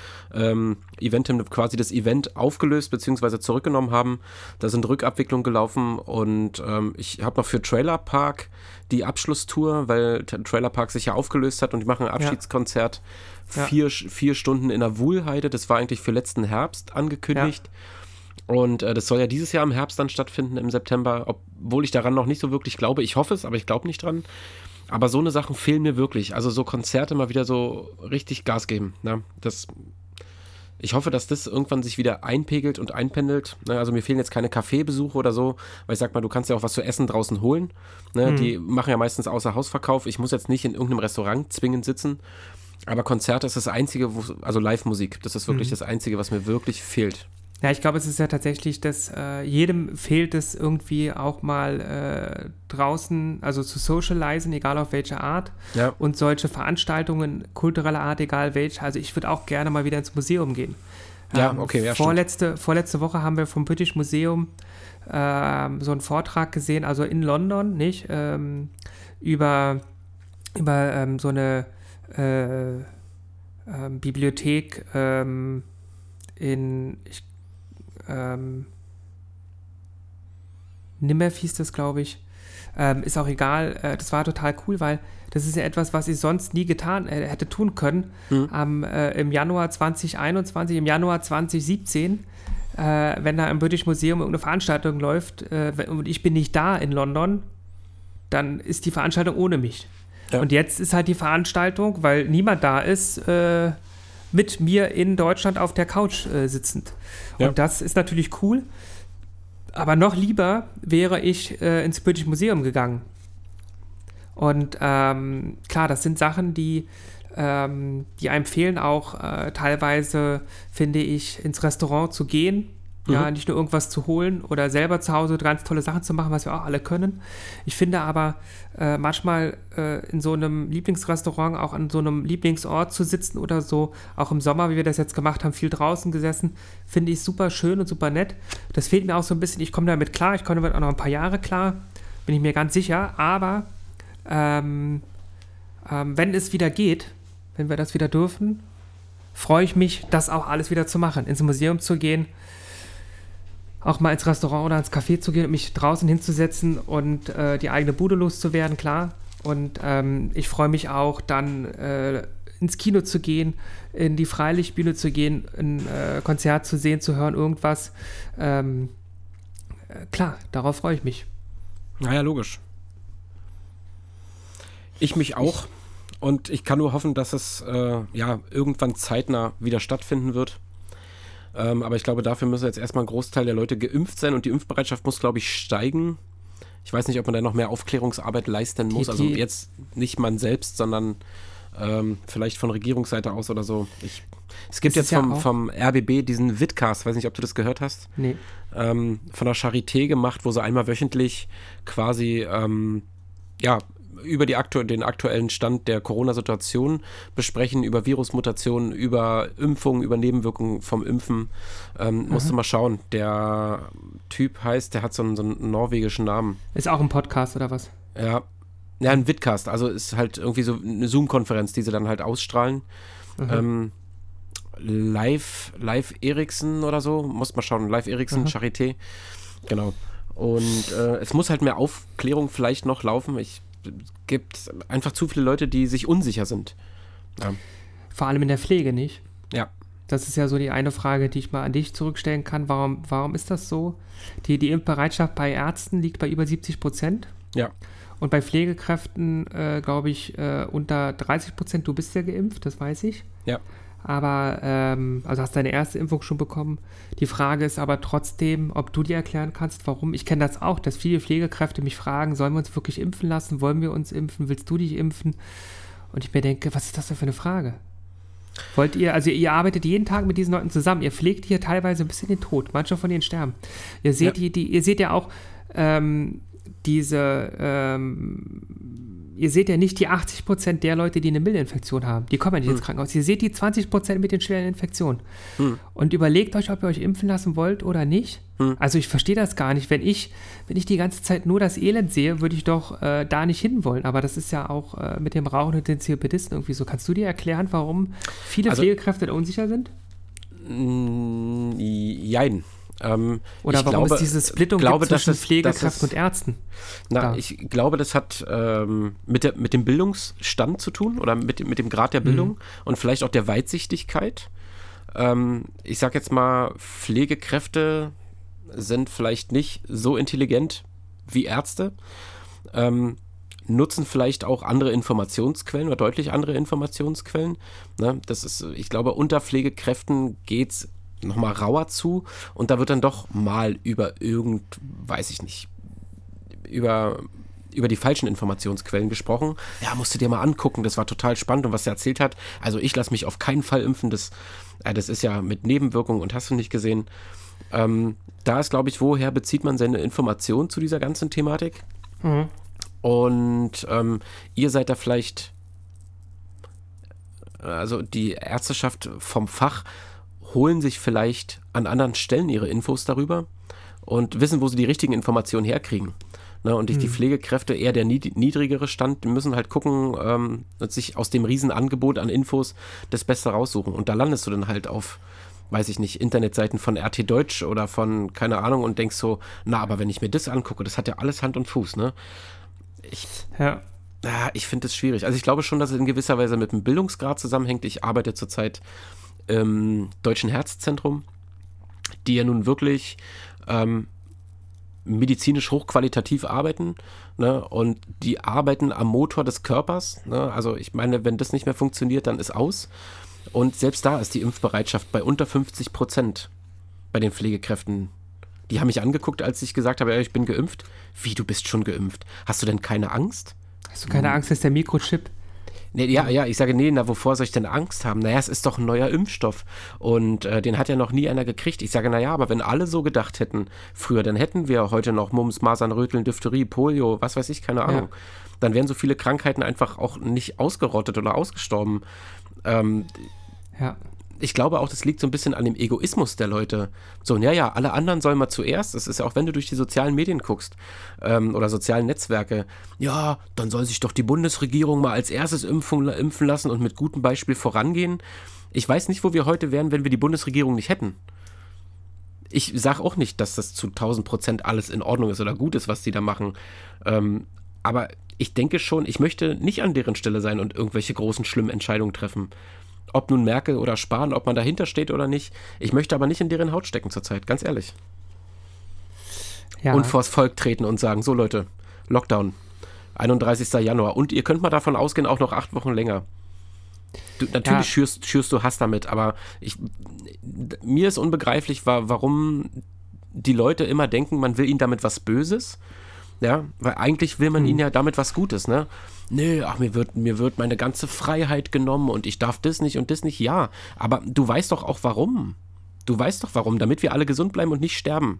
quasi das Event aufgelöst bzw. zurückgenommen haben. Da sind Rückabwicklungen gelaufen und ich habe noch für Trailer Park die Abschlusstour, weil Trailer Park sich ja aufgelöst hat und die machen ein Abschiedskonzert. 4 Stunden in der Wuhlheide, das war eigentlich für letzten Herbst angekündigt. Und das soll ja dieses Jahr im Herbst dann stattfinden, im September, obwohl ich daran noch nicht so wirklich glaube. Ich hoffe es, aber ich glaube nicht dran. Aber so eine Sachen fehlen mir wirklich. Also so Konzerte mal wieder so richtig Gas geben. Ne? Ich hoffe, dass das irgendwann sich wieder einpegelt und einpendelt. Ne? Also mir fehlen jetzt keine Kaffeebesuche oder so, weil ich sag mal, du kannst ja auch was zu essen draußen holen. Ne? Die machen ja meistens außer Hausverkauf. Ich muss jetzt nicht in irgendeinem Restaurant zwingend sitzen. Aber Konzerte ist das Einzige, also Live-Musik, das ist wirklich das Einzige, was mir wirklich fehlt. Ja, ich glaube, es ist ja tatsächlich, dass jedem fehlt es irgendwie auch mal draußen, also zu socialisen, egal auf welche Art. Ja. Und solche Veranstaltungen, kultureller Art, egal welche. Also ich würde auch gerne mal wieder ins Museum gehen. Ja, okay, ja, vorletzte Woche haben wir vom British Museum so einen Vortrag gesehen, also in London, nicht? Über so eine Bibliothek in Nimmerf hieß das, glaube ich. Ist auch egal. Das war total cool, weil das ist ja etwas, was ich sonst nie getan hätte tun können. Im Januar 2021, im Januar 2017, wenn da im British Museum irgendeine Veranstaltung läuft und ich bin nicht da in London, dann ist die Veranstaltung ohne mich. Ja. Und jetzt ist halt die Veranstaltung, weil niemand da ist, mit mir in Deutschland auf der Couch sitzend. Ja. Und das ist natürlich cool. Aber noch lieber wäre ich ins British Museum gegangen. Und klar, das sind Sachen, die einem fehlen, auch teilweise, finde ich, ins Restaurant zu gehen. Ja, nicht nur irgendwas zu holen oder selber zu Hause ganz tolle Sachen zu machen, was wir auch alle können. Ich finde aber, manchmal in so einem Lieblingsrestaurant, auch an so einem Lieblingsort zu sitzen oder so, auch im Sommer, wie wir das jetzt gemacht haben, viel draußen gesessen, finde ich super schön und super nett. Das fehlt mir auch so ein bisschen, ich komme damit klar, ich komme damit auch noch ein paar Jahre klar, bin ich mir ganz sicher, aber wenn es wieder geht, wenn wir das wieder dürfen, freue ich mich, das auch alles wieder zu machen, ins Museum zu gehen, auch mal ins Restaurant oder ins Café zu gehen und mich draußen hinzusetzen und die eigene Bude loszuwerden, klar. Und ich freue mich auch, dann ins Kino zu gehen, in die Freilichtbühne zu gehen, ein Konzert zu sehen, zu hören, irgendwas. Klar, darauf freue ich mich. Naja, logisch. Ich mich auch. Und ich kann nur hoffen, dass es irgendwann zeitnah wieder stattfinden wird. Aber ich glaube, dafür müssen jetzt erstmal ein Großteil der Leute geimpft sein und die Impfbereitschaft muss, glaube ich, steigen. Ich weiß nicht, ob man da noch mehr Aufklärungsarbeit leisten muss. Also jetzt nicht man selbst, sondern vielleicht von Regierungsseite aus oder so. Es gibt jetzt vom RBB diesen Vidcast, weiß nicht, ob du das gehört hast. Nee. Von der Charité gemacht, wo sie einmal wöchentlich quasi über den aktuellen Stand der Corona-Situation besprechen, über Virusmutationen, über Impfungen, über Nebenwirkungen vom Impfen. Musst du mal schauen. Der Typ der hat so einen norwegischen Namen. Ist auch ein Podcast oder was? Ja, ein Vidcast. Also ist halt irgendwie so eine Zoom-Konferenz, die sie dann halt ausstrahlen. Live Eriksen oder so. Musst mal schauen. Live Eriksen, Charité. Genau. Und es muss halt mehr Aufklärung vielleicht noch laufen. Es gibt einfach zu viele Leute, die sich unsicher sind. Ja. Vor allem in der Pflege, nicht? Ja. Das ist ja so die eine Frage, die ich mal an dich zurückstellen kann. Warum ist das so? Die Impfbereitschaft bei Ärzten liegt bei über 70%. Ja. Und bei Pflegekräften, glaube ich, unter 30%. Du bist ja geimpft, das weiß ich. Ja. Aber, also hast deine erste Impfung schon bekommen. Die Frage ist aber trotzdem, ob du dir erklären kannst, warum. Ich kenne das auch, dass viele Pflegekräfte mich fragen, sollen wir uns wirklich impfen lassen? Wollen wir uns impfen? Willst du dich impfen? Und ich mir denke, was ist das denn für eine Frage? Wollt ihr, also ihr arbeitet jeden Tag mit diesen Leuten zusammen, ihr pflegt hier teilweise ein bisschen den Tod, manche von denen sterben. Ihr seht, ihr seht ja auch ihr seht ja nicht die 80% der Leute, die eine milde Infektion haben. Die kommen ja nicht ins Krankenhaus. Ihr seht die 20% mit den schweren Infektionen. Und überlegt euch, ob ihr euch impfen lassen wollt oder nicht. Also ich verstehe das gar nicht. Wenn ich die ganze Zeit nur das Elend sehe, würde ich doch da nicht hinwollen. Aber das ist ja auch mit dem Rauchen und den COPDisten irgendwie so. Kannst du dir erklären, warum viele Pflegekräfte da unsicher sind? Jein. Oder warum es diese Splittung gibt zwischen Pflegekräften und Ärzten? Ich glaube, das hat mit dem Bildungsstand zu tun oder mit dem Grad der Bildung und vielleicht auch der Weitsichtigkeit. Ich sag jetzt mal, Pflegekräfte sind vielleicht nicht so intelligent wie Ärzte, nutzen vielleicht auch andere Informationsquellen oder deutlich andere Informationsquellen. Ne? Ich glaube, unter Pflegekräften geht es nochmal rauer zu und da wird dann doch mal über die falschen Informationsquellen gesprochen. Ja, musst du dir mal angucken, das war total spannend und was er erzählt hat. Also ich lasse mich auf keinen Fall impfen, das ist ja mit Nebenwirkungen und hast du nicht gesehen. Da ist, glaube ich, woher bezieht man seine Informationen zu dieser ganzen Thematik? Und ihr seid da vielleicht, also die Ärzteschaft vom Fach holen sich vielleicht an anderen Stellen ihre Infos darüber und wissen, wo sie die richtigen Informationen herkriegen. Ne, und die Pflegekräfte, eher der niedrigere Stand, die müssen halt gucken, sich aus dem Riesenangebot an Infos das Beste raussuchen. Und da landest du dann halt auf, weiß ich nicht, Internetseiten von RT Deutsch oder von, keine Ahnung, und denkst so, aber wenn ich mir das angucke, das hat ja alles Hand und Fuß, ne? Ich finde das schwierig. Also ich glaube schon, dass es in gewisser Weise mit dem Bildungsgrad zusammenhängt. Ich arbeite zurzeit im Deutschen Herzzentrum, die ja nun wirklich medizinisch hochqualitativ arbeiten, ne? Und die arbeiten am Motor des Körpers. Ne? Also ich meine, wenn das nicht mehr funktioniert, dann ist aus. Und selbst da ist die Impfbereitschaft bei unter 50% bei den Pflegekräften. Die haben mich angeguckt, als ich gesagt habe, ja, ich bin geimpft. Wie, du bist schon geimpft? Hast du denn keine Angst? Hast du keine Angst, dass der Mikrochip... Nee, ja, ich sage, wovor soll ich denn Angst haben? Naja, es ist doch ein neuer Impfstoff und den hat ja noch nie einer gekriegt. Ich sage, aber wenn alle so gedacht hätten früher, dann hätten wir heute noch Mumps, Masern, Röteln, Diphtherie, Polio, was weiß ich, keine Ahnung. Ja. Dann wären so viele Krankheiten einfach auch nicht ausgerottet oder ausgestorben. Ich glaube auch, das liegt so ein bisschen an dem Egoismus der Leute. So, alle anderen sollen mal zuerst. Das ist ja auch, wenn du durch die sozialen Medien guckst oder sozialen Netzwerke, ja, dann soll sich doch die Bundesregierung mal als erstes impfen lassen und mit gutem Beispiel vorangehen. Ich weiß nicht, wo wir heute wären, wenn wir die Bundesregierung nicht hätten. Ich sage auch nicht, dass das zu 1000% alles in Ordnung ist oder gut ist, was die da machen. Aber ich denke schon, ich möchte nicht an deren Stelle sein und irgendwelche großen, schlimmen Entscheidungen treffen. Ob nun Merkel oder Spahn, ob man dahinter steht oder nicht. Ich möchte aber nicht in deren Haut stecken zurzeit, ganz ehrlich. Ja. Und vors Volk treten und sagen, so Leute, Lockdown, 31. Januar. Und ihr könnt mal davon ausgehen, auch noch 8 Wochen länger. Natürlich schürst du Hass damit, aber mir ist unbegreiflich, warum die Leute immer denken, man will ihnen damit was Böses. Ja, weil eigentlich will man ihnen ja damit was Gutes, ne? Nö, mir wird meine ganze Freiheit genommen und ich darf das nicht und das nicht. Ja, aber du weißt doch auch warum. Damit wir alle gesund bleiben und nicht sterben.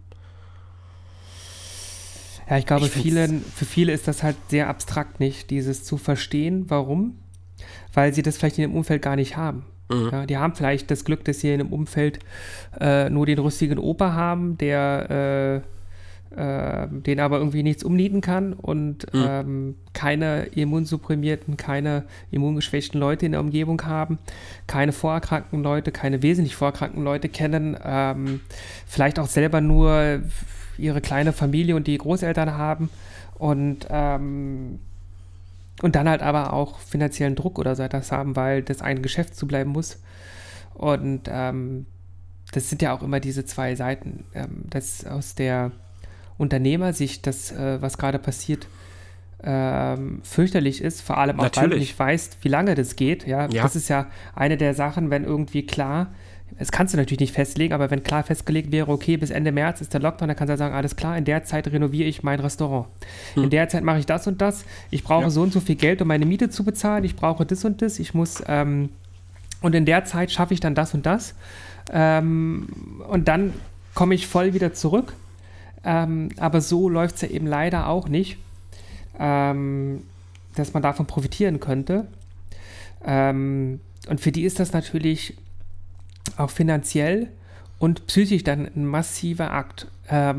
Ja, ich glaube, für viele ist das halt sehr abstrakt, nicht, dieses zu verstehen, warum, weil sie das vielleicht in dem Umfeld gar nicht haben. Ja, die haben vielleicht das Glück, dass sie in dem Umfeld nur den rüstigen Opa haben, der den aber irgendwie nichts umnieten kann und keine immunsupprimierten, keine immungeschwächten Leute in der Umgebung haben, keine vorerkrankten Leute, keine wesentlich vorerkrankten Leute kennen, vielleicht auch selber nur ihre kleine Familie und die Großeltern haben und dann halt aber auch finanziellen Druck oder so etwas haben, weil das ein Geschäft zu bleiben muss. Und das sind ja auch immer diese zwei Seiten. Das aus der Unternehmersicht, das, was gerade passiert, fürchterlich ist, vor allem auch, weil du nicht weißt, wie lange das geht. Ja? Das ist ja eine der Sachen, wenn irgendwie klar, das kannst du natürlich nicht festlegen, aber wenn klar festgelegt wäre, okay, bis Ende März ist der Lockdown, dann kannst du ja sagen, alles klar, in der Zeit renoviere ich mein Restaurant. In der Zeit mache ich das und das. Ich brauche so und so viel Geld, um meine Miete zu bezahlen. Ich brauche das und das. Ich muss, und in der Zeit schaffe ich dann das und das. Und dann komme ich voll wieder zurück. Aber so läuft es ja eben leider auch nicht, dass man davon profitieren könnte. Und für die ist das natürlich auch finanziell und psychisch dann ein massiver Akt.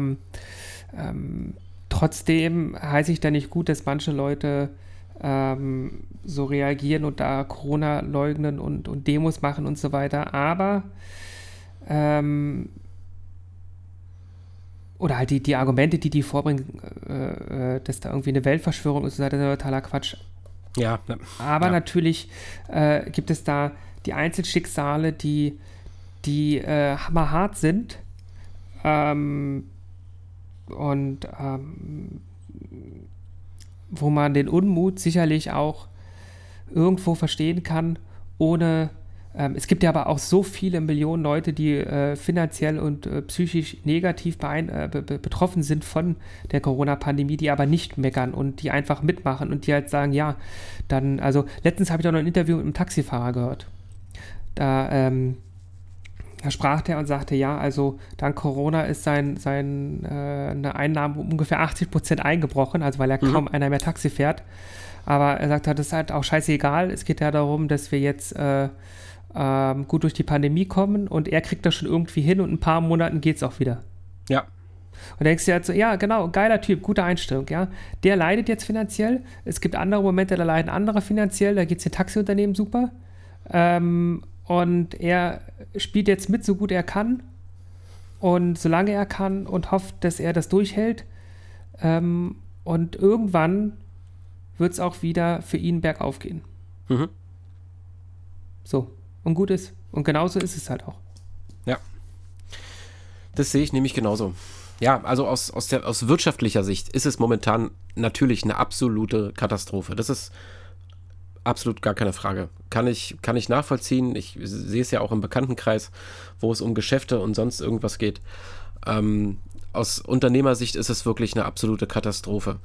Trotzdem heiße ich da nicht gut, dass manche Leute so reagieren und da Corona leugnen und Demos machen und so weiter. Aber oder halt die Argumente, die vorbringen, dass da irgendwie eine Weltverschwörung ist, das ist totaler Quatsch. Ja. Aber natürlich gibt es da die Einzelschicksale, die hammerhart sind wo man den Unmut sicherlich auch irgendwo verstehen kann, ohne es gibt ja aber auch so viele Millionen Leute, die finanziell und psychisch negativ betroffen sind von der Corona-Pandemie, die aber nicht meckern und die einfach mitmachen und die halt sagen, ja, dann, also letztens habe ich auch noch ein Interview mit einem Taxifahrer gehört. Da sprach der und sagte, ja, also dank Corona ist seine Einnahme um ungefähr 80% eingebrochen, also weil er kaum einer mehr Taxi fährt. Aber er sagt, das ist halt auch scheißegal. Es geht ja darum, dass wir jetzt gut durch die Pandemie kommen und er kriegt das schon irgendwie hin und in ein paar Monaten geht's auch wieder. Ja. Und denkst du halt so, ja, genau, geiler Typ, gute Einstellung, ja. Der leidet jetzt finanziell. Es gibt andere Momente, da leiden andere finanziell, da geht's den Taxiunternehmen super. Und er spielt jetzt mit, so gut er kann und solange er kann und hofft, dass er das durchhält. Und irgendwann wird es auch wieder für ihn bergauf gehen. So, und gut ist. Und genauso ist es halt auch. Ja. Das sehe ich nämlich genauso. Ja, also aus wirtschaftlicher Sicht ist es momentan natürlich eine absolute Katastrophe. Das ist absolut gar keine Frage. Kann ich nachvollziehen. Ich sehe es ja auch im Bekanntenkreis, wo es um Geschäfte und sonst irgendwas geht. Aus Unternehmersicht ist es wirklich eine absolute Katastrophe.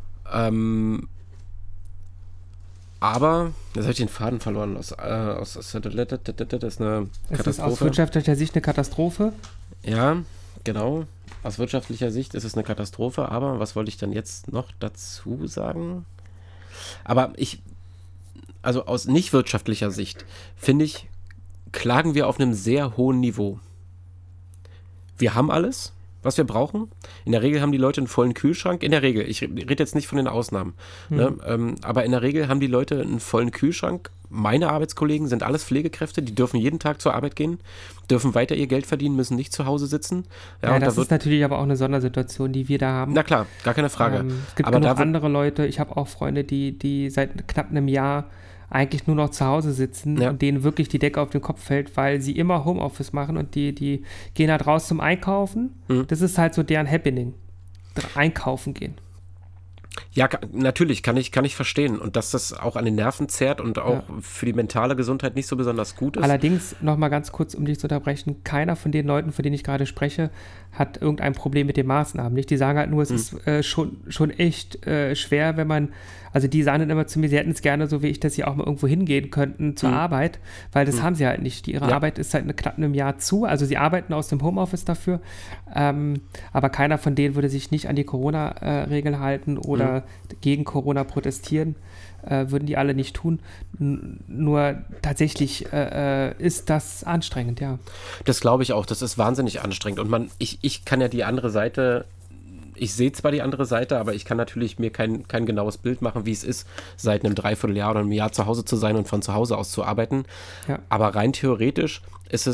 Aber, jetzt habe ich den Faden verloren. Das ist eine Katastrophe. Es ist aus wirtschaftlicher Sicht eine Katastrophe. Ja, genau. Aus wirtschaftlicher Sicht ist es eine Katastrophe. Aber was wollte ich dann jetzt noch dazu sagen? Aber also aus nicht wirtschaftlicher Sicht, finde ich, klagen wir auf einem sehr hohen Niveau. Wir haben alles, was wir brauchen. In der Regel haben die Leute einen vollen Kühlschrank. In der Regel, ich rede jetzt nicht von den Ausnahmen, ne? Aber in der Regel haben die Leute einen vollen Kühlschrank. Meine Arbeitskollegen sind alles Pflegekräfte, die dürfen jeden Tag zur Arbeit gehen, dürfen weiter ihr Geld verdienen, müssen nicht zu Hause sitzen. Ja, das ist natürlich aber auch eine Sondersituation, die wir da haben. Na klar, gar keine Frage. Es gibt aber genug andere Leute, ich habe auch Freunde, die seit knapp einem Jahr eigentlich nur noch zu Hause sitzen und denen wirklich die Decke auf den Kopf fällt, weil sie immer Homeoffice machen und die gehen halt raus zum Einkaufen. Das ist halt so deren Happening. Einkaufen gehen. Ja, natürlich, kann ich verstehen. Und dass das auch an den Nerven zerrt und auch für die mentale Gesundheit nicht so besonders gut ist. Allerdings, nochmal ganz kurz, um dich zu unterbrechen, keiner von den Leuten, von denen ich gerade spreche, hat irgendein Problem mit den Maßnahmen. Nicht? Die sagen halt nur, es ist schon echt schwer, wenn man, also die sagen dann immer zu mir, sie hätten es gerne so wie ich, dass sie auch mal irgendwo hingehen könnten zur Arbeit, weil das haben sie halt nicht. Ihre Arbeit ist seit knapp einem Jahr zu, also sie arbeiten aus dem Homeoffice dafür, aber keiner von denen würde sich nicht an die Corona-Regeln halten oder gegen Corona protestieren. Würden die alle nicht tun. Nur tatsächlich ist das anstrengend, ja. Das glaube ich auch. Das ist wahnsinnig anstrengend. Und ich kann ja die andere Seite, ich sehe zwar die andere Seite, aber ich kann natürlich mir kein genaues Bild machen, wie es ist, seit einem Dreivierteljahr oder einem Jahr zu Hause zu sein und von zu Hause aus zu arbeiten. Ja. Aber rein theoretisch ist es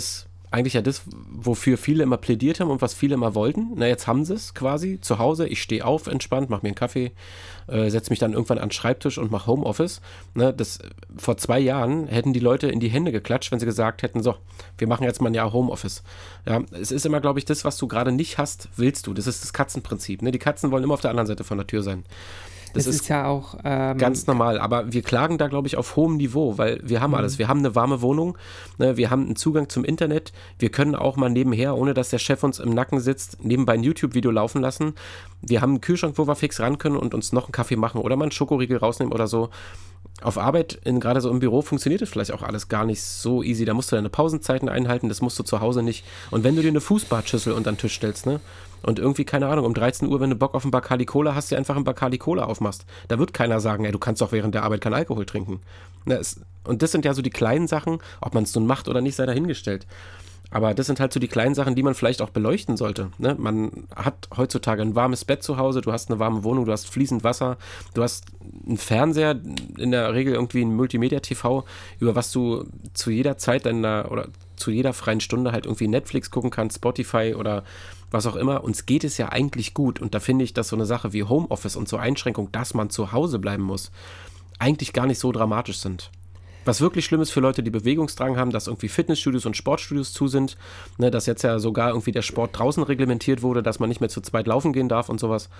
eigentlich ja das, wofür viele immer plädiert haben und was viele immer wollten. Na, jetzt haben sie es quasi zu Hause. Ich stehe auf, entspannt, mache mir einen Kaffee, setze mich dann irgendwann an den Schreibtisch und mache Homeoffice. Ne, vor 2 Jahren hätten die Leute in die Hände geklatscht, wenn sie gesagt hätten, so, wir machen jetzt mal ein Jahr Homeoffice. Ja, es ist immer, glaube ich, das, was du gerade nicht hast, willst du. Das ist das Katzenprinzip. Ne? Die Katzen wollen immer auf der anderen Seite von der Tür sein. Das ist ja auch ganz normal, aber wir klagen da, glaube ich, auf hohem Niveau, weil wir haben alles. Wir haben eine warme Wohnung, ne, wir haben einen Zugang zum Internet, wir können auch mal nebenher, ohne dass der Chef uns im Nacken sitzt, nebenbei ein YouTube-Video laufen lassen. Wir haben einen Kühlschrank, wo wir fix ran können und uns noch einen Kaffee machen oder mal einen Schokoriegel rausnehmen oder so. Auf Arbeit, gerade so im Büro, funktioniert das vielleicht auch alles gar nicht so easy. Da musst du deine Pausenzeiten einhalten, das musst du zu Hause nicht. Und wenn du dir eine Fußbadschüssel unter den Tisch stellst, ne? Und irgendwie, keine Ahnung, um 13 Uhr, wenn du Bock auf ein Bacardi Cola hast, dir einfach ein Bacardi Cola aufmachst. Da wird keiner sagen, ey, du kannst doch während der Arbeit keinen Alkohol trinken. Und das sind ja so die kleinen Sachen, ob man es nun macht oder nicht, sei dahingestellt. Aber das sind halt so die kleinen Sachen, die man vielleicht auch beleuchten sollte. Ne? Man hat heutzutage ein warmes Bett zu Hause, du hast eine warme Wohnung, du hast fließend Wasser, du hast einen Fernseher, in der Regel irgendwie ein Multimedia-TV, über was du zu jeder Zeit oder zu jeder freien Stunde halt irgendwie Netflix gucken kannst, Spotify oder was auch immer. Uns geht es ja eigentlich gut. Und da finde ich, dass so eine Sache wie Homeoffice und so Einschränkung, dass man zu Hause bleiben muss, eigentlich gar nicht so dramatisch sind. Was wirklich schlimm ist für Leute, die Bewegungsdrang haben, dass irgendwie Fitnessstudios und Sportstudios zu sind, ne, dass jetzt ja sogar irgendwie der Sport draußen reglementiert wurde, dass man nicht mehr zu zweit laufen gehen darf und sowas.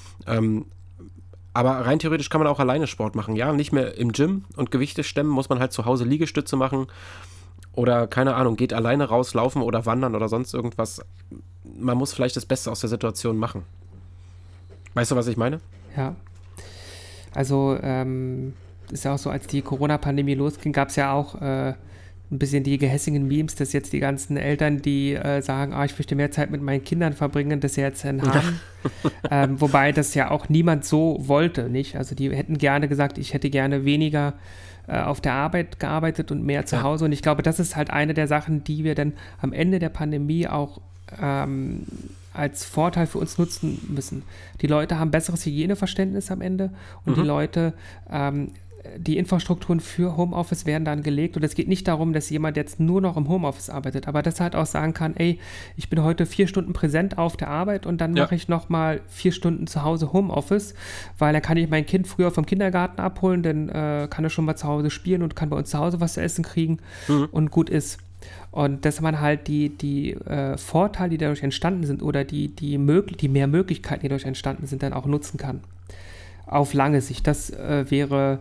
Aber rein theoretisch kann man auch alleine Sport machen. Ja, nicht mehr im Gym und Gewichte stemmen, muss man halt zu Hause Liegestütze machen oder, keine Ahnung, geht alleine raus, laufen oder wandern oder sonst irgendwas. Man muss vielleicht das Beste aus der Situation machen. Weißt du, was ich meine? Ja. Also, ist ja auch so, als die Corona-Pandemie losging, gab es ja auch ein bisschen die gehässigen Memes, dass jetzt die ganzen Eltern, die sagen, ich möchte mehr Zeit mit meinen Kindern verbringen, das jetzt haben. Wobei das ja auch niemand so wollte, nicht? Also die hätten gerne gesagt, ich hätte gerne weniger auf der Arbeit gearbeitet und mehr zu Hause. Und ich glaube, das ist halt eine der Sachen, die wir dann am Ende der Pandemie auch als Vorteil für uns nutzen müssen. Die Leute haben besseres Hygieneverständnis am Ende und die Leute, die Infrastrukturen für Homeoffice werden dann gelegt und es geht nicht darum, dass jemand jetzt nur noch im Homeoffice arbeitet, aber dass er halt auch sagen kann, ey, ich bin heute 4 Stunden präsent auf der Arbeit und dann mache ich nochmal 4 Stunden zu Hause Homeoffice, weil dann kann ich mein Kind früher vom Kindergarten abholen, dann kann er schon mal zu Hause spielen und kann bei uns zu Hause was zu essen kriegen und gut ist. Und dass man halt die Vorteile, die dadurch entstanden sind oder die mehr Möglichkeiten, die dadurch entstanden sind, dann auch nutzen kann. Auf lange Sicht. Das wäre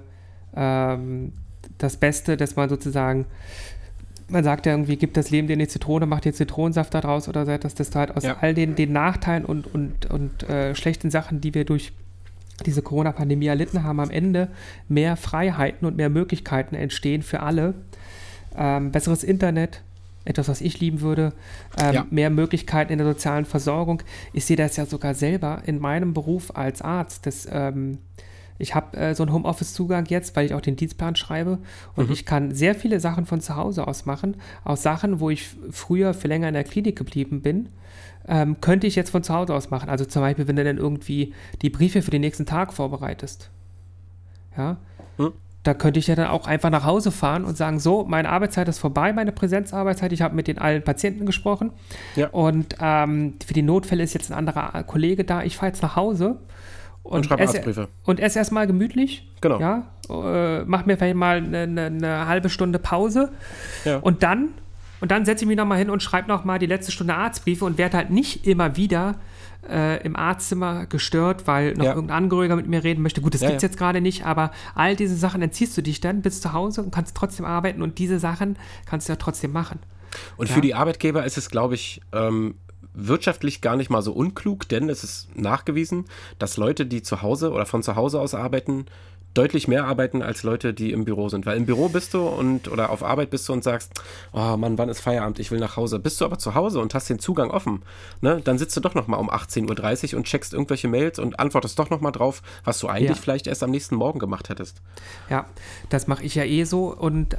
das Beste, dass man sozusagen, man sagt ja irgendwie, gibt das Leben dir eine Zitrone, macht dir Zitronensaft daraus oder so, dass du halt aus all den Nachteilen und schlechten Sachen, die wir durch diese Corona-Pandemie erlitten haben, am Ende mehr Freiheiten und mehr Möglichkeiten entstehen für alle. Besseres Internet, etwas, was ich lieben würde, mehr Möglichkeiten in der sozialen Versorgung. Ich sehe das ja sogar selber in meinem Beruf als Arzt. Ich habe so einen Homeoffice-Zugang jetzt, weil ich auch den Dienstplan schreibe und ich kann sehr viele Sachen von zu Hause aus machen. Auch Sachen, wo ich früher für länger in der Klinik geblieben bin, könnte ich jetzt von zu Hause aus machen. Also zum Beispiel, wenn du dann irgendwie die Briefe für den nächsten Tag vorbereitest. Ja, da könnte ich ja dann auch einfach nach Hause fahren und sagen, so, meine Arbeitszeit ist vorbei, meine Präsenzarbeitszeit, ich habe mit den allen Patienten gesprochen und für die Notfälle ist jetzt ein anderer Kollege da, ich fahre jetzt nach Hause und schreibe Arztbriefe. Und esse erstmal gemütlich, mach mir vielleicht mal eine halbe Stunde Pause und dann setze ich mich nochmal hin und schreibe nochmal die letzte Stunde Arztbriefe und werde halt nicht immer wieder im Arztzimmer gestört, weil noch irgendein Angehöriger mit mir reden möchte. Gut, das gibt es jetzt gerade nicht, aber all diese Sachen entziehst du dich dann, bist zu Hause und kannst trotzdem arbeiten und diese Sachen kannst du ja trotzdem machen. Und für die Arbeitgeber ist es, glaube ich, wirtschaftlich gar nicht mal so unklug, denn es ist nachgewiesen, dass Leute, die zu Hause oder von zu Hause aus arbeiten, deutlich mehr arbeiten als Leute, die im Büro sind. Weil im Büro bist du oder auf Arbeit bist du und sagst, oh Mann, wann ist Feierabend, ich will nach Hause. Bist du aber zu Hause und hast den Zugang offen, ne? Dann sitzt du doch nochmal um 18.30 Uhr und checkst irgendwelche Mails und antwortest doch nochmal drauf, was du eigentlich vielleicht erst am nächsten Morgen gemacht hättest. Ja, das mache ich ja eh so und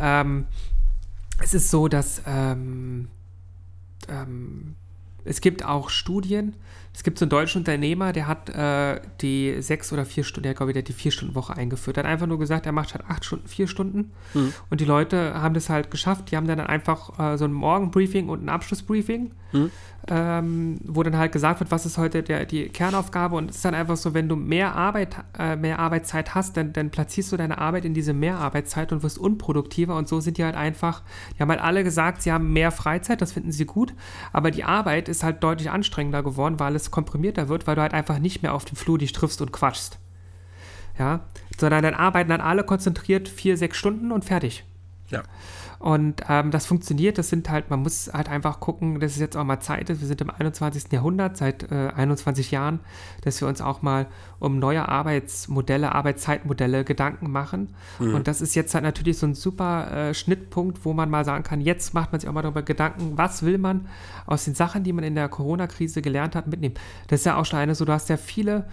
es ist so, dass es gibt auch Studien, Es gibt so einen deutschen Unternehmer, der hat die 6 oder 4 Stunden, der glaube ich, der hat die 4-Stunden-Woche eingeführt. Der hat einfach nur gesagt, er macht statt 8 Stunden 4 Stunden. Und die Leute haben das halt geschafft. Die haben dann einfach so ein Morgenbriefing und ein Abschlussbriefing, wo dann halt gesagt wird, was ist heute die Kernaufgabe. Und es ist dann einfach so, wenn du mehr Arbeitszeit hast, dann platzierst du deine Arbeit in diese Mehrarbeitszeit und wirst unproduktiver. Und so sind die halt einfach, die haben halt alle gesagt, sie haben mehr Freizeit, das finden sie gut. Aber die Arbeit ist halt deutlich anstrengender geworden, weil es komprimierter wird, weil du halt einfach nicht mehr auf dem Flur dich triffst und quatschst. Ja, sondern dann arbeiten dann alle konzentriert 4-6 Stunden und fertig. Ja. Und das funktioniert, das sind halt, man muss halt einfach gucken, dass es jetzt auch mal Zeit ist, wir sind im 21. Jahrhundert, seit 21 Jahren, dass wir uns auch mal um neue Arbeitszeitmodelle Gedanken machen. Und das ist jetzt halt natürlich so ein super Schnittpunkt, wo man mal sagen kann, jetzt macht man sich auch mal darüber Gedanken, was will man aus den Sachen, die man in der Corona-Krise gelernt hat, mitnehmen. Das ist ja auch schon eine so, du hast ja viele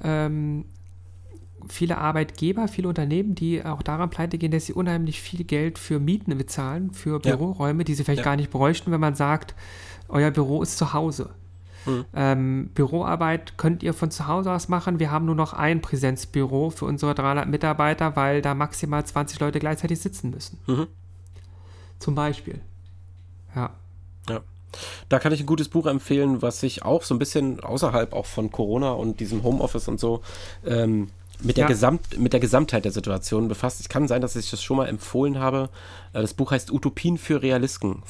Arbeitgeber, viele Unternehmen, die auch daran pleite gehen, dass sie unheimlich viel Geld für Mieten bezahlen, für Büroräume, die sie vielleicht gar nicht bräuchten, wenn man sagt, euer Büro ist zu Hause. Büroarbeit könnt ihr von zu Hause aus machen. Wir haben nur noch ein Präsenzbüro für unsere 300 Mitarbeiter, weil da maximal 20 Leute gleichzeitig sitzen müssen. Zum Beispiel. Ja. Da kann ich ein gutes Buch empfehlen, was sich auch so ein bisschen außerhalb auch von Corona und diesem Homeoffice und so mit der Gesamtheit der Situation befasst. Es kann sein, dass ich das schon mal empfohlen habe. Das Buch heißt Utopien für Realisten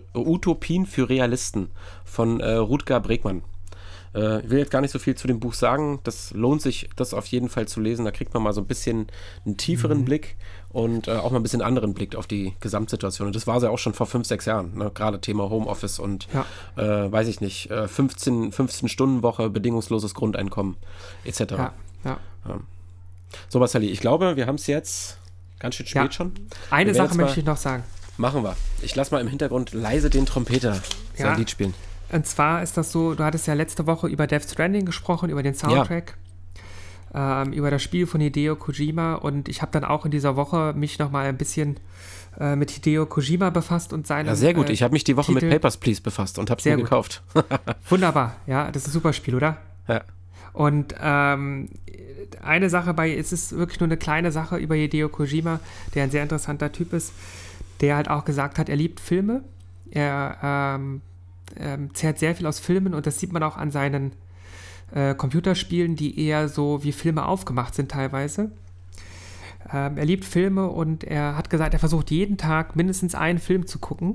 von Rutger Bregmann. Ich will jetzt gar nicht so viel zu dem Buch sagen. Das lohnt sich, das auf jeden Fall zu lesen. Da kriegt man mal so ein bisschen einen tieferen Blick und auch mal ein bisschen anderen Blick auf die Gesamtsituation. Und das war sie auch schon vor 5-6 Jahren. Ne? Gerade Thema Homeoffice und, weiß ich nicht, 15-Stunden-Woche, bedingungsloses Grundeinkommen etc. Ja. So, Marcelli, ich glaube, wir haben es jetzt ganz schön spät schon. Eine Sache möchte ich noch sagen. Machen wir. Ich lasse mal im Hintergrund leise den Trompeter sein Lied spielen. Und zwar ist das so, du hattest ja letzte Woche über Death Stranding gesprochen, über den Soundtrack, über das Spiel von Hideo Kojima, und ich habe dann auch in dieser Woche mich nochmal ein bisschen mit Hideo Kojima befasst und seinem sehr gut, ich habe mich die Woche Titel mit Papers, Please befasst und habe es mir gekauft. Wunderbar, ja, das ist ein super Spiel, oder? Ja. Und eine Sache es ist wirklich nur eine kleine Sache über Hideo Kojima, der ein sehr interessanter Typ ist, der halt auch gesagt hat, er liebt Filme, er zehrt sehr viel aus Filmen, und das sieht man auch an seinen Computerspielen, die eher so wie Filme aufgemacht sind teilweise. Er liebt Filme, und er hat gesagt, er versucht jeden Tag mindestens einen Film zu gucken.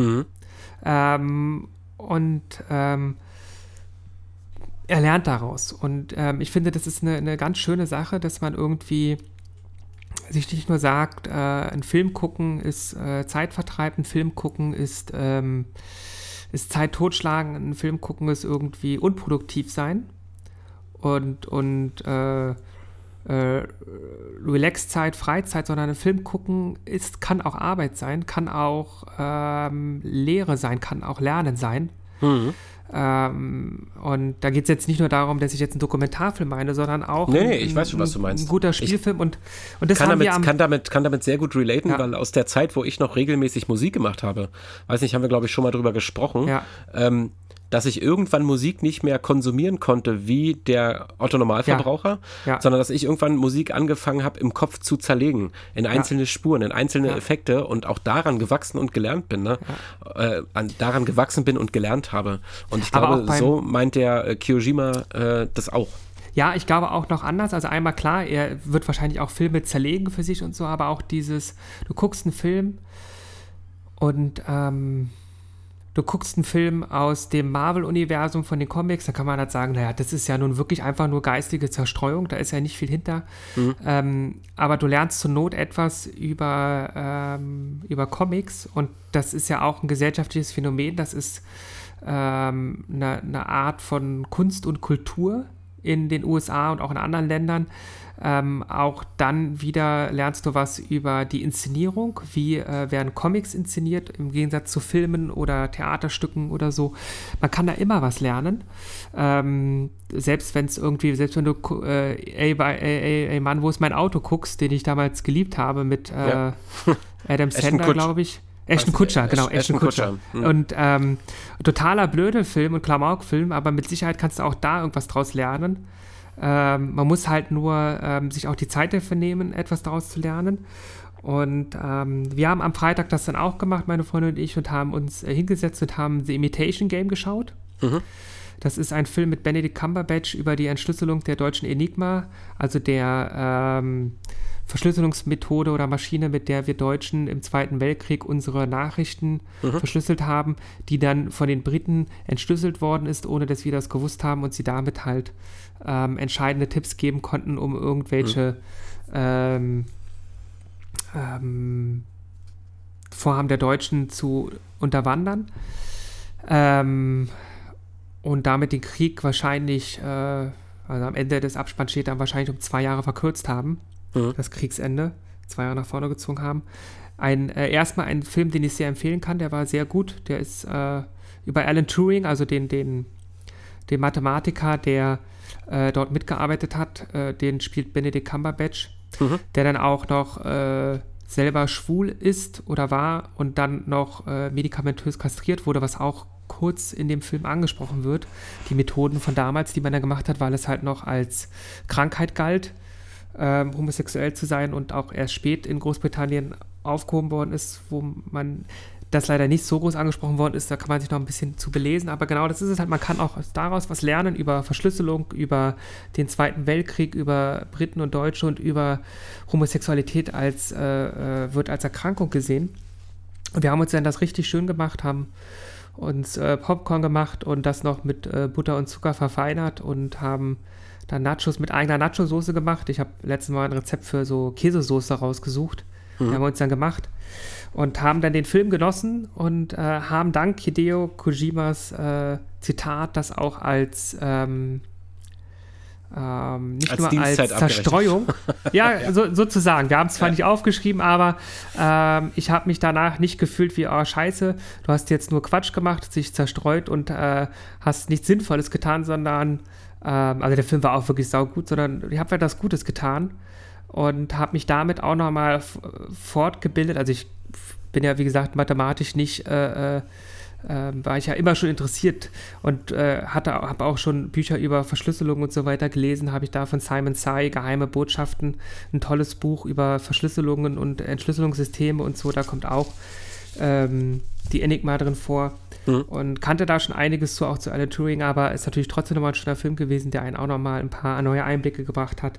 Er lernt daraus. Und ich finde, das ist eine ganz schöne Sache, dass man irgendwie sich nicht nur sagt, ein Film gucken ist Zeitvertreib, ein Film gucken ist Zeit totschlagen, ein Film gucken ist irgendwie unproduktiv sein. Und Relax-Zeit, Freizeit, sondern ein Film gucken kann auch Arbeit sein, kann auch Lehre sein, kann auch Lernen sein. Und da geht es jetzt nicht nur darum, dass ich jetzt einen Dokumentarfilm meine, sondern auch ich weiß schon, was du meinst. Ein guter Spielfilm. Und das kann damit sehr gut relaten, weil aus der Zeit, wo ich noch regelmäßig Musik gemacht habe, weiß nicht, haben wir, glaube ich, schon mal drüber gesprochen, dass ich irgendwann Musik nicht mehr konsumieren konnte wie der Otto-Normalverbraucher, sondern dass ich irgendwann Musik angefangen habe, im Kopf zu zerlegen, in einzelne Spuren, in einzelne Effekte, und auch daran gewachsen und gelernt bin, daran gewachsen bin und gelernt habe. Und ich glaube, so meint der Kojima das auch. Ja, ich glaube auch noch anders. Also einmal klar, er wird wahrscheinlich auch Filme zerlegen für sich und so, aber auch dieses, du guckst einen Film und du guckst einen Film aus dem Marvel-Universum von den Comics, da kann man halt sagen, naja, das ist ja nun wirklich einfach nur geistige Zerstreuung, da ist ja nicht viel hinter. Aber du lernst zur Not etwas über Comics, und das ist ja auch ein gesellschaftliches Phänomen, das ist eine Art von Kunst und Kultur in den USA und auch in anderen Ländern. Auch dann wieder lernst du was über die Inszenierung, wie werden Comics inszeniert, im Gegensatz zu Filmen oder Theaterstücken oder so. Man kann da immer was lernen. Selbst wenn du ey Mann, wo ist mein Auto guckst, den ich damals geliebt habe mit Adam Sandler, glaube ich. Ashton Kutcher, genau, Ashton Kutcher. Und totaler Blödelfilm und Klamaukfilm, aber mit Sicherheit kannst du auch da irgendwas draus lernen. Man muss halt nur sich auch die Zeit dafür nehmen, etwas daraus zu lernen. Und wir haben am Freitag das dann auch gemacht, meine Freundin und ich, und haben uns hingesetzt und haben The Imitation Game geschaut. Das ist ein Film mit Benedict Cumberbatch über die Entschlüsselung der deutschen Enigma, also der Verschlüsselungsmethode oder Maschine, mit der wir Deutschen im Zweiten Weltkrieg unsere Nachrichten verschlüsselt haben, die dann von den Briten entschlüsselt worden ist, ohne dass wir das gewusst haben und sie damit halt entscheidende Tipps geben konnten, um irgendwelche Vorhaben der Deutschen zu unterwandern. Und damit den Krieg wahrscheinlich, also am Ende des Abspanns steht dann wahrscheinlich um 2 Jahre verkürzt haben. Das Kriegsende, 2 Jahre nach vorne gezogen haben. Erstmal ein Film, den ich sehr empfehlen kann, der war sehr gut. Der ist über Alan Turing, also den Mathematiker, der dort mitgearbeitet hat, den spielt Benedict Cumberbatch, der dann auch noch selber schwul ist oder war und dann noch medikamentös kastriert wurde, was auch kurz in dem Film angesprochen wird. Die Methoden von damals, die man da gemacht hat, weil es halt noch als Krankheit galt, homosexuell zu sein, und auch erst spät in Großbritannien aufgehoben worden ist, wo man das leider nicht so groß angesprochen worden ist. Da kann man sich noch ein bisschen zu belesen, aber genau das ist es halt. Man kann auch daraus was lernen über Verschlüsselung, über den Zweiten Weltkrieg, über Briten und Deutsche und über Homosexualität wird als Erkrankung gesehen. Und wir haben uns dann das richtig schön gemacht, haben uns Popcorn gemacht und das noch mit Butter und Zucker verfeinert und haben dann Nachos mit eigener Nacho-Soße gemacht. Ich habe letztes Mal ein Rezept für so Käsesoße rausgesucht. Haben wir uns dann gemacht und haben dann den Film genossen und haben dank Hideo Kojimas Zitat das auch als nicht als nur als Zerstreuung, ja, sozusagen. Wir haben es zwar nicht aufgeschrieben, aber ich habe mich danach nicht gefühlt wie, oh scheiße, du hast jetzt nur Quatsch gemacht, sich zerstreut und hast nichts Sinnvolles getan, sondern also der Film war auch wirklich saugut, sondern ich habe halt was Gutes getan und habe mich damit auch nochmal fortgebildet. Also ich bin ja, wie gesagt, mathematisch nicht, war ich ja immer schon interessiert und habe auch schon Bücher über Verschlüsselung und so weiter gelesen. Habe ich da von Simon Tsai, Geheime Botschaften, ein tolles Buch über Verschlüsselungen und Entschlüsselungssysteme und so. Da kommt auch die Enigma drin vor. Und kannte da schon einiges auch zu Alan Turing, aber ist natürlich trotzdem nochmal ein schöner Film gewesen, der einen auch nochmal ein paar neue Einblicke gebracht hat.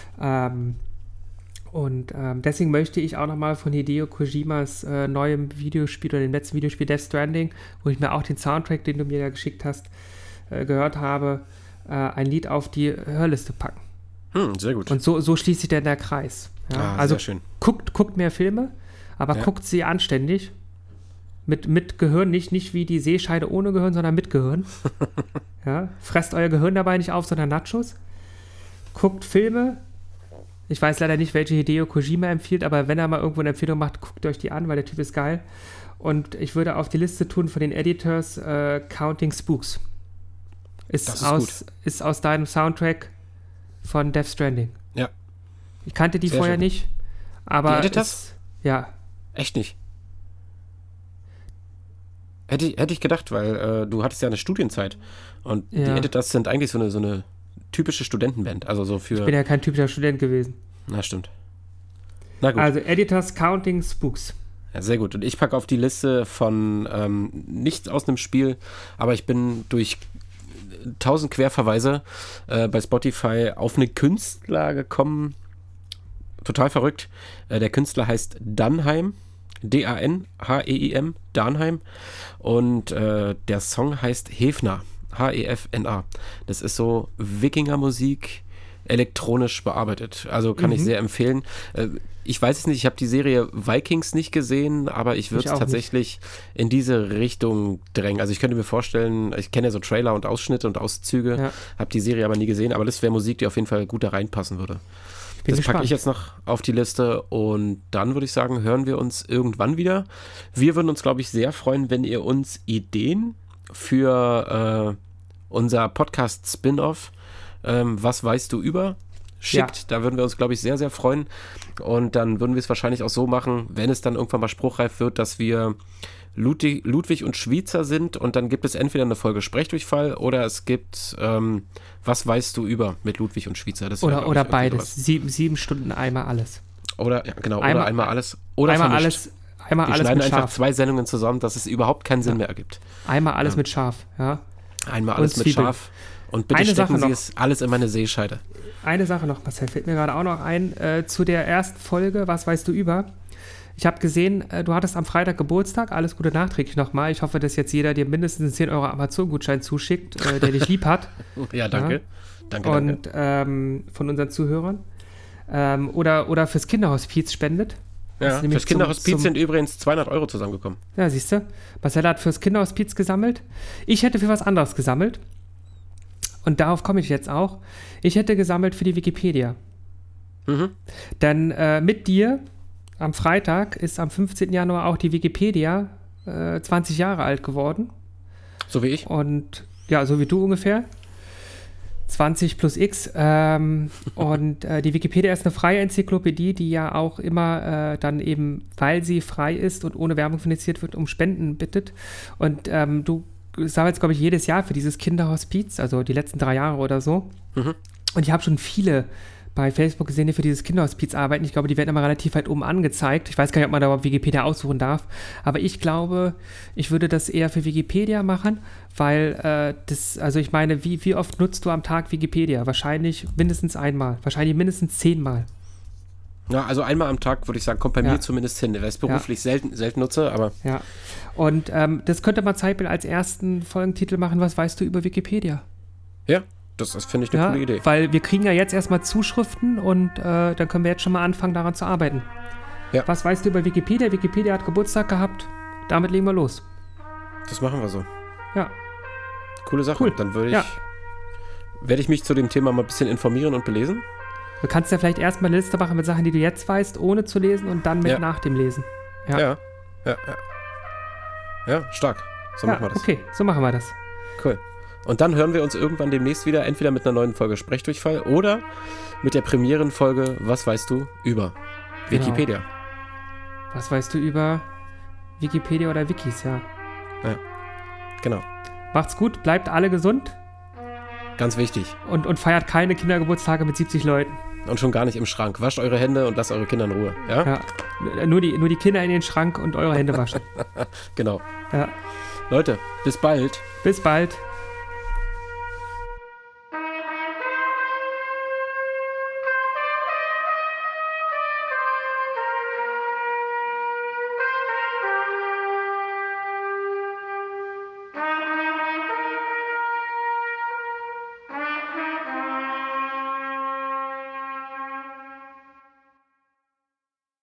Deswegen möchte ich auch nochmal von Hideo Kojimas neuem Videospiel oder dem letzten Videospiel Death Stranding, wo ich mir auch den Soundtrack, den du mir ja geschickt hast, gehört habe, ein Lied auf die Hörliste packen. Sehr gut. Und so schließt sich dann der Kreis. Ja? Also sehr schön. Guckt mehr Filme, aber guckt sie anständig. Mit Gehirn, nicht wie die Seescheide ohne Gehirn, sondern mit Gehirn. Ja? Fresst euer Gehirn dabei nicht auf, sondern Nachos. Guckt Filme. Ich weiß leider nicht, welche Hideo Kojima empfiehlt, aber wenn er mal irgendwo eine Empfehlung macht, guckt euch die an, weil der Typ ist geil. Und ich würde auf die Liste tun von den Editors Counting Spooks. Ist aus deinem Soundtrack von Death Stranding. Ja. Ich kannte die vorher nicht, aber die Editors? Ja. Echt nicht? Hätte ich gedacht, weil du hattest ja eine Studienzeit und die Editors sind eigentlich so eine typische Studentenband, also so für... Ich bin ja kein typischer Student gewesen. Na, stimmt. Na gut. Also Editors Counting Spooks. Ja, sehr gut. Und ich packe auf die Liste von nichts aus einem Spiel, aber ich bin durch 1000 Querverweise bei Spotify auf einen Künstler gekommen. Total verrückt. Der Künstler heißt Danheim. D-A-N-H-E-I-M, Danheim. Und der Song heißt Hefna, H-E-F-N-A. Das ist so Wikingermusik, elektronisch bearbeitet. Also kann ich sehr empfehlen. Ich weiß es nicht, ich habe die Serie Vikings nicht gesehen, aber ich würde es tatsächlich in diese Richtung drängen. Also ich könnte mir vorstellen, ich kenne ja so Trailer und Ausschnitte und Auszüge, habe die Serie aber nie gesehen, aber das wäre Musik, die auf jeden Fall gut da reinpassen würde. Das packe ich jetzt noch auf die Liste und dann würde ich sagen, hören wir uns irgendwann wieder. Wir würden uns, glaube ich, sehr freuen, wenn ihr uns Ideen für unser Podcast-Spin-Off Was weißt du über? schickt. Ja. Da würden wir uns, glaube ich, sehr, sehr freuen. Und dann würden wir es wahrscheinlich auch so machen, wenn es dann irgendwann mal spruchreif wird, dass wir Ludwig und Schweizer sind und dann gibt es entweder eine Folge Sprechdurchfall oder es gibt Was weißt du über mit Ludwig und Schweizer. Das wäre, Oder beides. 7 Stunden einmal alles. Oder, ja, genau, oder einmal alles. Oder einmal vermischt. alles. Einmal Wir alles schneiden mit einfach Schaf. 2 Sendungen zusammen, dass es überhaupt keinen Sinn mehr ergibt. Einmal alles mit Schaf, ja. Einmal alles Und mit Zwiebeln. Schaf. Und bitte Eine stecken Sache Sie noch. es alles in meine Seescheide. Eine Sache noch, Marcel, fällt mir gerade auch noch ein, zu der ersten Folge, was weißt du über? Ich habe gesehen, du hattest am Freitag Geburtstag, alles Gute nachträglich nochmal. Ich hoffe, dass jetzt jeder dir mindestens einen 10 Euro Amazon-Gutschein zuschickt, der dich lieb hat. Ja, danke. Ja. Danke. Und von unseren Zuhörern. Oder fürs Kinderhospiz spendet. Das Ja, ist nämlich fürs Kinderhospiz zum- sind übrigens 200 Euro zusammengekommen. Ja, siehst du, Marcella hat fürs Kinderhospiz gesammelt. Ich hätte für was anderes gesammelt. Und darauf komme ich jetzt auch. Ich hätte gesammelt für die Wikipedia. Mhm. Denn mit dir am Freitag ist am 15. Januar auch die Wikipedia 20 Jahre alt geworden. So wie ich. Und ja, so wie du ungefähr. 20 plus X. Und die Wikipedia ist eine freie Enzyklopädie, die ja auch immer dann eben, weil sie frei ist und ohne Werbung finanziert wird, um Spenden bittet. Und du sammelst, glaube ich, jedes Jahr für dieses Kinderhospiz, also die letzten 3 Jahre oder so. Mhm. Und ich habe schon viele bei Facebook gesehen, die für dieses Kinderhospiz arbeiten. Ich glaube, die werden immer relativ weit oben angezeigt. Ich weiß gar nicht, ob man da überhaupt Wikipedia aussuchen darf. Aber ich glaube, ich würde das eher für Wikipedia machen, weil also ich meine, wie oft nutzt du am Tag Wikipedia? Wahrscheinlich mindestens einmal. Wahrscheinlich mindestens 10-mal. Ja, also einmal am Tag, würde ich sagen, kommt bei Ja. mir zumindest hin. Weil ich es beruflich selten nutze, aber Ja. Und das könnte man zum Beispiel als ersten Folgentitel machen, was weißt du über Wikipedia? ja, das finde ich eine coole Idee. Weil wir kriegen ja jetzt erstmal Zuschriften und dann können wir jetzt schon mal anfangen, daran zu arbeiten. Ja. Was weißt du über Wikipedia? Wikipedia hat Geburtstag gehabt. Damit legen wir los. Das machen wir so. Ja. Coole Sache. Cool. Dann Ja. werde ich mich zu dem Thema mal ein bisschen informieren und belesen. Du kannst ja vielleicht erstmal eine Liste machen mit Sachen, die du jetzt weißt, ohne zu lesen und dann mit Ja. nach dem Lesen. Ja. Ja. Ja, stark. So machen wir das. Okay, so machen wir das. Cool. Und dann hören wir uns irgendwann demnächst wieder, entweder mit einer neuen Folge Sprechdurchfall oder mit der Premierenfolge Was weißt du über Wikipedia. Was weißt du über Wikipedia oder Wikis, ja. Genau. Macht's gut, bleibt alle gesund Ganz wichtig. und feiert keine Kindergeburtstage mit 70 Leuten. Und schon gar nicht im Schrank. Wascht eure Hände und lasst eure Kinder in Ruhe. Ja? Ja. Nur die Kinder in den Schrank und eure Hände waschen. Genau. Ja. Leute, bis bald. Bis bald.